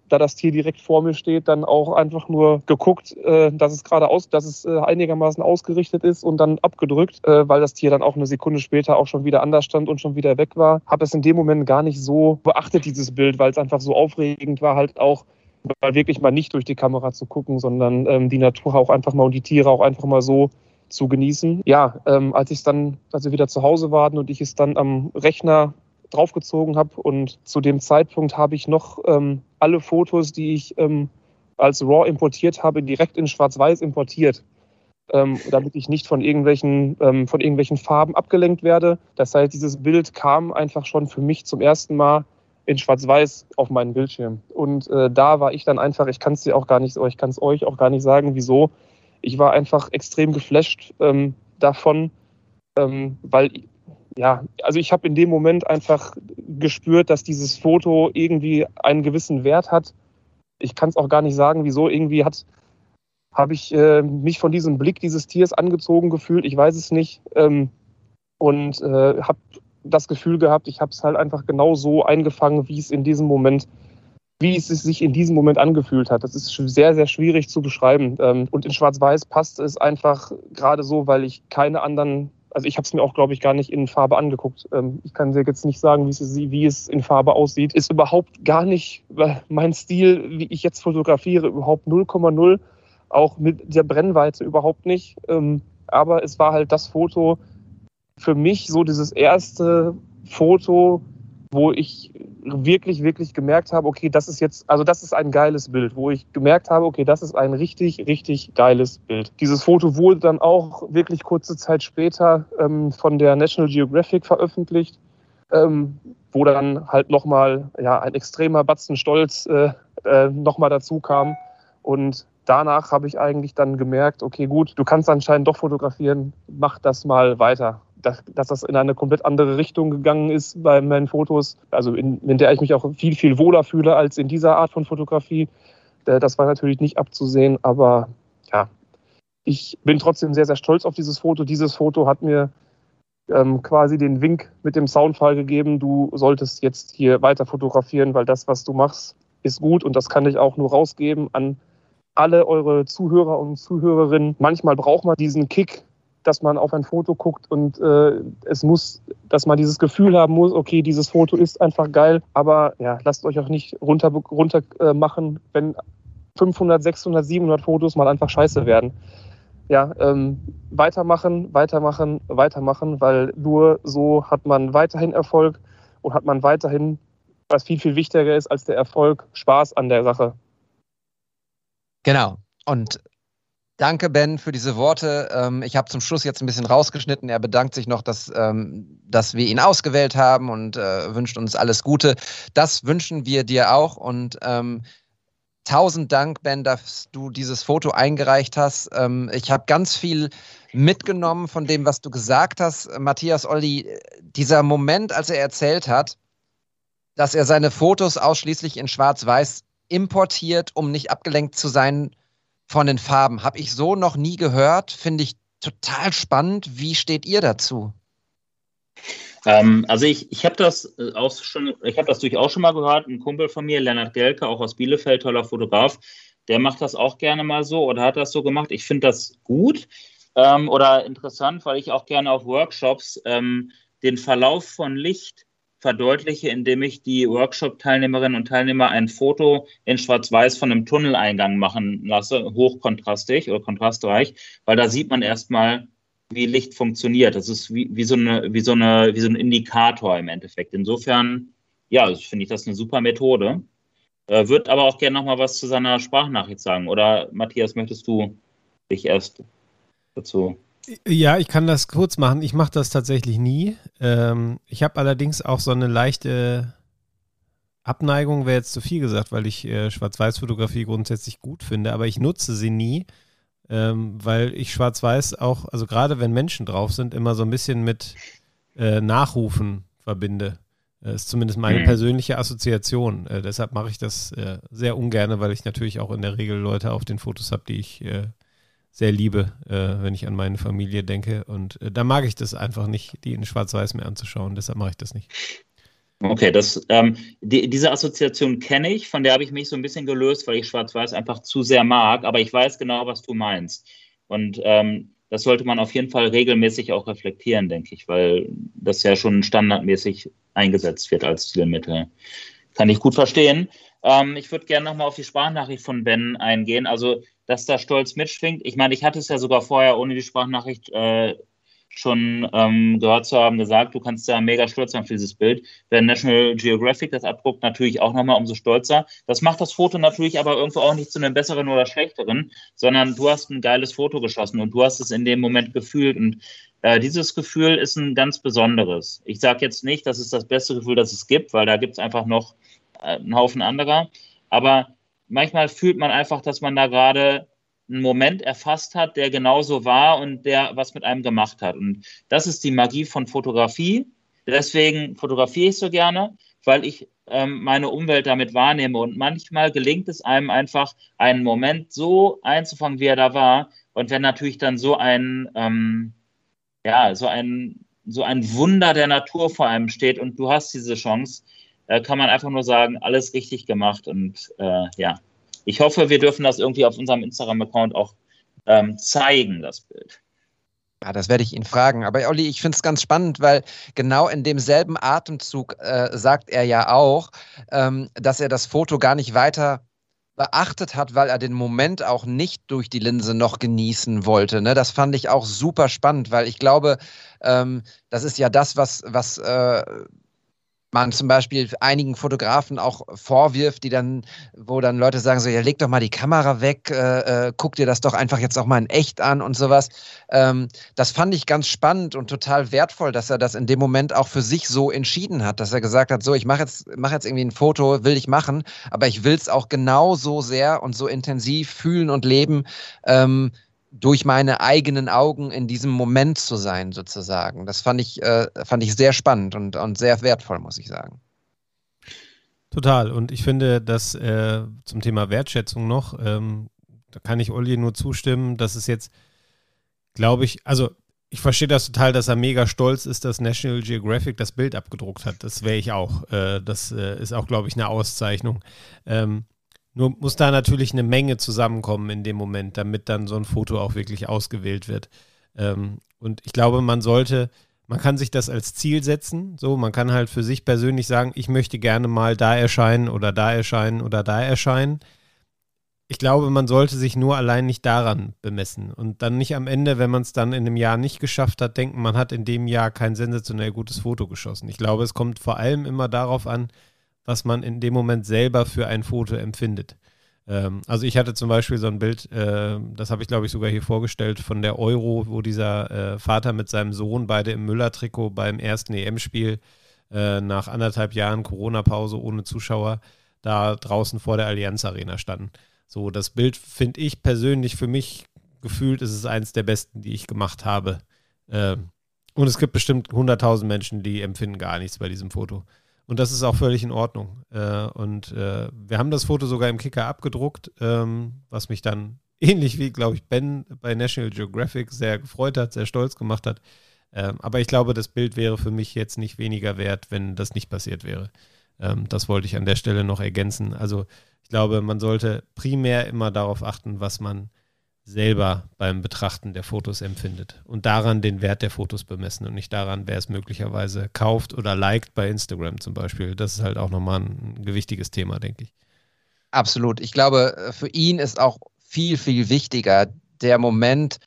da das Tier direkt vor mir steht, dann auch einfach nur geguckt, äh, dass es gerade aus, dass es äh, einigermaßen ausgerichtet ist und dann abgedrückt, äh, weil das Tier dann auch eine Sekunde später auch schon wieder anders stand und schon wieder weg war. Habe es in dem Moment gar nicht so beachtet, dieses Bild, weil es einfach so aufregend war, halt auch mal wirklich mal nicht durch die Kamera zu gucken, sondern ähm, die Natur auch einfach mal und die Tiere auch einfach mal so zu genießen. Ja, ähm, als ich dann, als wir wieder zu Hause waren und ich es dann am Rechner draufgezogen habe und zu dem Zeitpunkt habe ich noch ähm, alle Fotos, die ich ähm, als RAW importiert habe, direkt in Schwarz-Weiß importiert, ähm, damit ich nicht von irgendwelchen, ähm, von irgendwelchen Farben abgelenkt werde. Das heißt, dieses Bild kam einfach schon für mich zum ersten Mal in Schwarz-Weiß auf meinen Bildschirm. Und äh, da war ich dann einfach, ich kann es dir auch gar nicht, ich kann es euch auch gar nicht sagen, wieso. Ich war einfach extrem geflasht ähm, davon, ähm, weil ja, also ich habe in dem Moment einfach gespürt, dass dieses Foto irgendwie einen gewissen Wert hat. Ich kann es auch gar nicht sagen, wieso. Irgendwie hat habe ich äh, mich von diesem Blick dieses Tiers angezogen gefühlt. Ich weiß es nicht. Ähm, und äh, habe das Gefühl gehabt, ich habe es halt einfach genau so eingefangen, wie es in diesem Moment, wie es sich in diesem Moment angefühlt hat. Das ist sehr, sehr schwierig zu beschreiben. Ähm, und in Schwarz-Weiß passt es einfach gerade so, weil ich keine anderen, also ich habe es mir auch, glaube ich, gar nicht in Farbe angeguckt. Ähm, ich kann dir jetzt nicht sagen, wie es, wie es in Farbe aussieht. Ist überhaupt gar nicht mein Stil, wie ich jetzt fotografiere, überhaupt null Komma null. Auch mit der Brennweite überhaupt nicht. Ähm, aber es war halt das Foto, für mich so dieses erste Foto, wo ich wirklich, wirklich gemerkt habe, okay, das ist jetzt, also das ist ein geiles Bild, wo ich gemerkt habe, okay, das ist ein richtig, richtig geiles Bild. Dieses Foto wurde dann auch wirklich kurze Zeit später ähm, von der National Geographic veröffentlicht, ähm, wo dann halt nochmal ja, ein extremer Batzen Stolz äh, äh, nochmal dazu kam. Und danach habe ich eigentlich dann gemerkt, okay, gut, du kannst anscheinend doch fotografieren, mach das mal weiter. Dass, dass das in eine komplett andere Richtung gegangen ist bei meinen Fotos, also in, in der ich mich auch viel, viel wohler fühle als in dieser Art von Fotografie. Das war natürlich nicht abzusehen, aber ja, ich bin trotzdem sehr, sehr stolz auf dieses Foto. Dieses Foto hat mir ähm, quasi den Wink mit dem Soundfall gegeben, du solltest jetzt hier weiter fotografieren, weil das, was du machst, ist gut und das kann ich auch nur rausgeben an alle eure Zuhörer und Zuhörerinnen. Manchmal braucht man diesen Kick, dass man auf ein Foto guckt und äh, es muss, dass man dieses Gefühl haben muss, okay, dieses Foto ist einfach geil, aber ja, lasst euch auch nicht runter, runter äh, machen, wenn fünfhundert, sechshundert, siebenhundert Fotos mal einfach scheiße werden. Ja, ähm, weitermachen, weitermachen, weitermachen, weil nur so hat man weiterhin Erfolg und hat man weiterhin, was viel, viel wichtiger ist als der Erfolg, Spaß an der Sache. Genau. Und danke, Ben, für diese Worte. Ähm, ich habe zum Schluss jetzt ein bisschen rausgeschnitten. Er bedankt sich noch, dass, ähm, dass wir ihn ausgewählt haben und äh, wünscht uns alles Gute. Das wünschen wir dir auch. Und ähm, tausend Dank, Ben, dass du dieses Foto eingereicht hast. Ähm, ich habe ganz viel mitgenommen von dem, was du gesagt hast. Matthias, Olli, dieser Moment, als er erzählt hat, dass er seine Fotos ausschließlich in Schwarz-Weiß importiert, um nicht abgelenkt zu sein von den Farben. Habe ich so noch nie gehört. Finde ich total spannend. Wie steht ihr dazu? Ähm, also ich, ich habe das auch schon, ich habe das durchaus schon mal gehört. Ein Kumpel von mir, Lennart Gelke, auch aus Bielefeld, toller Fotograf, der macht das auch gerne mal so oder hat das so gemacht. Ich finde das gut ähm, oder interessant, weil ich auch gerne auf Workshops ähm, den Verlauf von Licht verdeutliche, indem ich die Workshop-Teilnehmerinnen und Teilnehmer ein Foto in Schwarz-Weiß von einem Tunneleingang machen lasse, hochkontrastig oder kontrastreich, weil da sieht man erstmal, wie Licht funktioniert. Das ist wie, wie, so eine, wie, so eine, wie so ein Indikator im Endeffekt. Insofern, ja, finde ich das eine super Methode. Äh, Würde aber auch gerne noch mal was zu seiner Sprachnachricht sagen. Oder Matthias, möchtest du dich erst dazu... Ja, ich kann das kurz machen. Ich mache das tatsächlich nie. Ähm, ich habe allerdings auch so eine leichte Abneigung, wäre jetzt zu viel gesagt, weil ich äh, Schwarz-Weiß-Fotografie grundsätzlich gut finde, aber ich nutze sie nie, ähm, weil ich Schwarz-Weiß auch, also gerade wenn Menschen drauf sind, immer so ein bisschen mit äh, Nachrufen verbinde. Das ist zumindest meine persönliche Assoziation. Äh, deshalb mache ich das äh, sehr ungern, weil ich natürlich auch in der Regel Leute auf den Fotos habe, die ich äh, sehr liebe, äh, wenn ich an meine Familie denke. Und äh, da mag ich das einfach nicht, die in Schwarz-Weiß mehr anzuschauen. Deshalb mache ich das nicht. Okay, das, ähm, die, diese Assoziation kenne ich, von der habe ich mich so ein bisschen gelöst, weil ich Schwarz-Weiß einfach zu sehr mag, aber ich weiß genau, was du meinst. Und ähm, das sollte man auf jeden Fall regelmäßig auch reflektieren, denke ich, weil das ja schon standardmäßig eingesetzt wird als Stilmittel. Kann ich gut verstehen. Ähm, ich würde gerne nochmal auf die Sprachnachricht von Ben eingehen, also dass da Stolz mitschwingt. Ich meine, ich hatte es ja sogar vorher ohne die Sprachnachricht äh, schon ähm, gehört zu haben, gesagt, du kannst ja mega stolz sein für dieses Bild. Wenn National Geographic das abdruckt, natürlich auch nochmal umso stolzer. Das macht das Foto natürlich aber irgendwo auch nicht zu einem besseren oder schlechteren, sondern du hast ein geiles Foto geschossen und du hast es in dem Moment gefühlt und äh, dieses Gefühl ist ein ganz besonderes. Ich sage jetzt nicht, das ist das beste Gefühl, das es gibt, weil da gibt es einfach noch äh, einen Haufen anderer, aber manchmal fühlt man einfach, dass man da gerade einen Moment erfasst hat, der genauso war und der was mit einem gemacht hat. Und das ist die Magie von Fotografie. Deswegen fotografiere ich so gerne, weil ich ähm, meine Umwelt damit wahrnehme. Und manchmal gelingt es einem einfach, einen Moment so einzufangen, wie er da war. Und wenn natürlich dann so ein, ähm, ja, so ein, so ein Wunder der Natur vor einem steht und du hast diese Chance, äh, kann man einfach nur sagen, alles richtig gemacht. Und äh, ja, ich hoffe, wir dürfen das irgendwie auf unserem Instagram-Account auch ähm, zeigen, das Bild. Ja, das werde ich ihn fragen. Aber Olli, ich finde es ganz spannend, weil genau in demselben Atemzug äh, sagt er ja auch, ähm, dass er das Foto gar nicht weiter beachtet hat, weil er den Moment auch nicht durch die Linse noch genießen wollte. Ne? Das fand ich auch super spannend, weil ich glaube, ähm, das ist ja das, was, was äh, man zum Beispiel einigen Fotografen auch vorwirft, die dann, wo dann Leute sagen so, ja, leg doch mal die Kamera weg, äh, äh, guck dir das doch einfach jetzt auch mal in echt an und sowas. Ähm, das fand ich ganz spannend und total wertvoll, dass er das in dem Moment auch für sich so entschieden hat, dass er gesagt hat, so, ich mache jetzt, mach jetzt irgendwie ein Foto, will ich machen, aber ich will es auch genau so sehr und so intensiv fühlen und leben, ähm, durch meine eigenen Augen in diesem Moment zu sein, sozusagen. Das fand ich, äh, fand ich sehr spannend und, und sehr wertvoll, muss ich sagen. Total. Und ich finde, dass äh, zum Thema Wertschätzung noch, ähm, da kann ich Olli nur zustimmen, dass es jetzt, glaube ich, also ich verstehe das total, dass er mega stolz ist, dass National Geographic das Bild abgedruckt hat. Das wäre ich auch. Äh, das äh, ist auch, glaube ich, eine Auszeichnung. Ähm, Nur muss da natürlich eine Menge zusammenkommen in dem Moment, damit dann so ein Foto auch wirklich ausgewählt wird. Ähm, und ich glaube, man sollte, man kann sich das als Ziel setzen. So, man kann halt für sich persönlich sagen, ich möchte gerne mal da erscheinen oder da erscheinen oder da erscheinen. Ich glaube, man sollte sich nur allein nicht daran bemessen und dann nicht am Ende, wenn man es dann in einem Jahr nicht geschafft hat, denken, man hat in dem Jahr kein sensationell gutes Foto geschossen. Ich glaube, es kommt vor allem immer darauf an, was man in dem Moment selber für ein Foto empfindet. Ähm, also ich hatte zum Beispiel so ein Bild, äh, das habe ich glaube ich sogar hier vorgestellt, von der Euro, wo dieser äh, Vater mit seinem Sohn beide im Müller-Trikot beim ersten E M-Spiel äh, nach anderthalb Jahren Corona-Pause ohne Zuschauer da draußen vor der Allianz Arena standen. So, das Bild finde ich persönlich, für mich gefühlt, ist es eins der besten, die ich gemacht habe. Ähm, und es gibt bestimmt hunderttausend Menschen, die empfinden gar nichts bei diesem Foto. Und das ist auch völlig in Ordnung. Äh, und äh, wir haben das Foto sogar im Kicker abgedruckt, ähm, was mich dann ähnlich wie, glaube ich, Ben bei National Geographic sehr gefreut hat, sehr stolz gemacht hat. Ähm, aber ich glaube, das Bild wäre für mich jetzt nicht weniger wert, wenn das nicht passiert wäre. Ähm, das wollte ich an der Stelle noch ergänzen. Also ich glaube, man sollte primär immer darauf achten, was man selber beim Betrachten der Fotos empfindet und daran den Wert der Fotos bemessen und nicht daran, wer es möglicherweise kauft oder liked bei Instagram zum Beispiel. Das ist halt auch nochmal ein gewichtiges Thema, denke ich. Absolut. Ich glaube, für ihn ist auch viel, viel wichtiger der Moment,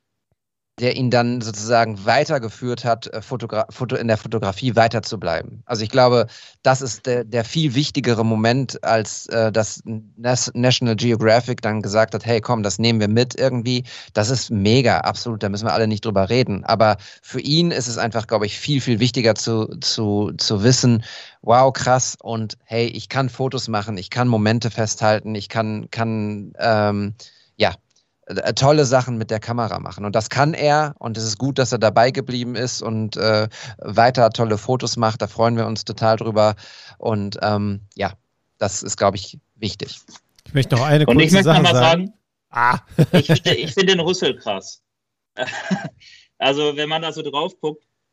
der ihn dann sozusagen weitergeführt hat, Fotogra- Foto in der Fotografie weiter zu bleiben. Also ich glaube, das ist der, der viel wichtigere Moment, als äh, dass National Geographic dann gesagt hat, hey komm, das nehmen wir mit irgendwie. Das ist mega, absolut, da müssen wir alle nicht drüber reden. Aber für ihn ist es einfach, glaube ich, viel, viel wichtiger zu, zu, zu wissen, wow, krass, und hey, ich kann Fotos machen, ich kann Momente festhalten, ich kann, kann ähm, ja, tolle Sachen mit der Kamera machen. Und das kann er, und es ist gut, dass er dabei geblieben ist und äh, weiter tolle Fotos macht. Da freuen wir uns total drüber. Und ähm, ja, das ist, glaube ich, wichtig. Ich möchte noch eine und kurze ich möchte Sache noch mal sagen. sagen ah. ich finde ich find den Rüssel krass. Also wenn man da so drauf guckt,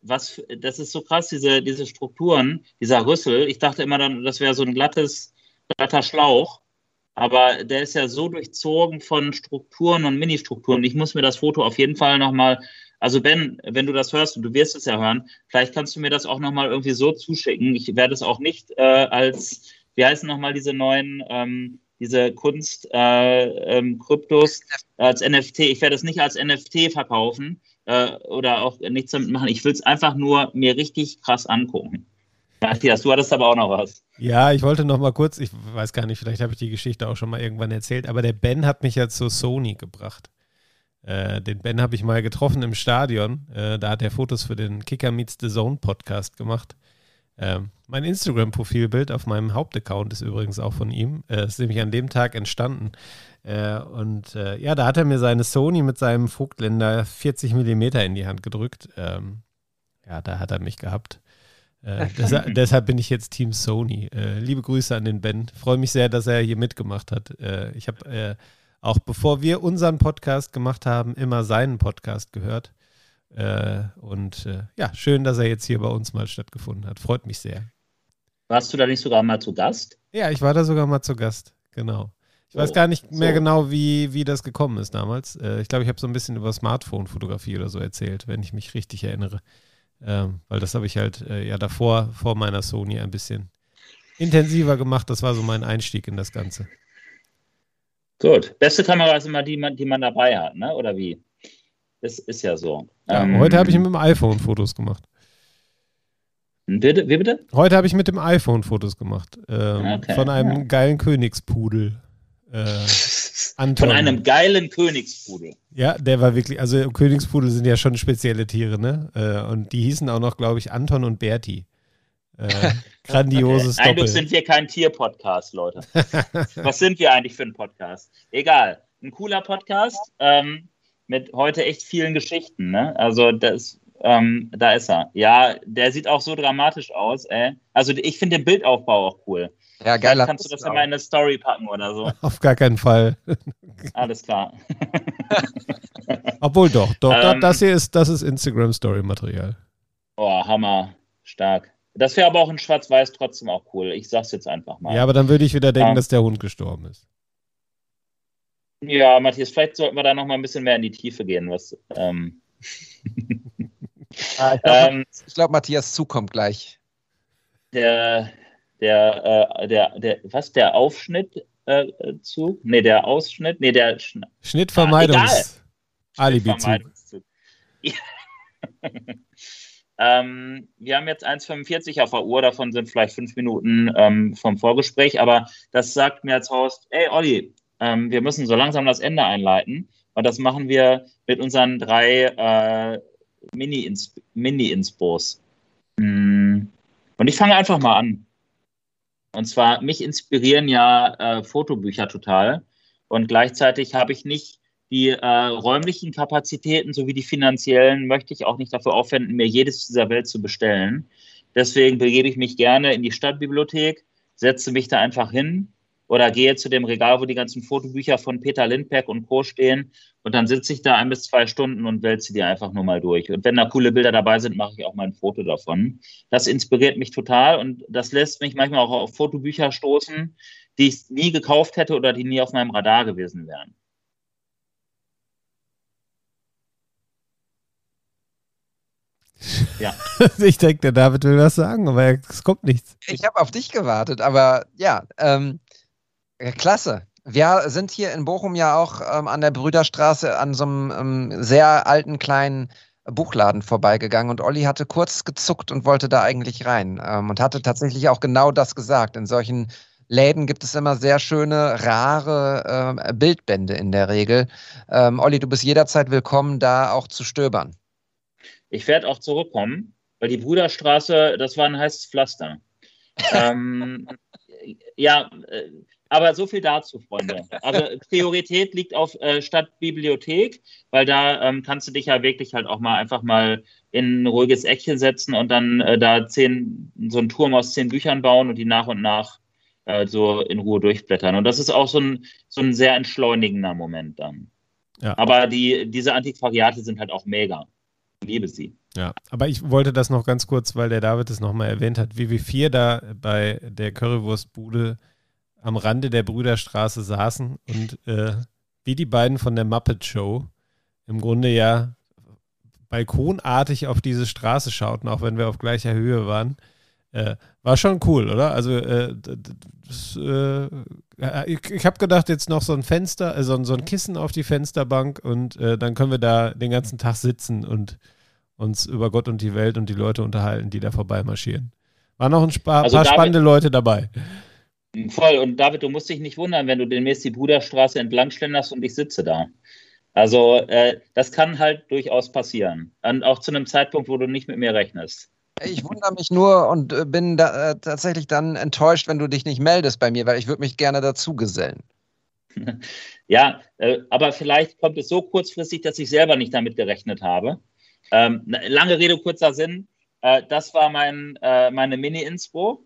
was, das ist so krass, diese, diese Strukturen, dieser Rüssel. Ich dachte immer, dann, das wäre so ein glattes, glatter Schlauch. Aber der ist ja so durchzogen von Strukturen und Ministructuren. Ich muss mir das Foto auf jeden Fall nochmal, also Ben, wenn du das hörst, und du wirst es ja hören, vielleicht kannst du mir das auch nochmal irgendwie so zuschicken. Ich werde es auch nicht äh, als, wie heißen nochmal diese neuen, ähm, diese Kunst, äh, ähm, Kryptos, als N F T. Ich werde es nicht als N F T verkaufen äh, oder auch nichts damit machen. Ich will es einfach nur mir richtig krass angucken. Matthias, du hattest aber auch noch was. Ja, ich wollte noch mal kurz, ich weiß gar nicht, vielleicht habe ich die Geschichte auch schon mal irgendwann erzählt, aber der Ben hat mich ja zu Sony gebracht. Äh, den Ben habe ich mal getroffen im Stadion. Äh, da hat er Fotos für den Kicker Meets the Zone Podcast gemacht. Äh, mein Instagram-Profilbild auf meinem Hauptaccount ist übrigens auch von ihm. Äh, ist nämlich an dem Tag entstanden. Äh, und äh, ja, da hat er mir seine Sony mit seinem Vogtländer vierzig Millimeter in die Hand gedrückt. Ähm, ja, da hat er mich gehabt. Äh, deshalb, deshalb bin ich jetzt Team Sony. Äh, liebe Grüße an den Ben. Freue mich sehr, dass er hier mitgemacht hat. Äh, ich habe äh, auch bevor wir unseren Podcast gemacht haben, immer seinen Podcast gehört. Äh, und äh, ja, schön, dass er jetzt hier bei uns mal stattgefunden hat. Freut mich sehr. Warst du da nicht sogar mal zu Gast? Ja, ich war da sogar mal zu Gast. Genau. Ich weiß gar nicht mehr so genau, wie, wie das gekommen ist damals. Äh, ich glaube, ich habe so ein bisschen über Smartphone-Fotografie oder so erzählt, wenn ich mich richtig erinnere. Ähm, weil das habe ich halt äh, ja davor, vor meiner Sony ein bisschen intensiver gemacht. Das war so mein Einstieg in das Ganze. Gut. Beste Kamera ist immer die, die man dabei hat, ne? Oder wie? Das ist ja so. Ja, ähm, heute habe ich mit dem iPhone Fotos gemacht. Bitte, wie bitte? Heute habe ich mit dem iPhone Fotos gemacht. Ähm, okay, von einem ja. geilen Königspudel. Äh, Anton. Von einem geilen Königspudel. Ja, der war wirklich, also Königspudel sind ja schon spezielle Tiere, ne? Äh, und die hießen auch noch, glaube ich, Anton und Berti. Äh, grandioses okay. Doppel. Eindruck sind wir kein Tier-Podcast, Leute. Was sind wir eigentlich für ein Podcast? Egal. Ein cooler Podcast ähm, mit heute echt vielen Geschichten, ne? Also das, ähm, da ist er. Ja, der sieht auch so dramatisch aus, ey. Also ich finde den Bildaufbau auch cool. Ja, geiler. Kannst du das ja mal in eine Story packen oder so? Auf gar keinen Fall. Alles klar. Obwohl doch, doch, ähm, das hier ist, das ist Instagram-Story-Material. Oh, Hammer. Stark. Das wäre aber auch in Schwarz-Weiß trotzdem auch cool. Ich sag's jetzt einfach mal. Ja, aber dann würde ich wieder denken, ähm, dass der Hund gestorben ist. Ja, Matthias, vielleicht sollten wir da noch mal ein bisschen mehr in die Tiefe gehen. Was, ähm ah, ich glaube, ähm, glaub, Matthias Zug kommt gleich. Der, der, äh, der, der, was, der Aufschnitt äh, Zug? Nee, der Ausschnitt? Nee, der Schn- Schnittvermeidungs- ah, Alibi-Zug. Ja. ähm, wir haben jetzt eins fünfundvierzig auf der Uhr, davon sind vielleicht fünf Minuten ähm, vom Vorgespräch, aber das sagt mir als Host, ey Olli, ähm, wir müssen so langsam das Ende einleiten und das machen wir mit unseren drei äh, Mini-Inspos. Mini-Inspos. Mm. Und ich fange einfach mal an. Und zwar, mich inspirieren ja äh, Fotobücher total. Und gleichzeitig habe ich nicht die äh, räumlichen Kapazitäten sowie die finanziellen, möchte ich auch nicht dafür aufwenden, mir jedes dieser Welt zu bestellen. Deswegen begebe ich mich gerne in die Stadtbibliothek, setze mich da einfach hin oder gehe zu dem Regal, wo die ganzen Fotobücher von Peter Lindbergh und Co. stehen. Und dann sitze ich da ein bis zwei Stunden und wälze die einfach nur mal durch. Und wenn da coole Bilder dabei sind, mache ich auch mal ein Foto davon. Das inspiriert mich total und das lässt mich manchmal auch auf Fotobücher stoßen, die ich nie gekauft hätte oder die nie auf meinem Radar gewesen wären. Ja. Ich denke, der David will was sagen, aber es kommt nichts. Ich habe auf dich gewartet, aber ja, ähm, klasse. Wir sind hier in Bochum ja auch ähm, an der Brüderstraße an so einem ähm, sehr alten kleinen Buchladen vorbeigegangen und Olli hatte kurz gezuckt und wollte da eigentlich rein ähm, und hatte tatsächlich auch genau das gesagt. In solchen Läden gibt es immer sehr schöne, rare äh, Bildbände in der Regel. Ähm, Olli, du bist jederzeit willkommen, da auch zu stöbern. Ich werde auch zurückkommen, weil die Brüderstraße, das war ein heißes Pflaster. ähm, ja, äh, aber so viel dazu, Freunde. Also Priorität liegt auf äh, Stadtbibliothek, weil da ähm, kannst du dich ja wirklich halt auch mal einfach mal in ein ruhiges Eckchen setzen und dann äh, da zehn, so einen Turm aus zehn Büchern bauen und die nach und nach äh, so in Ruhe durchblättern. Und das ist auch so ein, so ein sehr entschleunigender Moment dann. Ja. Aber die, diese Antiquariate sind halt auch mega. Ich liebe sie. Ja, aber ich wollte das noch ganz kurz, weil der David es nochmal erwähnt hat, wie wir vier da bei der Currywurstbude am Rande der Brüderstraße saßen und äh, wie die beiden von der Muppet Show im Grunde ja balkonartig auf diese Straße schauten, auch wenn wir auf gleicher Höhe waren. Äh, war schon cool, oder? Also äh, das, äh, ich, ich habe gedacht, jetzt noch so ein Fenster, äh, so, so ein Kissen auf die Fensterbank und äh, dann können wir da den ganzen Tag sitzen und uns über Gott und die Welt und die Leute unterhalten, die da vorbeimarschieren. Waren noch ein paar, Also paar David, spannende Leute dabei. Voll. Und David, du musst dich nicht wundern, wenn du demnächst die Bruderstraße entlang schlenderst und ich sitze da. Also äh, das kann halt durchaus passieren. Und auch zu einem Zeitpunkt, wo du nicht mit mir rechnest. Ich wundere mich nur und äh, bin da, äh, tatsächlich dann enttäuscht, wenn du dich nicht meldest bei mir, weil ich würde mich gerne dazu gesellen. Ja, äh, aber vielleicht kommt es so kurzfristig, dass ich selber nicht damit gerechnet habe. Ähm, lange Rede, kurzer Sinn. Äh, das war mein, äh, meine Mini-Inspo.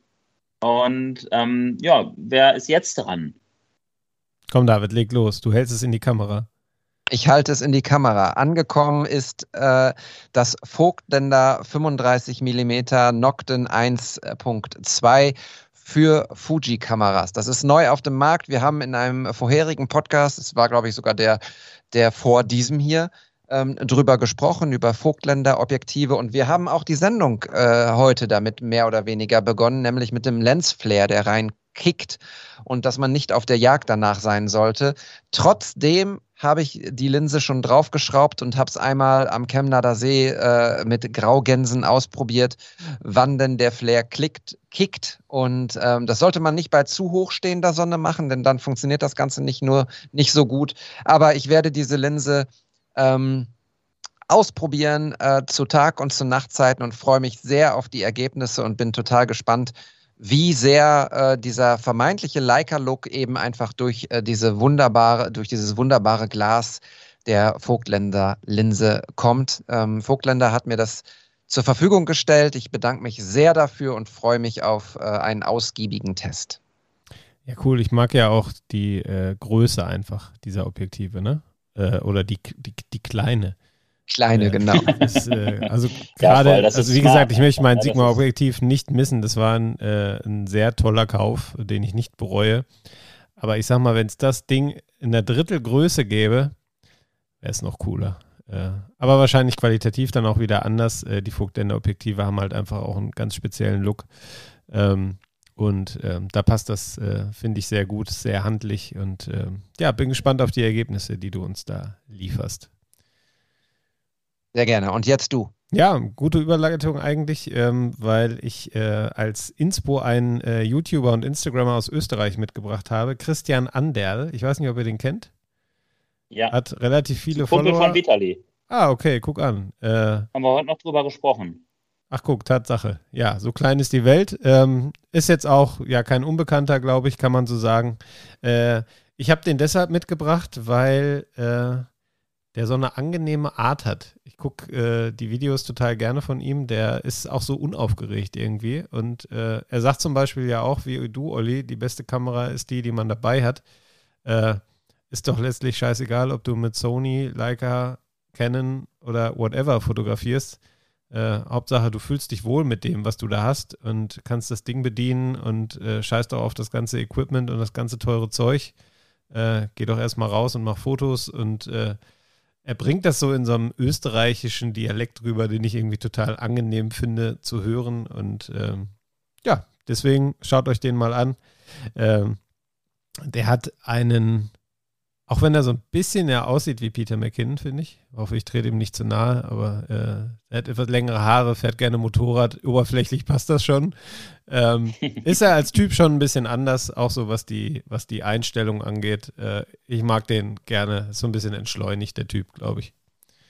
Und ähm, ja, wer ist jetzt dran? Komm, David, leg los. Du hältst es in die Kamera. Ich halte es in die Kamera. Angekommen ist äh, das Vogtländer fünfunddreißig Millimeter Nokten eins Punkt zwei für Fuji-Kameras. Das ist neu auf dem Markt. Wir haben in einem vorherigen Podcast, es war glaube ich sogar der, der vor diesem hier, ähm, drüber gesprochen, über Vogtländer-Objektive. Und wir haben auch die Sendung äh, heute damit mehr oder weniger begonnen, nämlich mit dem Lensflare, der rein kickt und dass man nicht auf der Jagd danach sein sollte. Trotzdem habe ich die Linse schon draufgeschraubt und habe es einmal am Chemnader See äh, mit Graugänsen ausprobiert, wann denn der Flare klickt, kickt. Und ähm, das sollte man nicht bei zu hochstehender Sonne machen, denn dann funktioniert das Ganze nicht nur nicht so gut. Aber ich werde diese Linse ähm, ausprobieren äh, zu Tag- und zu Nachtzeiten und freue mich sehr auf die Ergebnisse und bin total gespannt, wie sehr äh, dieser vermeintliche Leica-Look eben einfach durch äh, diese wunderbare, durch dieses wunderbare Glas der Vogtländer-Linse kommt. Ähm, Vogtländer hat mir das zur Verfügung gestellt. Ich bedanke mich sehr dafür und freue mich auf äh, einen ausgiebigen Test. Ja, cool. Ich mag ja auch die äh, Größe einfach dieser Objektive, ne? Äh, oder die, die, die kleine. Kleine, äh, genau. Ist, äh, also gerade, ja, also wie smart, gesagt, ich möchte mein ja, Sigma-Objektiv nicht missen. Das war ein, äh, ein sehr toller Kauf, den ich nicht bereue. Aber ich sag mal, wenn es das Ding in der Drittelgröße gäbe, wäre es noch cooler. Äh, aber wahrscheinlich qualitativ dann auch wieder anders. Äh, die Vogtländer-Objektive haben halt einfach auch einen ganz speziellen Look. Ähm, und ähm, da passt das, äh, finde ich, sehr gut, sehr handlich. Und ähm, ja, bin gespannt auf die Ergebnisse, die du uns da lieferst. Sehr gerne. Und jetzt du. Ja, gute Überleitung eigentlich, ähm, weil ich äh, als Inspo einen äh, YouTuber und Instagrammer aus Österreich mitgebracht habe, Christian Anderl. Ich weiß nicht, ob ihr den kennt. Ja. Hat relativ viele Kumpel Follower. von Vitali. Ah, okay, guck an. Äh, Haben wir heute noch drüber gesprochen. ach guck, Tatsache. Ja, so klein ist die Welt. Ähm, ist jetzt auch ja kein Unbekannter, glaube ich, kann man so sagen. Äh, ich habe den deshalb mitgebracht, weil äh, der so eine angenehme Art hat. Ich gucke äh, die Videos total gerne von ihm. Der ist auch so unaufgeregt irgendwie. Und äh, er sagt zum Beispiel ja auch, wie du, Olli, die beste Kamera ist die, die man dabei hat. Äh, ist doch letztlich scheißegal, ob du mit Sony, Leica, Canon oder whatever fotografierst. Äh, Hauptsache, du fühlst dich wohl mit dem, was du da hast und kannst das Ding bedienen und äh, scheißt auch auf das ganze Equipment und das ganze teure Zeug. Äh, geh doch erstmal raus und mach Fotos und äh, er bringt das so in so einem österreichischen Dialekt rüber, den ich irgendwie total angenehm finde zu hören. Und ähm, ja, deswegen schaut euch den mal an. Ähm, der hat einen, auch wenn er so ein bisschen ja aussieht wie Peter McKinnon, finde ich. Ich hoffe, ich trete ihm nicht zu nahe, aber äh, er hat etwas längere Haare, fährt gerne Motorrad. Oberflächlich passt das schon. Ähm, ist er als Typ schon ein bisschen anders, auch so was die, was die Einstellung angeht. Äh, ich mag den gerne, ist so ein bisschen entschleunigt, der Typ, glaube ich.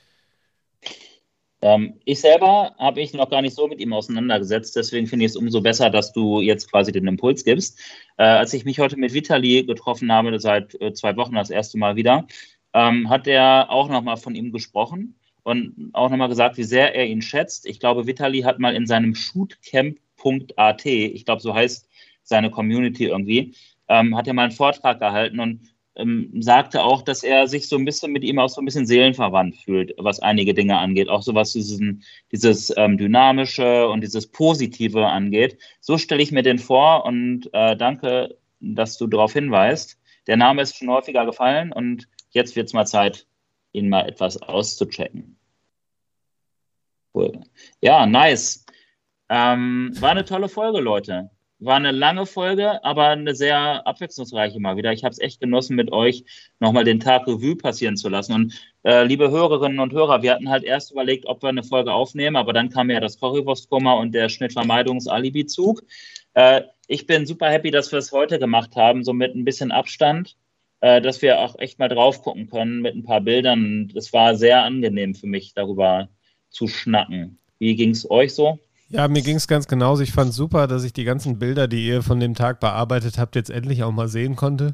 Ähm, ich selber habe ich noch gar nicht so mit ihm auseinandergesetzt, deswegen finde ich es umso besser, dass du jetzt quasi den Impuls gibst. Äh, als ich mich heute mit Vitali getroffen habe, seit äh, zwei Wochen das erste Mal wieder, ähm, hat er auch nochmal von ihm gesprochen und auch nochmal gesagt, wie sehr er ihn schätzt. Ich glaube, Vitali hat mal in seinem Shootcamp Punkt A T, ich glaube, so heißt seine Community irgendwie, ähm, hat er mal einen Vortrag gehalten und ähm, sagte auch, dass er sich so ein bisschen mit ihm auch so ein bisschen seelenverwandt fühlt, was einige Dinge angeht. Auch so was diesen, dieses ähm, Dynamische und dieses Positive angeht. So stelle ich mir den vor und äh, danke, dass du darauf hinweist. Der Name ist schon häufiger gefallen und jetzt wird es mal Zeit, ihn mal etwas auszuchecken. Cool. Ja, nice. Ähm, war eine tolle Folge, Leute. War eine lange Folge, aber eine sehr abwechslungsreiche mal wieder. Ich habe es echt genossen, mit euch nochmal den Tag Revue passieren zu lassen. Und äh, liebe Hörerinnen und Hörer, wir hatten halt erst überlegt, ob wir eine Folge aufnehmen, aber dann kam ja das Currywurstkoma und der Schnittvermeidungs-Alibi-Zug. Äh, ich bin super happy, dass wir es heute gemacht haben, so mit ein bisschen Abstand, äh, dass wir auch echt mal drauf gucken können mit ein paar Bildern. Es war sehr angenehm für mich, darüber zu schnacken. Wie ging es euch so? Ja, mir ging es ganz genauso. Ich fand es super, dass ich die ganzen Bilder, die ihr von dem Tag bearbeitet habt, jetzt endlich auch mal sehen konnte.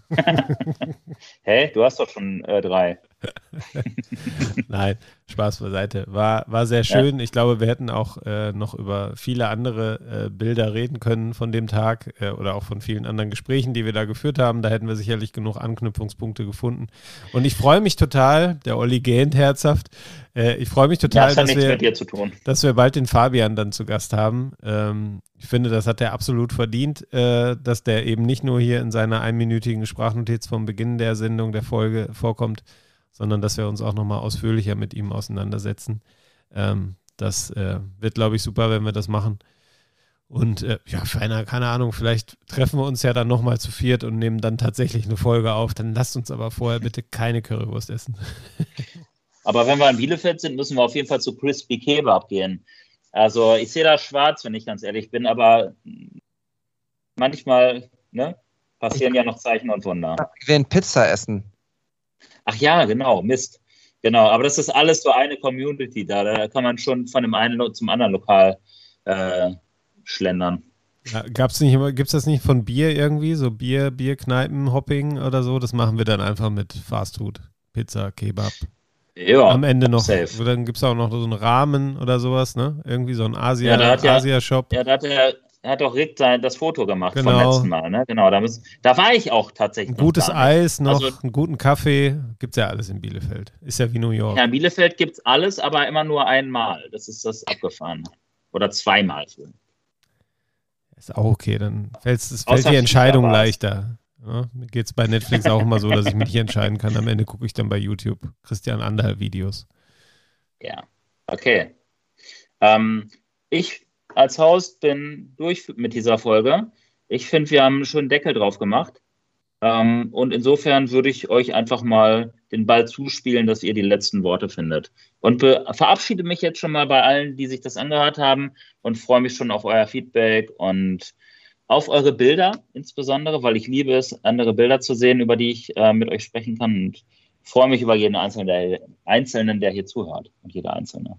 Hä? Du hast doch schon äh, drei. Nein, Spaß beiseite. War, war sehr schön. Ja. Ich glaube, wir hätten auch äh, noch über viele andere äh, Bilder reden können von dem Tag äh, oder auch von vielen anderen Gesprächen, die wir da geführt haben. Da hätten wir sicherlich genug Anknüpfungspunkte gefunden. Und ich freue mich total, der Olli gähnt herzhaft, äh, ich freue mich total, das hat dass, nichts wir, mit dir zu tun. dass wir bald den Fabian dann zu Gast haben. Ähm, ich finde, das hat er absolut verdient, äh, dass der eben nicht nur hier in seiner einminütigen Sprachnotiz vom Beginn der Sendung, der Folge vorkommt, sondern dass wir uns auch nochmal ausführlicher mit ihm auseinandersetzen. Ähm, das äh, wird, glaube ich, super, wenn wir das machen. Und äh, ja, für eine, keine Ahnung, vielleicht treffen wir uns ja dann nochmal zu viert und nehmen dann tatsächlich eine Folge auf. Dann lasst uns aber vorher bitte keine Currywurst essen. Aber wenn wir in Bielefeld sind, müssen wir auf jeden Fall zu Crispy Kebab gehen. Also ich sehe da schwarz, wenn ich ganz ehrlich bin, aber manchmal ne, passieren ja noch Zeichen und Wunder. Wir werden Pizza essen. Ach ja, genau, Mist. Genau, aber das ist alles so eine Community da. Da kann man schon von dem einen zum anderen Lokal äh, schlendern. Ja, gab's nicht immer, gibt's das nicht von Bier irgendwie? So Bier, Bierkneipen, Hopping oder so? Das machen wir dann einfach mit Fastfood. Pizza, Kebab. Ja, am Ende noch. safe. Dann gibt es auch noch so einen Rahmen oder sowas, ne? Irgendwie so ein Asia, Ja, da hat ja- Asia-Shop. Ja, da hat er, er hat auch Rick sein, das Foto gemacht Genau. vom letzten Mal. Ne? Genau, da, müssen, da war ich auch tatsächlich. Ein noch gutes gar nicht. Eis noch, Also- einen guten Kaffee. Gibt es ja alles in Bielefeld. Ist ja wie New York. Ja, in Bielefeld gibt es alles, aber immer nur einmal. Das ist das abgefahren. Oder zweimal. Ist auch okay, dann fällt's, es Außer fällt die FIFA Entscheidung war's. leichter. Ja, mir geht es bei Netflix auch immer so, dass ich mich nicht entscheiden kann. Am Ende gucke ich dann bei YouTube Christian Anderl Videos. Ja, okay. Ähm, ich als Host bin durch mit dieser Folge. Ich finde, wir haben einen schönen Deckel drauf gemacht. Ähm, und insofern würde ich euch einfach mal den Ball zuspielen, dass ihr die letzten Worte findet. Und be- verabschiede mich jetzt schon mal bei allen, die sich das angehört haben und freue mich schon auf euer Feedback und auf eure Bilder insbesondere, weil ich liebe es, andere Bilder zu sehen, über die ich äh, mit euch sprechen kann und freue mich über jeden Einzelnen der, Einzelnen, der hier zuhört und jeder Einzelne.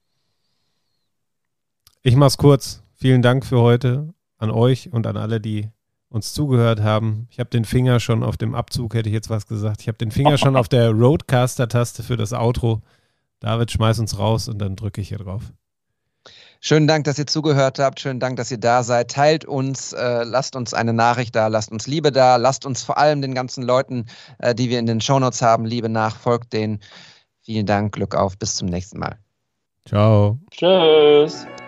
Ich mach's kurz. Vielen Dank für heute an euch und an alle, die uns zugehört haben. Ich habe den Finger schon auf dem Abzug, hätte ich jetzt was gesagt. Ich habe den Finger schon auf der Roadcaster-Taste für das Outro. David, schmeiß uns raus und dann drücke ich hier drauf. Schönen Dank, dass ihr zugehört habt. Schönen Dank, dass ihr da seid. Teilt uns, äh, lasst uns eine Nachricht da, lasst uns Liebe da, lasst uns vor allem den ganzen Leuten, äh, die wir in den Shownotes haben, Liebe nach, folgt denen. Vielen Dank, Glück auf, bis zum nächsten Mal. Ciao. Tschüss.